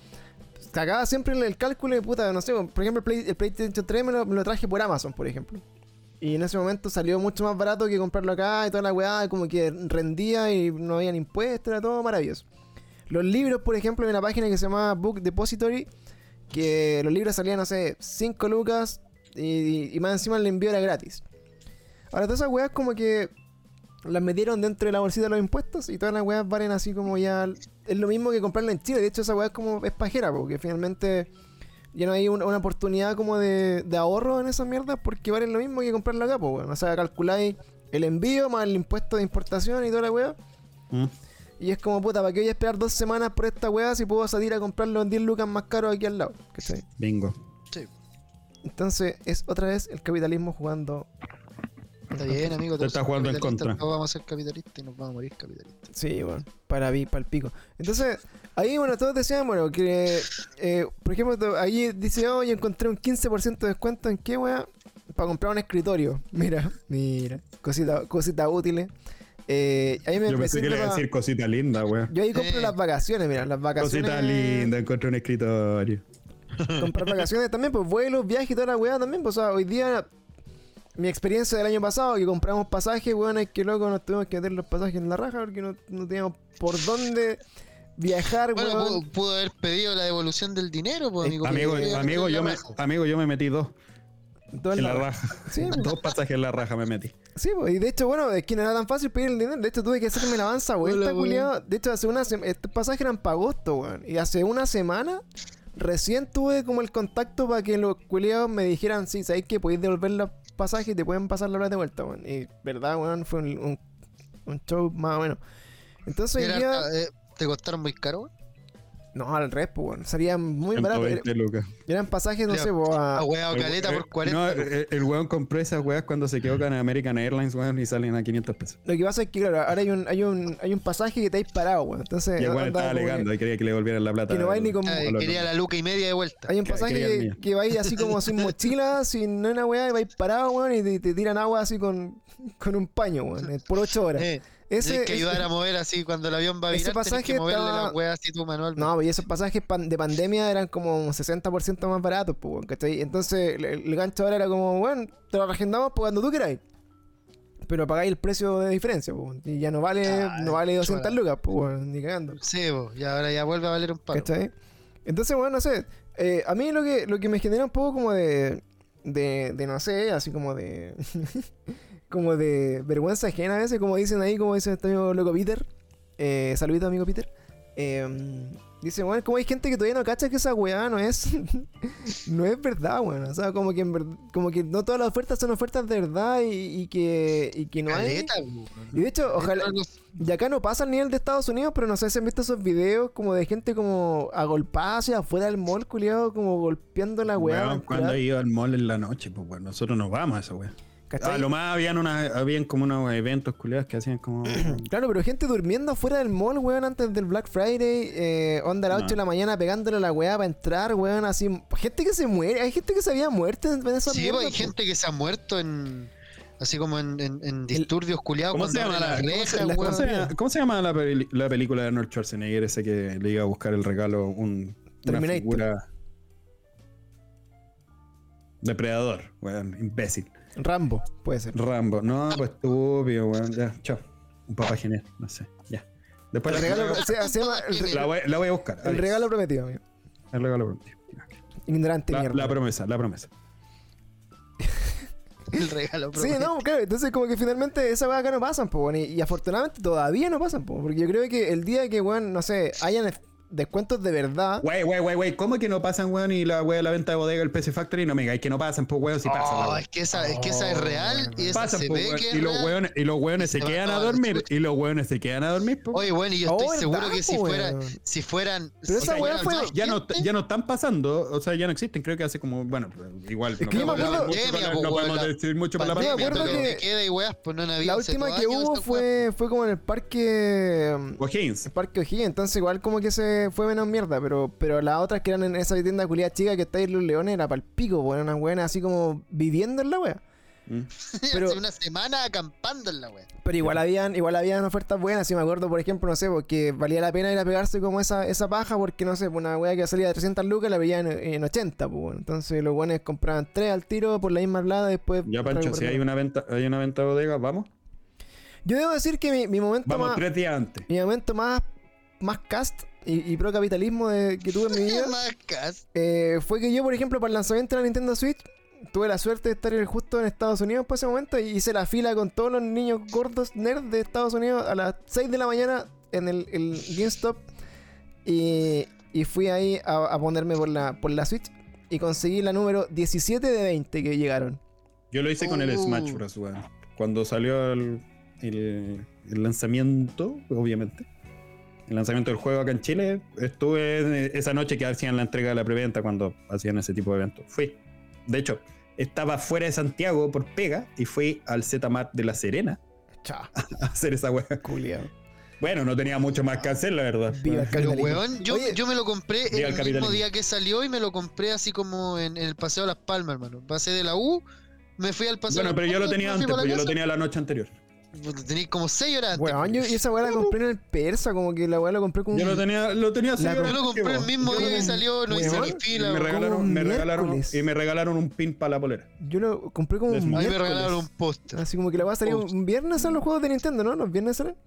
Cagaba siempre en el cálculo y puta, no sé, por ejemplo el, Play- el PlayStation tres me lo, me lo traje por Amazon, por ejemplo. Y en ese momento salió mucho más barato que comprarlo acá y toda la weá, como que rendía y no habían impuestos, era todo maravilloso. Los libros, por ejemplo, hay una página que se llama Book Depository, que los libros salían, no sé, cinco lucas y, y más encima el envío era gratis. Ahora todas esas weas como que las metieron dentro de la bolsita de los impuestos y todas las weas valen así como ya... Es lo mismo que comprarla en Chile, de hecho esa wea es como es pajera, porque finalmente ya no hay un- una oportunidad como de, de ahorro en esas mierdas porque valen lo mismo que comprarla acá, pues weón. O sea, calculáis el envío más el impuesto de importación y toda la wea. ¿Mm? Y es como, puta, ¿para qué voy a esperar dos semanas por esta wea si puedo salir a comprarlo en diez lucas más caro aquí al lado? ¿Cachai? Bingo. Sí. Entonces es otra vez el capitalismo jugando. Está bien, amigo. Te todos está somos jugando en capitalistas, contra. todos vamos a ser capitalistas y nos vamos a morir capitalistas. Sí, bueno, para mí, para el pico. Entonces, ahí, bueno, todos decían, bueno, que, eh, por ejemplo, to- ahí dice, oh, yo encontré un quince por ciento de descuento en qué, wea, para comprar un escritorio. Mira, mira, cositas cosita útiles. Eh, ahí me, Yo me pensé que sirve le iba a pa- decir cosita linda, weón. Yo ahí compro Sí. las vacaciones, mira, las vacaciones. Cosita linda, encontré un escritorio. Comprar vacaciones también, pues vuelos, viajes y toda la weá también. Pues, o sea, hoy día, mi experiencia del año pasado, que compramos pasajes, weón, es que loco nos tuvimos que meter los pasajes en la raja porque no, no teníamos por dónde viajar, Bueno, weón. pudo, pudo haber pedido la devolución del dinero, pues, amigo. Amigo, porque- amigo, yo me, amigo, yo me metí dos Todo en en la la raja. raja. Sí, pues. Dos pasajes en la raja me metí. Sí, pues, y de hecho, bueno, es que no era tan fácil pedir el dinero. De hecho, tuve que hacerme la avanza vuelta, Hola, weón. culiado. De hecho, hace una semana, estos pasajes eran para agosto, weón. Y hace una semana, recién tuve como el contacto para que los culiados me dijeran, sí, sabéis que podéis devolver los pasajes y te pueden pasar la plata de vuelta, weón. Y, verdad, weón, fue un, un, un show más o menos. Entonces, hoy Era- día, eh, ¿Te costaron muy caro, weón? no, al revés, pues, weón. Salían muy baratos. ciento veinte lucas. Eran pasajes, no Ya. sé, pues, a- Ah, weón, El- caleta el- por cuarenta. No, lucas. el, el weón compró esas weas cuando se quedó con American Airlines, weón, y salen a quinientos pesos. Lo que pasa es que, claro, ahora hay un, hay un, hay un pasaje que te habéis parado, weón. Entonces, Y el weón anda estaba como que- alegando y quería que le devolvieran la plata. que no vais ni con- Ah, a los- quería la luca y media de vuelta. Hay un Que- pasaje que era el que, mío. que vais así como sin mochila, sin una weá, y vais parado, weón, y te, te tiran agua así con, con un paño, weón, eh, por ocho horas. Eh, Ese, Tienes que ese- ayudar a mover así cuando el avión va a ese virar, tenés pasaje que moverle estaba- las weas así tú manualmente. No, y esos pasajes pan- de pandemia eran como un sesenta por ciento más baratos, pues, weón, ¿cachai? Entonces el, el gancho ahora era como, bueno, te lo reagendamos pues, cuando tú queráis. Pero pagáis el precio de diferencia, pues, weón, y ya no vale, Ah, no vale doscientas chula. lucas, pues, weón, ni cagando. Sí, bo, y ahora ya vuelve a valer un palo. ¿Cachai? Entonces, bueno, no sé. eh, a mí lo que, lo que me genera un poco como de. De, de no sé, así como de. como de vergüenza ajena a veces, como dicen ahí, como dice este amigo loco Peter. Eh, saludito, amigo Peter. Eh, dice, bueno, como hay gente que todavía no cacha que esa weá no es. no es verdad, weón. O sea, como que, en ver- como que no todas las ofertas son ofertas de verdad y, y que, y que no hay. Caleta, bo, Y de hecho, ojalá. Algo- Y acá no pasa al nivel de Estados Unidos, pero no sé si han visto esos videos como de gente como agolpada hacia afuera del mall, culiado, como golpeando la weá. Weón, para cuando entrar, iba al mall en la noche, pues bueno, nosotros nos vamos a esa weá. ¿cachai? A lo más habían una, habían como unos eventos culiados que hacían como. Claro, pero gente durmiendo afuera del mall, weón, antes del Black Friday, eh, onda a las No. ocho de la mañana pegándole a la weá para entrar, weón, así. Gente que se muere, hay gente que se había muerto en en esas Sí, bo, mierdas, hay po. gente que se ha muerto en. Así como en, en, en disturbios culiados. ¿Cómo se cuando llama abren la- las cómo se- rejas, la- weón. ¿Cómo se llama, cómo se llama la, peli- la película de Arnold Schwarzenegger ese que le iba a buscar el regalo un, una Terminator. figura depredador, weón, imbécil. Rambo, puede ser. Rambo, no, pues estúpido, weón, ya, chao. Un papá genial, no sé, ya. Después El la, regalo, la, se, se llama el, re- la voy, la voy a buscar. el Adiós. regalo prometido, amigo. El regalo prometido. Ignorante La, mierda. la promesa, la promesa. El regalo Sí, prometido. no, claro, entonces como que finalmente esas weas acá no pasan, pues, y, y afortunadamente todavía no pasan, pues, porque yo creo que el día que, weón, no sé, hayan descuentos de verdad. Wey, wey, wey, wey, ¿cómo que no pasan, weón? Y la wea de la venta de bodega, el P C Factory, no me digáis que no pasan, pues, weón, si pasan. la Oh, wea. es que esa, es que esa es real y esa Pasan, se pues, ve weón, que es y los real. weones, y los weones Y se se va quedan a toda la dormir, chucha. y los weones se quedan a dormir, pues. Oye, bueno, y yo Oh, estoy seguro ¿verdad, que si po, fuera, weón? si fueran, Pero si esa weá fueran fue- más ya no, gente, ya no están pasando, o sea, ya no existen, creo que hace como, bueno, igual, Es no que yo me podemos, acuerdo- decir mucho por la- Pandemia, no po, podemos weón, decir mucho por la pandemia, me pandemia, acuerdo pero que- queda y weas, pues no han habido La hace última dos que años hubo esa fue, fue como en el parque. O Higgins. El parque O'Higgins, entonces igual como que se fue menos mierda, pero, pero las otras que eran en esa tienda culiada chica que está ahí en Los Leones era pa'l pico, pues, eran unas weonas así como viviendo en la wea. Mm. Pero- hace una semana acampando en la wea. Pero igual habían, igual habían ofertas buenas, si me acuerdo, por ejemplo, no sé, porque valía la pena ir a pegarse como esa, esa paja, porque no sé, pues, una wea que salía de trescientas lucas la veían en, en ochenta, pues bueno. Entonces los buenos compraban tres al tiro por la misma plata, después. Ya, Pancho, si hay una venta, hay una venta de bodega, vamos. Yo debo decir que mi, mi momento Vamos más. tres días antes. Mi momento más, más cast y, y pro capitalismo de, que tuve en mi vida. Más cas- Eh, fue que yo, por ejemplo, para el lanzamiento de la Nintendo Switch, tuve la suerte de estar en- justo en Estados Unidos por ese momento y hice la fila con todos los niños gordos nerds de Estados Unidos a las seis de la mañana en el, el GameStop y, y fui ahí a, a ponerme por la, por la Switch y conseguí la número diecisiete de veinte que llegaron. Yo lo hice con el Uh. Smash Bros, weón. Cuando salió el, el, el lanzamiento, obviamente. El lanzamiento del juego acá en Chile. Estuve esa noche que hacían la entrega de la preventa cuando hacían ese tipo de eventos. Fui. De hecho, estaba fuera de Santiago por pega y fui al Z-Mart de La Serena Chao, a hacer esa weá. culiao. Bueno, no tenía mucho más que hacer, la verdad. Viva el Pero capitalismo. weón, yo, Oye, yo me lo compré Viva el el mismo capitalismo. día que salió y me lo compré así como en, en el Paseo de las Palmas, hermano. Pasé de la U, me fui al Paseo Bueno, de pero las yo lo Palmas, tenía me fui antes, para pues yo la lo tenía la noche anterior. casa. Tenéis como seis horas antes. Weón, yo y esa weá la compré en el persa, como que la weá la compré con Yo lo tenía, lo tenía así. La- Yo lo compré el mismo Yo día lo- que salió, no hice weón, ni Y fila. me weón. regalaron, me regalaron, miércoles. y me regalaron un pin para la polera. Yo lo compré como Es un más, A mí me miércoles. regalaron un póster. Así como que la weá salió un viernes a los juegos de Nintendo, ¿no? Los viernes salen.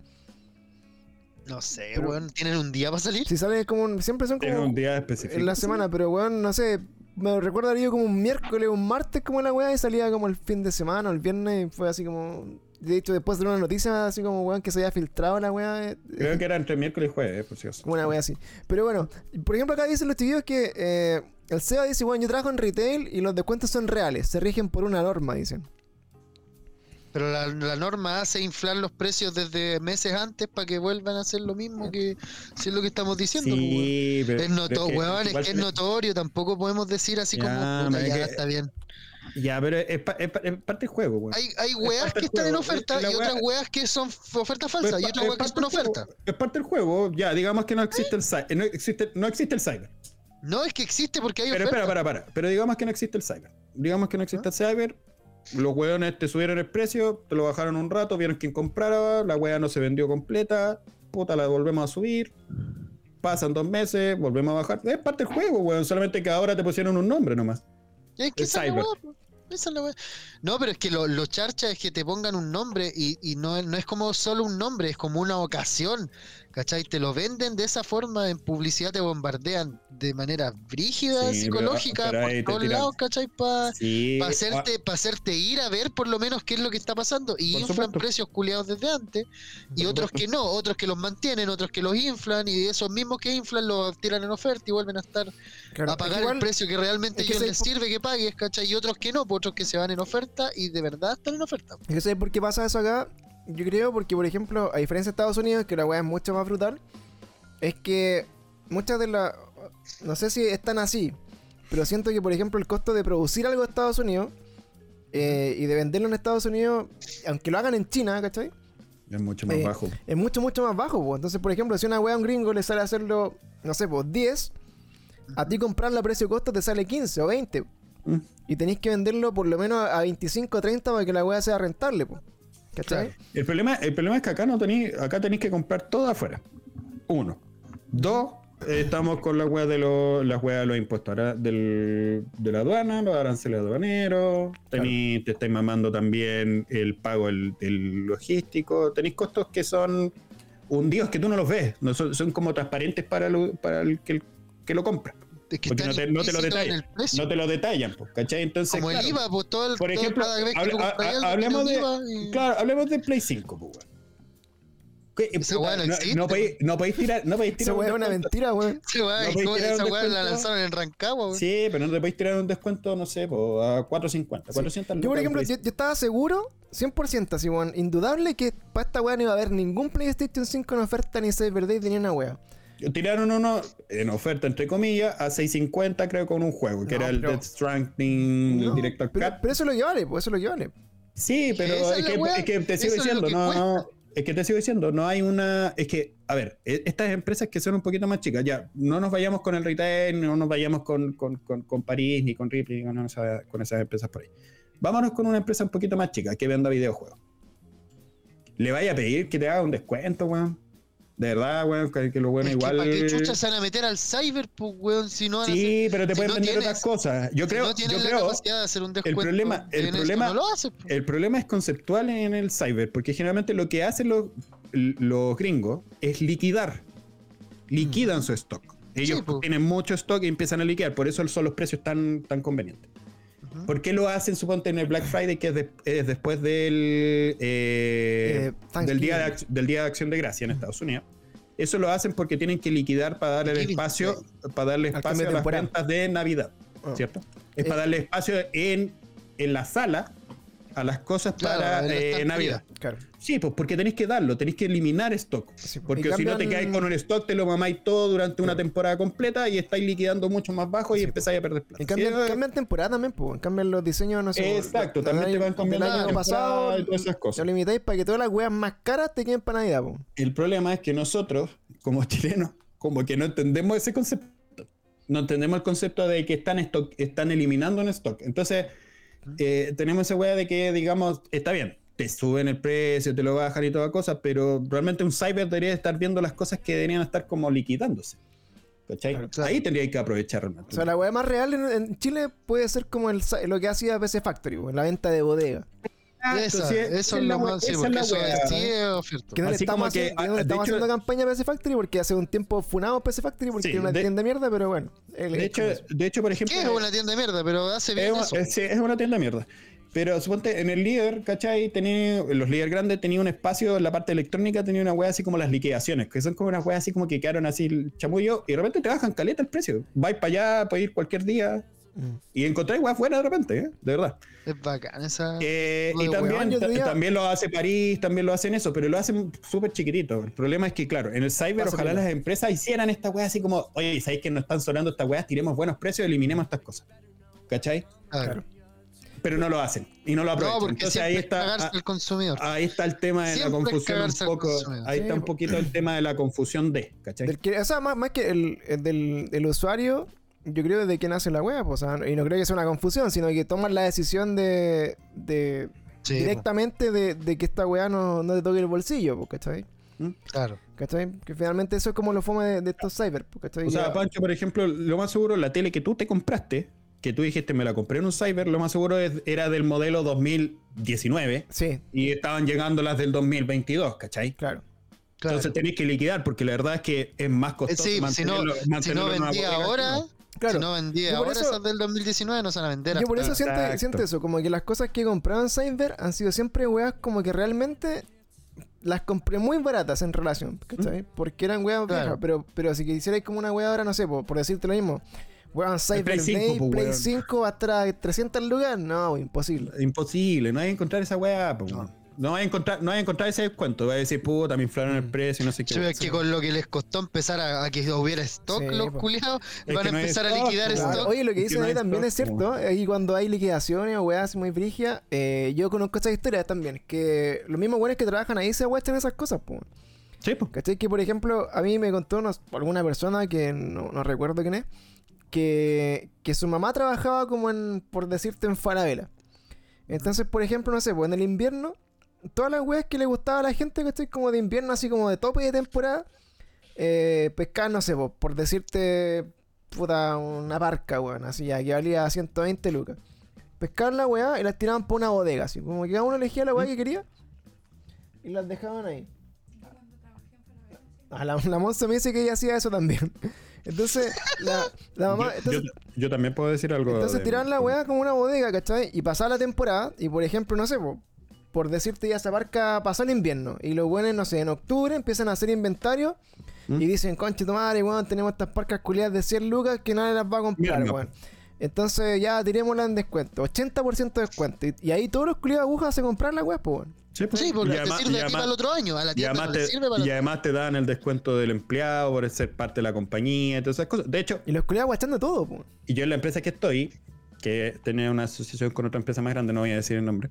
No sé, Pero- weón. ¿Tienen un día para salir? Si sale como un- siempre son Tiene como un día específico. en la semana, pero weón, no sé, me recuerdaría como un miércoles, un martes como la weá y salía como el fin de semana o el viernes y fue así como, de hecho después de una noticia así como weón que se había filtrado la weá, eh, Creo que era entre miércoles y jueves, eh, por si acaso. como una weá así. Pero bueno, por ejemplo acá dicen los chiquillos que eh, el Seba dice, bueno, yo trabajo en retail y los descuentos son reales, se rigen por una norma, dicen. Pero la, la norma hace inflar los precios desde meses antes para que vuelvan a hacer lo mismo que si es lo que estamos diciendo. pues, weón. Sí, pero. Es notorio, pero weón, es igual que es se- notorio, tampoco podemos decir así Ya, como, puta, no, es ya que- está bien. Ya, pero es, pa- es pa- es parte del juego, weón. Hay, hay weas parte que del están en juego, oferta es la y wea- otras weas que son f- ofertas Pero falsas y es pa- otras es weas que parte son del juego, ofertas. Es parte del juego, ya, digamos que no existe el cyber. No existe, no existe el cyber. No es que existe porque hay Pero ofertas. espera, para, para. Pero digamos que no existe el cyber. Digamos que no existe el cyber. los hueones te subieron el precio, te lo bajaron un rato, vieron quién comprara, la hueá no se vendió completa, puta, la volvemos a subir, pasan dos meses, volvemos a bajar. Es parte del juego, weón, solamente que ahora te pusieron un nombre nomás. Es que El esa es la Cyber. weá, po. Esa es la weá. No, pero es que lo, lo charcha es que te pongan un nombre y, y no, no es como solo un nombre, es como una ocasión, ¿cachai? Te lo venden de esa forma, en publicidad te bombardean de manera brígida, Sí, psicológica, pero- pero ahí te por todos tiran- lados, ¿cachai? Para Sí, pa hacerte, pa hacerte ir a ver por lo menos qué es lo que está pasando. Y Por inflan supuesto. precios culiados desde antes, y Por otros supuesto. que no, otros que los mantienen, otros que los inflan, y esos mismos que inflan los tiran en oferta y vuelven a estar Claro, a es que pagar igual- el precio que realmente es que ellos se- les sirve que pagues, ¿cachai? Y otros que no, pues otros que se van en oferta y de verdad están en oferta. Es que ¿sabes por qué pasa eso acá? Yo creo porque, por ejemplo, a diferencia de Estados Unidos, que la weá es mucho más brutal, es que muchas de las... No sé si están así, pero siento que, por ejemplo, el costo de producir algo en Estados Unidos eh, y de venderlo en Estados Unidos, aunque lo hagan en China, ¿cachai? es mucho más Eh, bajo. Es mucho, mucho más bajo, po. Entonces, por ejemplo, si una weá a un gringo le sale a hacerlo, no sé, pues diez, a ti comprarlo a precio costo te sale quince o veinte. Mm. Y tenéis que venderlo por lo menos a veinticinco o treinta para que la weá sea rentable, po. ¿Cachai? Claro. El problema, el problema es que acá no tenéis, acá tenéis que comprar todo afuera. Uno. Dos, eh, estamos con la wea de los, las weas de los impuestos ara- del, de la aduana, los aranceles aduaneros, tení- te estáis mamando también el pago del, del logístico, tenéis costos que son hundidos que tú no los ves, no son, son como transparentes para, lo- para el que, el que lo compra. Es que Porque están no te, no te lo implícitos en detallan, el precio. no te lo detallan, pues, ¿cachai? Entonces, Como claro, el IVA, pues todo el, por todo ejemplo, cada vez que hable- tú compras ha- algo, ha- hablemos tiene de, un IVA y- claro, hablemos de Play cinco, pues, weón. ¿Qué? Esa Puta, weá no no, existe, no podéis, no podéis tirar, no podéis Esa tirar un weá es una descuento. mentira, weón. Sí, weá, No y podéis como tirar un esa weá la descuento. lanzaron en Rancagua, weón. Sí, pero no te podéis tirar un descuento, no sé, po, a cuatro cincuenta, cuatrocientos Yo, por lucas ejemplo, en yo, Play yo estaba seguro, cien por ciento, así, weón, indudable que para esta weá no iba a haber ningún PlayStation cinco en oferta ni Cyber Day ni una weá. cinco. Tiraron uno en oferta, entre comillas, a seis cincuenta, creo, con un juego, que No, era el pero- Death Stranding, No, el Director pero, Cut. pero eso es lo que vale, pues eso es lo que vale. Sí, pero Esa es es la que, weá, es que te sigo eso es lo diciendo, que no, cuesta. no, es que te sigo diciendo, no hay una, es que, a ver, e- estas empresas que son un poquito más chicas, ya, no nos vayamos con el retail, no nos vayamos con, con, con, con París, ni con Ripley, ni con, esa- con esas empresas por ahí. Vámonos con una empresa un poquito más chica, que venda videojuegos. Le vaya a pedir que te haga un descuento, weón. De verdad, weón, que, que lo bueno Es que igual... ¿para qué chucha se van a meter al cyber, pues, weón? Si no van a hacer- Sí, pero te si pueden no vender tienes- otras cosas. Yo si creo, no tienes yo la creo, capacidad de hacer un descuento, problema- el en eso, problema- no lo haces, pues. el problema es conceptual en el cyber, porque generalmente lo que hacen los, los gringos es liquidar. Liquidan su stock. Ellos Sí, po. tienen mucho stock y empiezan a liquidar, por eso son los precios tan, tan convenientes. Ujú. ¿Por qué lo hacen, suponte, en el Black Friday, que es, de- es después del, eh, Eh, del, día de, Thanksgiving. ac- del Día de Acción de Gracia en Estados Unidos? Eso lo hacen porque tienen que liquidar para darle Thanksgiving, espacio, para darle Al espacio cambio a las temporal. ventas de Navidad, Ah. ¿cierto? Es Eh, para darle espacio en, en la sala a las cosas Claro, para en la eh, estantería. Navidad. Claro. Sí, pues porque tenéis que darlo, tenéis que eliminar stock. Sí, pues. Porque Y si no te cambian- quedáis con un stock, te lo mamáis todo durante una Claro. temporada completa y estáis liquidando mucho más bajo y Sí, empezáis a perder plata. Y cambian, Sí, cambian temporada también, pues. Cambian los diseños, no sé. Exacto, del también te año- van cambiando del la año temporada pasado. y todas esas Lo cosas. limitáis para que todas las weas más caras te queden para Navidad, pues. El problema es que nosotros, como chilenos, como que no entendemos ese concepto. No entendemos el concepto de que están, stock, están eliminando un stock. Entonces, eh, tenemos esa wea de que, digamos, está bien, te suben el precio, te lo bajan y toda cosa, pero realmente un cyber debería estar viendo las cosas que deberían estar como liquidándose. ¿Cachai? Claro, claro. Ahí tendría que aprovechar realmente. O sea, la wea más real en, en Chile puede ser como el, sa- lo que hacía P C Factory, pues, la venta de bodega. Esa, sí, eso esa es la lo wea- más, sí, esa es porque la eso wea. es, sí es oferta. Que no le Así estamos, como que, haciendo, que no ah, le de estamos hecho- haciendo campaña a P C Factory porque hace un tiempo funamos P C Factory porque Sí, tiene una de- tienda de mierda, pero bueno. él De es hecho, como eso. de hecho, por ejemplo, ¿Qué es una tienda de mierda? Pero hace bien es, eso. es- sí, es una tienda de mierda. Pero suponte, en el líder, ¿cachai? Tenía, los líder grandes tenían un espacio, en la parte electrónica tenía una wea así como las liquidaciones, que son como unas weas así como que quedaron así el chamullo y de repente te bajan caleta el precio. Vais para allá, puedes ir cualquier día Mm. y encontráis weas buenas de repente, ¿eh? De verdad. Es bacán esa. Eh, Oye, y weón, también, yo te ta- diría- también lo hace París, también lo hacen eso, pero lo hacen súper chiquitito. El problema es que, claro, en el cyber Pasa ojalá piola. las empresas hicieran esta wea así como, oye, ¿sabéis que nos están sonando estas weas? Tiremos buenos precios, eliminemos estas cosas. ¿Cachai? Claro. Pero no lo hacen y no lo aprovechan. No, porque Entonces siempre ahí es está, cagarse ah, al consumidor. ahí está el tema de la Siempre es confusión un cagarse al poco. consumidor. Ahí Sí, está un po. poquito el tema de la confusión de, ¿cachai? Del que, o sea, más, más que el, el del, del usuario, yo creo de que nace la wea, pues, o sea, y no creo que sea una confusión, sino que toman la decisión de, de Sí, directamente de, de que esta weá no, no te toque el bolsillo, pues, ¿cachai? po, claro. ¿Cachai? Que finalmente eso es como lo fome de, de estos cyber, pues, ¿cachai? O sea, Ya- Pancho, por ejemplo, lo más seguro, la tele que tú te compraste, que tú dijiste me la compré en un cyber, lo más seguro es- era del modelo dos mil diecinueve Sí, y estaban llegando las del dos mil veintidós, ¿cachai? claro. Claro. Entonces tenéis que liquidar porque la verdad es que es más Eh, costoso sí, si no, mantenerlo, si no mantenerlo en una vendía bodega ahora, que no. Claro. si no vendía Yo por ahora eso- esas del dos mil diecinueve no se van a vender. Yo por hasta- eso siento, Exacto. siento eso, como que las cosas que he comprado en Cyber han sido siempre weas como que realmente las compré muy baratas en relación, ¿cachai? Porque eran weas Claro. viejas, pero, pero si quisierais como una wea ahora, no sé, por, por decirte lo mismo, weón, Cyber Play cinco, Day, po, Play weón. cinco hasta trescientos lucas, no, imposible. Imposible, no hay que encontrar esa weá, po, No. weón. No hay a encontrar, no hay a encontrar ese descuento. Va a decir, puta, me inflaron el Mm. precio, no sé qué. Sí, weá. es que con lo que les costó empezar a, a que hubiera stock, Sí, los po. culiados, Es van que a no hay empezar a stock, liquidar po, Claro, stock. oye, lo que Es dice que no ahí hay también stock, es cierto. Ahí cuando hay liquidaciones o weas muy brígidas, eh, yo conozco esas historias también. Que los mismos buenos que trabajan ahí se aguachan esas cosas, pues. Sí, pues. ¿Cachai? Que por ejemplo, a mí me contó unos- alguna persona que no, no recuerdo quién es, que, que su mamá trabajaba como en, por decirte, en Falabella. Entonces, por ejemplo, no sé, pues en el invierno, todas las weas que le gustaba a la gente, ¿cachai? Como de invierno, así como de tope de temporada, eh, pescar, no sé, pues, por decirte, puta, una barca, weón, así ya, que valía ciento veinte lucas. Pescaban la weá y las tiraban por una bodega, así, como que cada uno elegía la weá que quería y las dejaban ahí. Ah, la, la Monza me dice que ella hacía eso también. Entonces, la, la mamá. Yo, Entonces, yo- yo también puedo decir algo. entonces de- tiraban la weá como una bodega, ¿cachai? Y pasaba la temporada, y por ejemplo, no sé, po, por decirte ya esa barca pasó el invierno, y los buenos, no sé, en octubre empiezan a hacer inventario ¿Mm? y dicen, conche tu madre, weón, tenemos estas parcas culiadas de cien lucas que nadie las va a comprar, Mierda. weón. Entonces ya tirémosla en descuento, ochenta por ciento de descuento. Y, y ahí todos los culiados agujas se compran la weá, po, weón. Sí, pues. Sí, porque Y te además- sirve y aquí además- para el otro año. A la Y tienda además, no le te, sirve para y el además te dan el descuento del empleado por ser parte de la compañía y todas esas cosas. De hecho, Y los culiados guachando todo, po. y yo en la empresa que estoy, que tenía una asociación con otra empresa más grande, no voy a decir el nombre,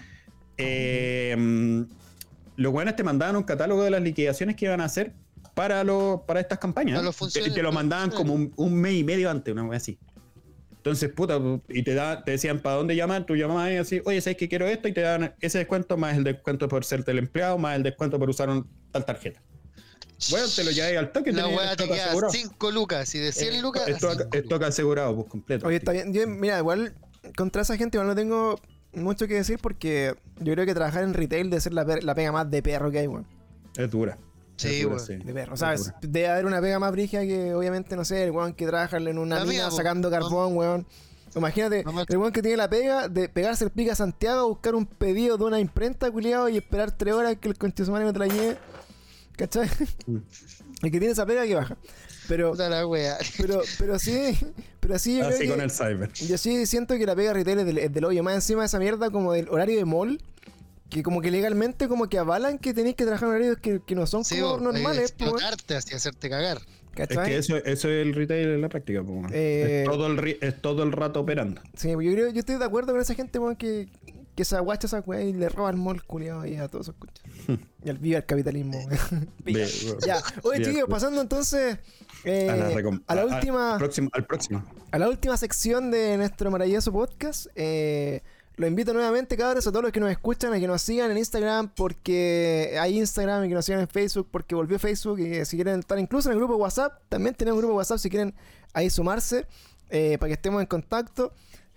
eh, mm, los buenos te mandaban un catálogo de las liquidaciones que iban a hacer para, lo, para estas campañas. Para los Te- funcionarios, te, lo para los mandaban como un, un mes y medio antes, una vez así. Entonces, puta, y te, da, te decían para dónde llamar, tú llamabas y así, oye, ¿sabes que quiero esto? Y te dan ese descuento más el descuento por ser del empleado, más el descuento por usar un, tal tarjeta. Bueno, te lo llevé al toque. La tenías weá el te stock queda asegurado. cinco lucas y de cien Eh, lucas. a Esto, cinco esto lucas. acá asegurado, pues completo. Oye, está bien. Yo, mira, igual contra esa gente igual no tengo mucho que decir porque yo creo que trabajar en retail debe ser la, pe- la pega más de perro que hay, weón. Es dura. Sí, Es dura, weón. De perro, Es ¿sabes? dura. Debe haber una pega más brígida que obviamente, no sé, el weón que trabaja en una La mina mía, po. sacando carbón, weón. Imagínate, No me- el weón que tiene la pega de pegarse el pica a Santiago a buscar un pedido de una imprenta, culiado, y esperar tres horas que el conche su madre no te la lleve. ¿Cachai? Mm. El que tiene esa pega que baja. Pero, Puta la weá. pero, pero sí, pero sí, yo Así creo con que- el cyber. yo sí siento que la pega retail es del, es del hoyo. Más encima de esa mierda como del horario de mall. Que como que legalmente como que avalan que tenéis que trabajar en horarios que, que no son Sí, como vos, normales. po, weón. explotarte así, hacerte cagar. Es ¿Cachai? que eso, eso es el retail en la práctica, pues, weón. Eh, es, todo el, ri- es todo el rato operando. Sí, yo creo, yo estoy de acuerdo con esa gente, weón, que, que se aguacha esa weá y le roba el mall culiado ahí a todos esos coches. Y al viva el capitalismo, weón. De- Ya, oye Bien, chiquillos, pues. pasando entonces eh, a la, recom- a la a- última Al próximo, al próximo. a la última sección de nuestro maravilloso podcast. Eh, los invito nuevamente, cabros, a todos los que nos escuchan, a que nos sigan en Instagram, porque hay Instagram, y que nos sigan en Facebook, porque volvió Facebook, y que si quieren estar incluso en el grupo de WhatsApp, también tenemos un grupo de WhatsApp si quieren ahí sumarse, eh, para que estemos en contacto.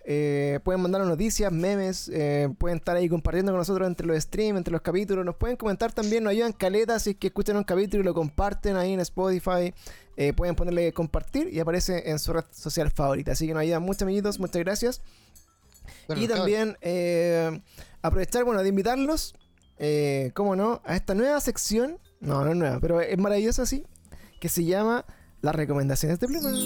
Eh, pueden mandarnos noticias, memes, eh, pueden estar ahí compartiendo con nosotros entre los streams, entre los capítulos, nos pueden comentar también, nos ayudan caletas si es que escuchan un capítulo y lo comparten ahí en Spotify, eh, pueden ponerle compartir y aparece en su red social favorita, así que nos ayudan mucho, amiguitos, muchas gracias. Bueno, Y cabros, también eh, aprovechar, bueno, de invitarlos, eh, cómo no, a esta nueva sección, no, no es nueva, pero es maravillosa así, que se llama Las Recomendaciones de Pluma.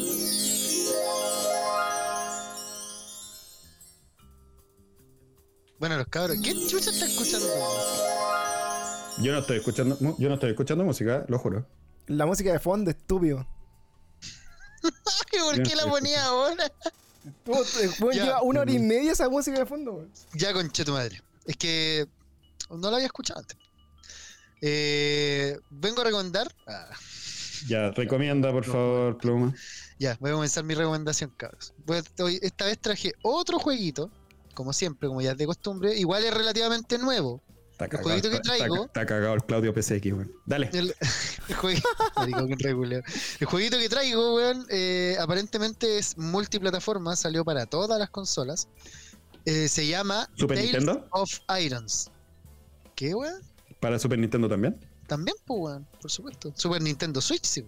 Bueno, los cabros, ¿qué chucha está escuchando? Yo no estoy escuchando, mu- yo no estoy escuchando música, lo juro. La música de fondo, estúpido. Ay, ¿por qué la ponía ahora? Puta, weón, Ya. lleva una hora y media esa música de fondo, weón. Ya, conche tu madre. Es que no la había escuchado antes. Eh, vengo a recomendar. Ah, Ya, recomienda, por favor, Pluma. Ya, voy a comenzar mi recomendación, cabros. Voy a- hoy- esta vez traje otro jueguito, como siempre, como ya es de costumbre. Igual es relativamente nuevo. Está El cagado, jueguito que está- traigo- está- está cagado el Claudio P C X, weón. Dale. El, el jueguito, marico, qué reguleo. El jueguito que traigo, weón, eh, aparentemente es multiplataforma, salió para todas las consolas. Eh, se llama ¿Super Tales Nintendo? of Irons. ¿Qué, weón? ¿Para Super Nintendo también? También, pues, weón, por supuesto. Super Nintendo Switch, sí.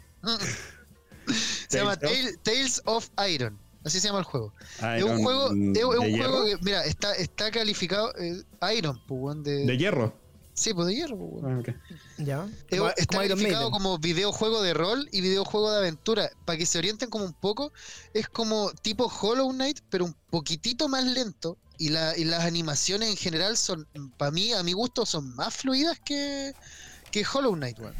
Se llama Tales Tale- Tales of Iron. Así se llama el juego. Ah, Es un ¿con- juego, es, es de un hierro? juego que, mira, está, está calificado eh, Iron, pues, weón, de, ¿De hierro? sí, pues de hierro, pues, weón. Ah, ok. Ya. Es- Como- está como Iron calificado Maiden. como videojuego de rol y videojuego de aventura. Para que se orienten como un poco, es como tipo Hollow Knight, pero un poquitito más lento. Y, la, y las animaciones en general son, para mí, a mi gusto, son más fluidas que, que Hollow Knight, weón.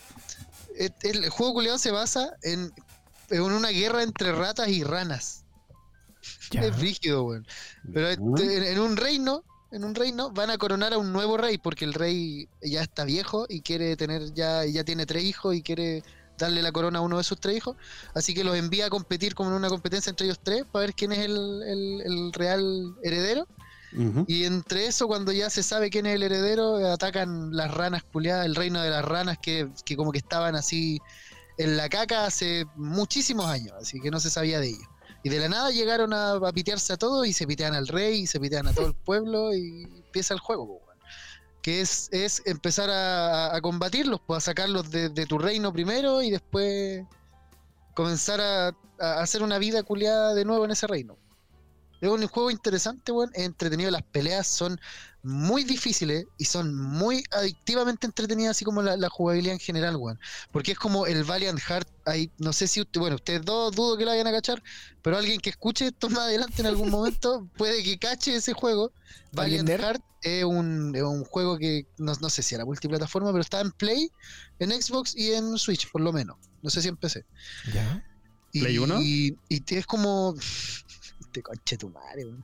El, el juego culiado se basa en, en una guerra entre ratas y ranas. Ya. Es rígido, weón. Pero Ya. en, en un reino, en un reino, van a coronar a un nuevo rey, porque el rey ya está viejo y quiere tener, ya, ya tiene tres hijos y quiere darle la corona a uno de sus tres hijos. Así que los envía a competir como en una competencia entre ellos tres para ver quién es el, el- el real heredero. Ujú. Y entre eso, cuando ya se sabe quién es el heredero, eh, atacan las ranas culiadas, el reino de las ranas que, que como que estaban así en la caca hace muchísimos años, así que no se sabía de ellos. Y de la nada llegaron a, a pitearse a todos y se pitean al rey y se pitean a todo el pueblo y empieza el juego, po, weón. Que es, es empezar a, a combatirlos, pues a sacarlos de, de tu reino primero y después comenzar a, a hacer una vida culiada de nuevo en ese reino. Es un juego interesante, weón, es entretenido, las peleas son muy difíciles y son muy adictivamente entretenidas, así como la, la jugabilidad en general, weón. Porque es como el Valiant Heart, ahí, no sé si usted, bueno, ustedes dos dudo que lo vayan a cachar, pero alguien que escuche esto más adelante en algún momento puede que cache ese juego. Valiant ¿Alguien nerd? Heart es un, es un juego que no, no sé si era multiplataforma, pero está en Play, en Xbox y en Switch, por lo menos. No sé si en P C. Ya. Y, ¿Play uno? Y, y te- es como. Te conche tu madre, weón.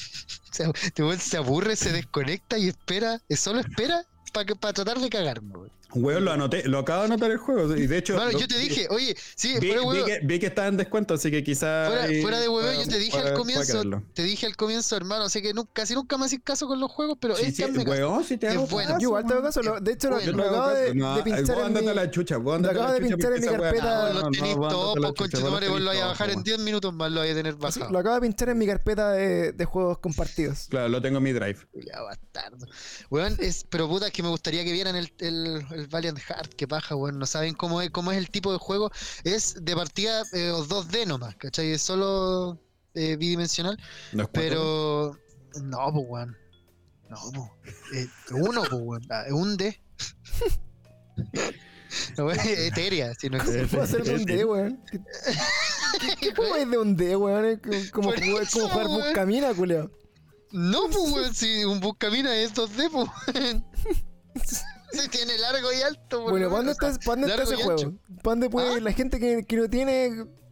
O sea, este weón se aburre, se desconecta y espera, eh, solo espera para para tratar de cagarme, weón. Weón, lo anoté, lo acabo de anotar el juego. Y de hecho. Bueno, lo- yo te dije, oye, sí, Vi, fuera, vi huevo, que, vi que estaba en descuento, así que quizá. fuera, ahí fuera de huevo, pueda- yo te dije pueda- al pueda comienzo, quererlo. te dije al comienzo, hermano, sé que nu- casi nunca me haces caso con los juegos, pero Sí, este sí, hazme caso. weón, sí te Es hago bueno. caso, Yo igual te hago weón. caso. lo- De hecho, lo, Bueno, lo Yo te hago acabo de, caso. No, de pinchar vos en ándate mi... a la chucha, vos lo ándate a acabo la de chucha pinchar en porque mi esa weá- carpeta. Ah, no, los no, tenéis no, vos todos, ándate a la pues chucha, conche tu vos madre, los vos lo vais a tenéis bajar todos, en diez minutos más, lo vais a tener Sí, bajado. lo acabo de pinchar en mi carpeta de, de juegos compartidos. Claro, lo tengo en mi drive. Ya bastardo. Weón, es, pero puta, es que me gustaría que vieran el, el, el Valiant Heart, que paja, weón. No saben cómo es, cómo es el tipo de juego. Es de partida eh, dos D nomás, ¿cachai? Es solo eh, bidimensional. No es cuatro D. Pero. No, pues, weón. No, pues. Eh, uno, pues, weón. Ah, es un D. No, weón, es etérea, si no Eh, existe. ¿Cómo hacer de un D, weón? ¿Qué, qué, qué juego es de un D, weón? Es como, como, Por jugar- eso, como jugar weón. Buscamina, culeo. No, pues, weón, si un buscamina es dos D, pues, weón. Se tiene largo y alto, por Bueno, lo ¿cuándo menos, o sea, está, ¿cuándo está largo ese y juego? ancho. ¿Cuándo puede ¿Ah? la gente que, que no tiene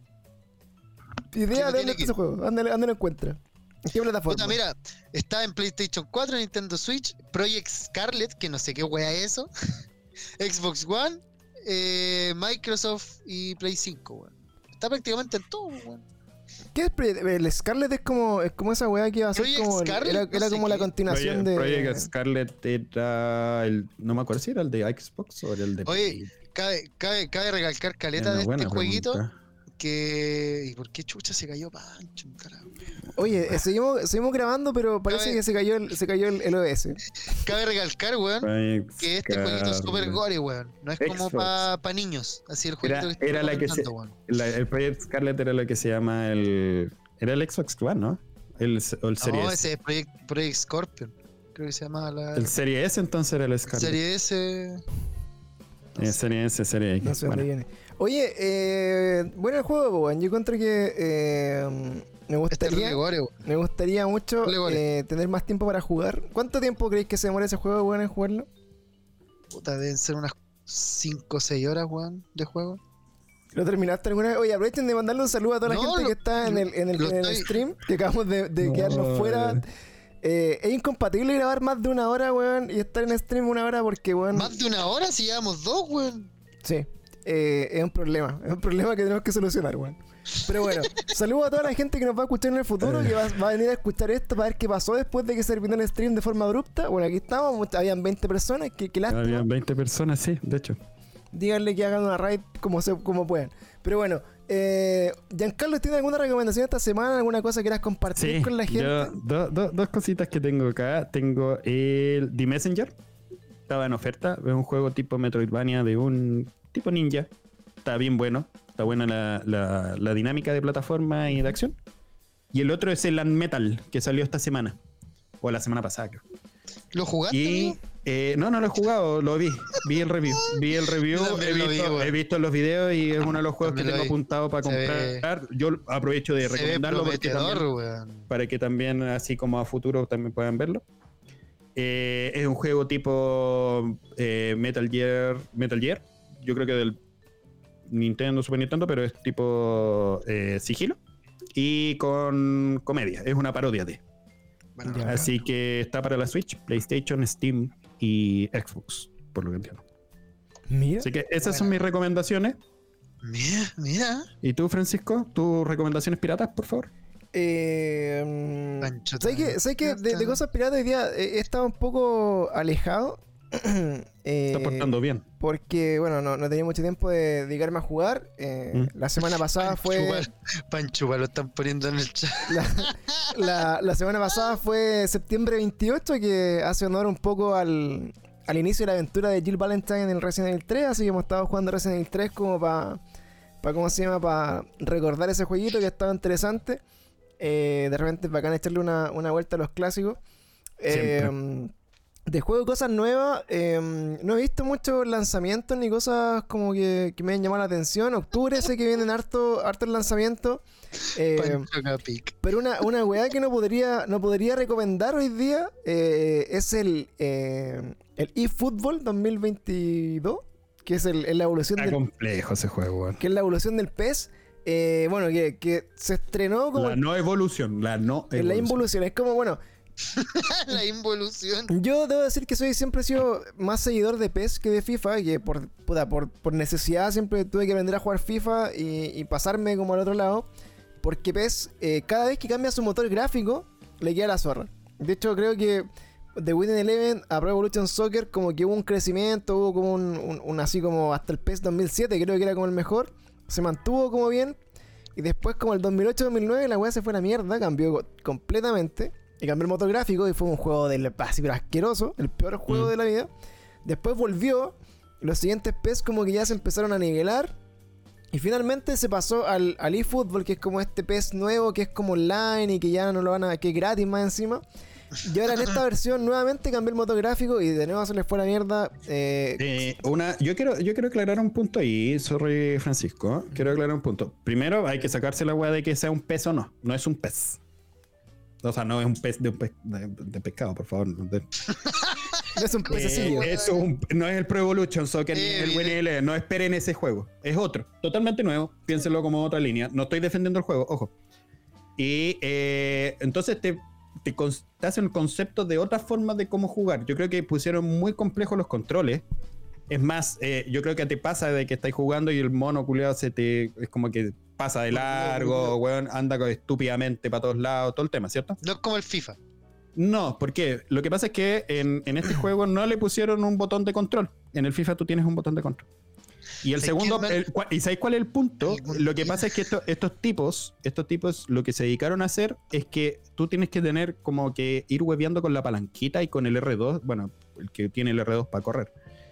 idea no de dónde tiene está que- ese juego? ¿Dónde, dónde lo encuentra? ¿En qué plataforma? Puta, mira, está en PlayStation cuatro, Nintendo Switch, Project Scarlet, que no sé qué wea es eso, Xbox One, eh, Microsoft y Play cinco, weón. Está prácticamente en todo, weón. ¿Qué es Pre- el Scarlet? Es como, es como esa weá que iba a ser Project como. el- Scarlet, era no era sé como la qué. continuación Project, de. Project Scarlet era el. No me acuerdo si era el de Xbox o era el de. Oye, cabe, cabe, cabe recalcar caleta Era de buena este jueguito pregunta. que... ¿Y por qué chucha se cayó Pancho? Carajo. Oye, eh, seguimos, seguimos grabando, pero parece Cabe- que se cayó el, se cayó el, el O S. Cabe recalcar, weón, Project que este jueguito es super Scarlet. gore, weón. No es como Xbox. para pa niños. Así el jueguito Era- que estoy era la que se- recomendando, weón. La- el Project Scarlet era lo que se llama el. Era el Xbox One, ¿no? El, o el Serie No, S. ese es Project, Project Scorpion. Creo que se llama la... El Serie S entonces era el Scarlet. Serie S... Eh, serie S, Serie X. No sé dónde Bueno, viene. Oye, eh, bueno el juego, po, weón. Yo encontré que eh, me Este es gustaría, re gore, weón. me gustaría mucho Dale, vale. eh, tener más tiempo para jugar. ¿Cuánto tiempo creéis que se demora ese juego, weón, en jugarlo? Puta, deben ser unas cinco o seis horas, weón, de juego. ¿Lo terminaste alguna vez? Oye, aprovechen de mandarle un saludo a toda la No, gente lo- que está en el, en el, lo en el estoy- stream, que acabamos de, de No, quedarnos fuera. eh. Eh, es incompatible grabar más de una hora, weón, y estar en stream una hora porque, weón. Más de una hora si llevamos dos, weón. Sí. eh, es un problema. Es un problema que tenemos que solucionar, weón. Pero bueno, saludo a toda la gente que nos va a escuchar en el futuro, que va, va a venir a escuchar esto para ver qué pasó después de que se terminó el stream de forma abrupta. Bueno, aquí estamos, mucha- habían veinte personas, que, que lástima. Habían veinte personas, sí, de hecho. Díganle que hagan una raid como, se, como puedan. Pero bueno, eh, Giancarlo, ¿tienes alguna recomendación esta semana? ¿Alguna cosa que quieras compartir Sí, con la gente? yo, do- do- dos cositas que tengo acá. Tengo el The Messenger. Estaba en oferta. Es un juego tipo Metroidvania de un tipo ninja. Está bien bueno. Está buena la, la- la dinámica de plataforma y de acción. Y el otro es el Unmetal, que salió esta semana. O la semana pasada, creo. ¿Lo jugaste? Y amigo? eh, no, no lo he jugado, lo vi. Vi el review. Vi el review, Yo he también lo vi, visto, weón. he visto los videos y es uno de los juegos que También lo tengo vi. apuntado para Se ve- comprar. Yo aprovecho de Se ve recomendarlo porque prometedor, también- weón. para que también, así como a futuro, también puedan verlo. Eh, es un juego tipo eh, Metal Gear. Metal Gear. Yo creo que del Nintendo, Super Nintendo, pero es tipo eh, sigilo. Y con comedia. Es una parodia de. Bueno, Ya. Así que está para la Switch, PlayStation, Steam y Xbox, por lo que entiendo. Mira. Así que esas son mis recomendaciones. Mira, mira. ¿Y tú, Francisco? ¿Tus recomendaciones piratas, por favor? Eh, Pancho, ¿Sabes que, ¿sabes que de, de cosas piratas hoy día eh, he estado un poco alejado? Eh, Está portando bien. porque, bueno, no, no tenía mucho tiempo de dedicarme a jugar. Eh, Mm. La semana pasada fue. Panchupa, lo están poniendo en el chat. La, la- la semana pasada fue septiembre veintiocho, que hace honor un poco al, al inicio de la aventura de Jill Valentine en el Resident Evil tres. Así que hemos estado jugando Resident Evil tres como para. Pa, ¿Cómo se llama? Para recordar ese jueguito que estaba interesante. Eh, de repente es bacán echarle una, una vuelta a los clásicos. Siempre. Eh, de juego cosas nuevas, eh, no he visto muchos lanzamientos ni cosas como que, que me hayan llamado la atención. Octubre sé que vienen harto, hartos lanzamientos. Eh, Pancho Capic. pero una, una weá que no podría, no podría recomendar hoy día eh, es el, eh, el eFootball dos mil veintidós, que es, el, es la evolución Está del, complejo ese juego, weón. que es la evolución del P E S. Eh, bueno, que, que se estrenó como La no evolución, la no en la evolución. involución. Es como, bueno, La involución. yo debo decir que soy siempre he sido más seguidor de P E S que de FIFA, que por, puta, por, por necesidad siempre tuve que aprender a jugar FIFA y, y pasarme como al otro lado, porque P E S eh, cada vez que cambia su motor gráfico le queda la zorra. De hecho creo que de Winning Eleven a Pro Evolution Soccer como que hubo un crecimiento, hubo como un, un- un así como hasta el P E S dos mil siete, creo que era como el mejor, se mantuvo como bien, y después como el dos mil ocho dos mil nueve la weá se fue a la mierda, cambió co- completamente. Y cambió el motor gráfico y fue un juego del así, pero asqueroso, el peor juego Mm. de la vida. Después volvió, y los siguientes P E S como que ya se empezaron a nivelar. Y finalmente se pasó al, al eFootball, que es como este P E S nuevo, que es como online y que ya no lo van a... que es gratis más encima. Y ahora en esta versión nuevamente cambió el motor gráfico y de nuevo se les fue a la mierda. Eh, Eh, una, yo quiero, yo quiero aclarar un punto ahí, sorry Francisco. Quiero aclarar un punto. Primero hay que sacarse la weá de que sea un pez o no. No es un pez. O sea, no es un pez de, un pez de, de pescado, por favor. De- no es un pececillo. Eh, es un- no es el Pro Evolution Soccer ni Eh, el bien. Winning Eleven. No esperen ese juego. Es otro. Totalmente nuevo. Piénsenlo como otra línea. No estoy defendiendo el juego, ojo. Y eh, entonces te, te, con- te hacen conceptos de otras formas de cómo jugar. Yo creo que pusieron muy complejos los controles. Es más, eh, yo creo que te pasa de que estáis jugando y el mono culiado se te. Es como que pasa de largo, weón, anda co- estúpidamente para todos lados, todo el tema, ¿cierto? No es como el FIFA. No, porque lo que pasa es que en, en este juego no le pusieron un botón de control. En el FIFA tú tienes un botón de control. Y el ¿Sabes segundo, quién me- el cua- ¿y sabéis cuál es el punto? Algún Lo que día. pasa es que esto- estos tipos, estos tipos lo que se dedicaron a hacer es que tú tienes que tener como que ir hueveando con la palanquita y con el R dos, bueno, el que tiene el R dos para correr.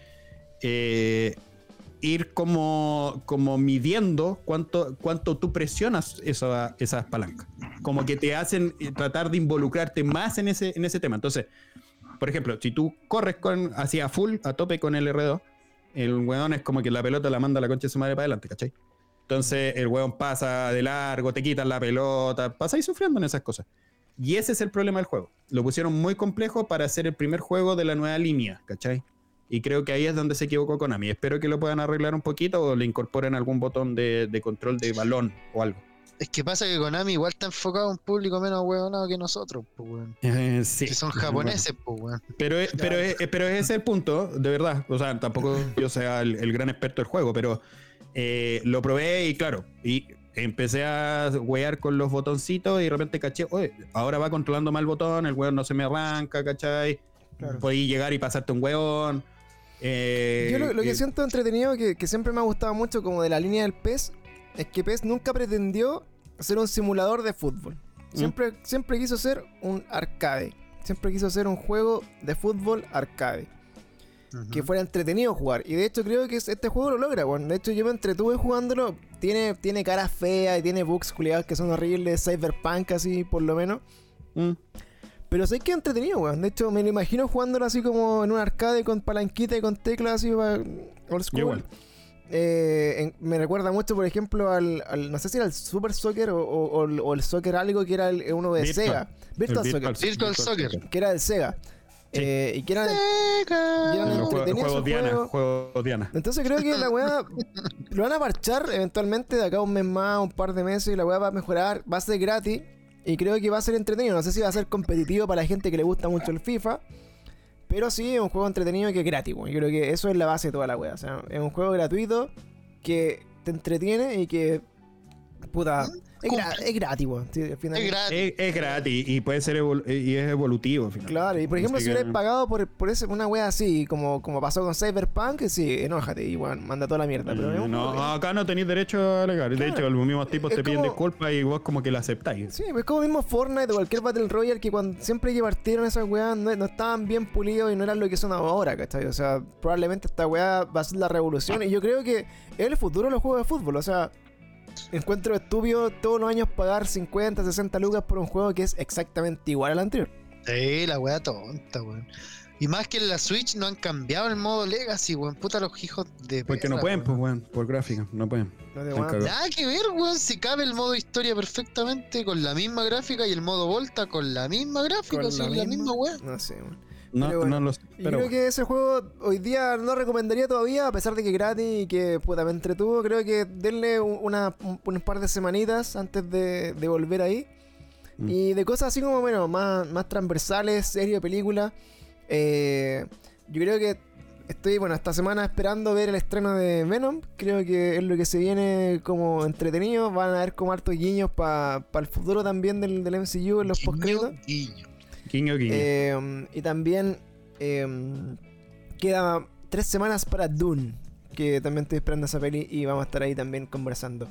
Eh, ir como, como midiendo cuánto, cuánto tú presionas esa- esas palancas. Como que te hacen eh, tratar de involucrarte más en ese, en ese tema. Entonces, por ejemplo, si tú corres con así a full, a tope con el R dos, el weón es como que la pelota la manda la concha de su madre para adelante, ¿cachai? Entonces el weón pasa de largo, te quitan la pelota, pasa ahí sufriendo en esas cosas. Y ese es el problema del juego. Lo pusieron muy complejo para hacer el primer juego de la nueva línea, ¿cachai? Y creo que ahí es donde se equivocó Konami. Espero que lo puedan arreglar un poquito o le incorporen algún botón de, de control de balón o algo. Es que pasa que Konami igual está enfocado a un público menos huevonado que nosotros, pues, weón. Eh, sí. Que son japoneses, pues, weón. Pero, es- pero, es- pero ese es el punto, de verdad. O sea, tampoco yo sea el, el gran experto del juego, pero eh, lo probé y claro, y empecé a wear con los botoncitos y de repente caché, oye, ahora va controlando mal el botón, el weón no se me arranca, ¿cachai? Claro. Podí llegar y pasarte un weón. Eh, Yo lo, lo que eh, siento entretenido, que, que siempre me ha gustado mucho como de la línea del P E S, es que P E S nunca pretendió ser un simulador de fútbol. Siempre, siempre quiso ser un arcade. Siempre quiso ser un juego de fútbol arcade. Que Ujú. fuera entretenido jugar. Y de hecho creo que este juego lo logra, weón. De hecho yo me entretuve jugándolo. Tiene, tiene cara fea y tiene bugs culiados que son horribles. Cyberpunk así, por lo menos. mm, Pero sé que es entretenido, weón. De hecho, me lo imagino jugándolo así como en un arcade con palanquita y con teclas así, pa- old school. igual. Eh, en- me recuerda mucho, por ejemplo, al, al- no sé si era el Super Soccer o, o- o el- o el Soccer algo que era el- uno de Virtual. Sega. Virtual el Soccer, Virtual Soccer. que era del Sega. Sí. Eh, y que eran, Sega. y eran Los juegos, entretenidos juegos esos Diana, juegos. juegos Diana. Entonces creo que la weá lo van a parchar eventualmente de acá a un mes más, un par de meses, y la weá va a mejorar, va a ser gratis. Y creo que va a ser entretenido. No sé si va a ser competitivo para la gente que le gusta mucho el FIFA. Pero sí es un juego entretenido que es gratis, weón. Yo creo que eso es la base de toda la weá. O sea, es un juego gratuito que te entretiene y que. Puta. Es, gra- es gratis, weón. Sí, al final- Es gratis. Es, es gratis y puede ser evol- y es evolutivo al final. Claro, y por ejemplo, Así si que- hubieras pagado por, por ese, una wea así, como, como pasó con Cyberpunk, sí, enójate y bueno, manda toda la mierda. Pero es un no, juego acá no tenéis derecho a alegar. De Claro. hecho, los mismos tipos Es te piden como- disculpas y vos como que la aceptáis. Sí, pues como mismo Fortnite o cualquier Battle Royale que cuando siempre que partieron esas weas no, no estaban bien pulidos y no eran lo que son ahora, ¿cachai? O sea, probablemente esta wea va a ser la revolución y yo creo que es el futuro de los juegos de fútbol. O sea, encuentro estúpido todos los años pagar cincuenta, sesenta lucas por un juego que es exactamente igual al anterior. Sí, la weá tonta, weón. Y más que en la Switch no han cambiado el modo Legacy, weón. Puta los hijos de. Porque perra, no pueden, weón. pues, weón, por gráfica, no pueden. No te Están weón. cagados. Nada que ver, weón. Si cabe el modo historia perfectamente con la misma gráfica y el modo Volta con la misma gráfica, Con sí, la, misma weá. No sé, weón. No, Pero bueno, no lo sé. Yo Pero creo que ese juego hoy día no recomendaría todavía, a pesar de que es gratis y que puta me entretuvo. Creo que denle un- una, un, un par de semanitas antes de, de volver ahí. Mm. Y de cosas así como, bueno, más, más transversales, serie, película. Eh, yo creo que estoy, bueno, esta semana esperando ver el estreno de Venom. Creo que es lo que se viene como entretenido. Van a haber como hartos guiños para el futuro también del, del M C U en los Guiño, postcréditos. guiño. guiño, guiño. Eh, y también eh, queda tres semanas para Dune, que también estoy esperando esa peli y vamos a estar ahí también conversando.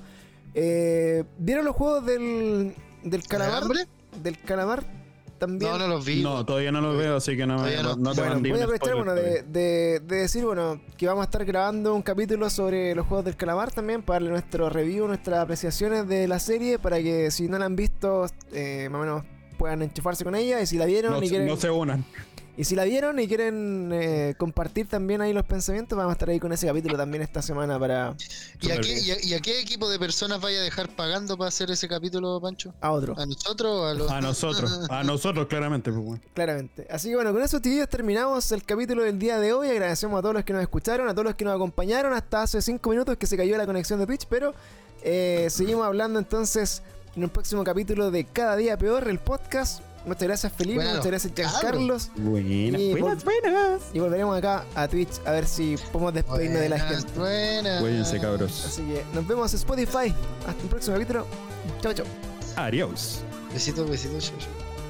Eh, ¿Vieron los juegos del, del calamar? ¿Hambre? Del calamar también. No, no los vi. No, todavía no los veo, así que no, me- Todavía no. no te Bueno, mandé voy a un aprovechar spoiler bueno, de, todavía. de- de decir bueno que vamos a estar grabando un capítulo sobre los juegos del calamar también para darle nuestro review, nuestras apreciaciones de la serie para que si no la han visto eh, más o menos puedan enchufarse con ella y si la vieron No, y quieren no se unan. y si la vieron y quieren eh, compartir también ahí los pensamientos, vamos a estar ahí con ese capítulo también esta semana para ¿Y a, Súper qué, bien. y, a, y a qué equipo de personas vaya a dejar pagando para hacer ese capítulo, Pancho? a otro, ¿A nosotros o a los.? A nosotros, a nosotros claramente, pues, weón. claramente. Así que bueno, con eso chiquillos terminamos el capítulo del día de hoy. Agradecemos a todos los que nos escucharon, a todos los que nos acompañaron hasta hace cinco minutos que se cayó la conexión de Twitch, pero eh, seguimos hablando entonces en un próximo capítulo de Cada Día Peor, el podcast. Muchas gracias Felipe, Bueno, muchas gracias cabros. Giancarlos. Buenas, Y buenas, vol- buenas. Y volveremos acá a Twitch a ver si podemos despedirnos de la Buenas, gente. buenas. Cuídense, cabros. Así que nos vemos en Spotify. Hasta el próximo capítulo. Chao, chao. Adiós. Besitos, besitos, chau, chau.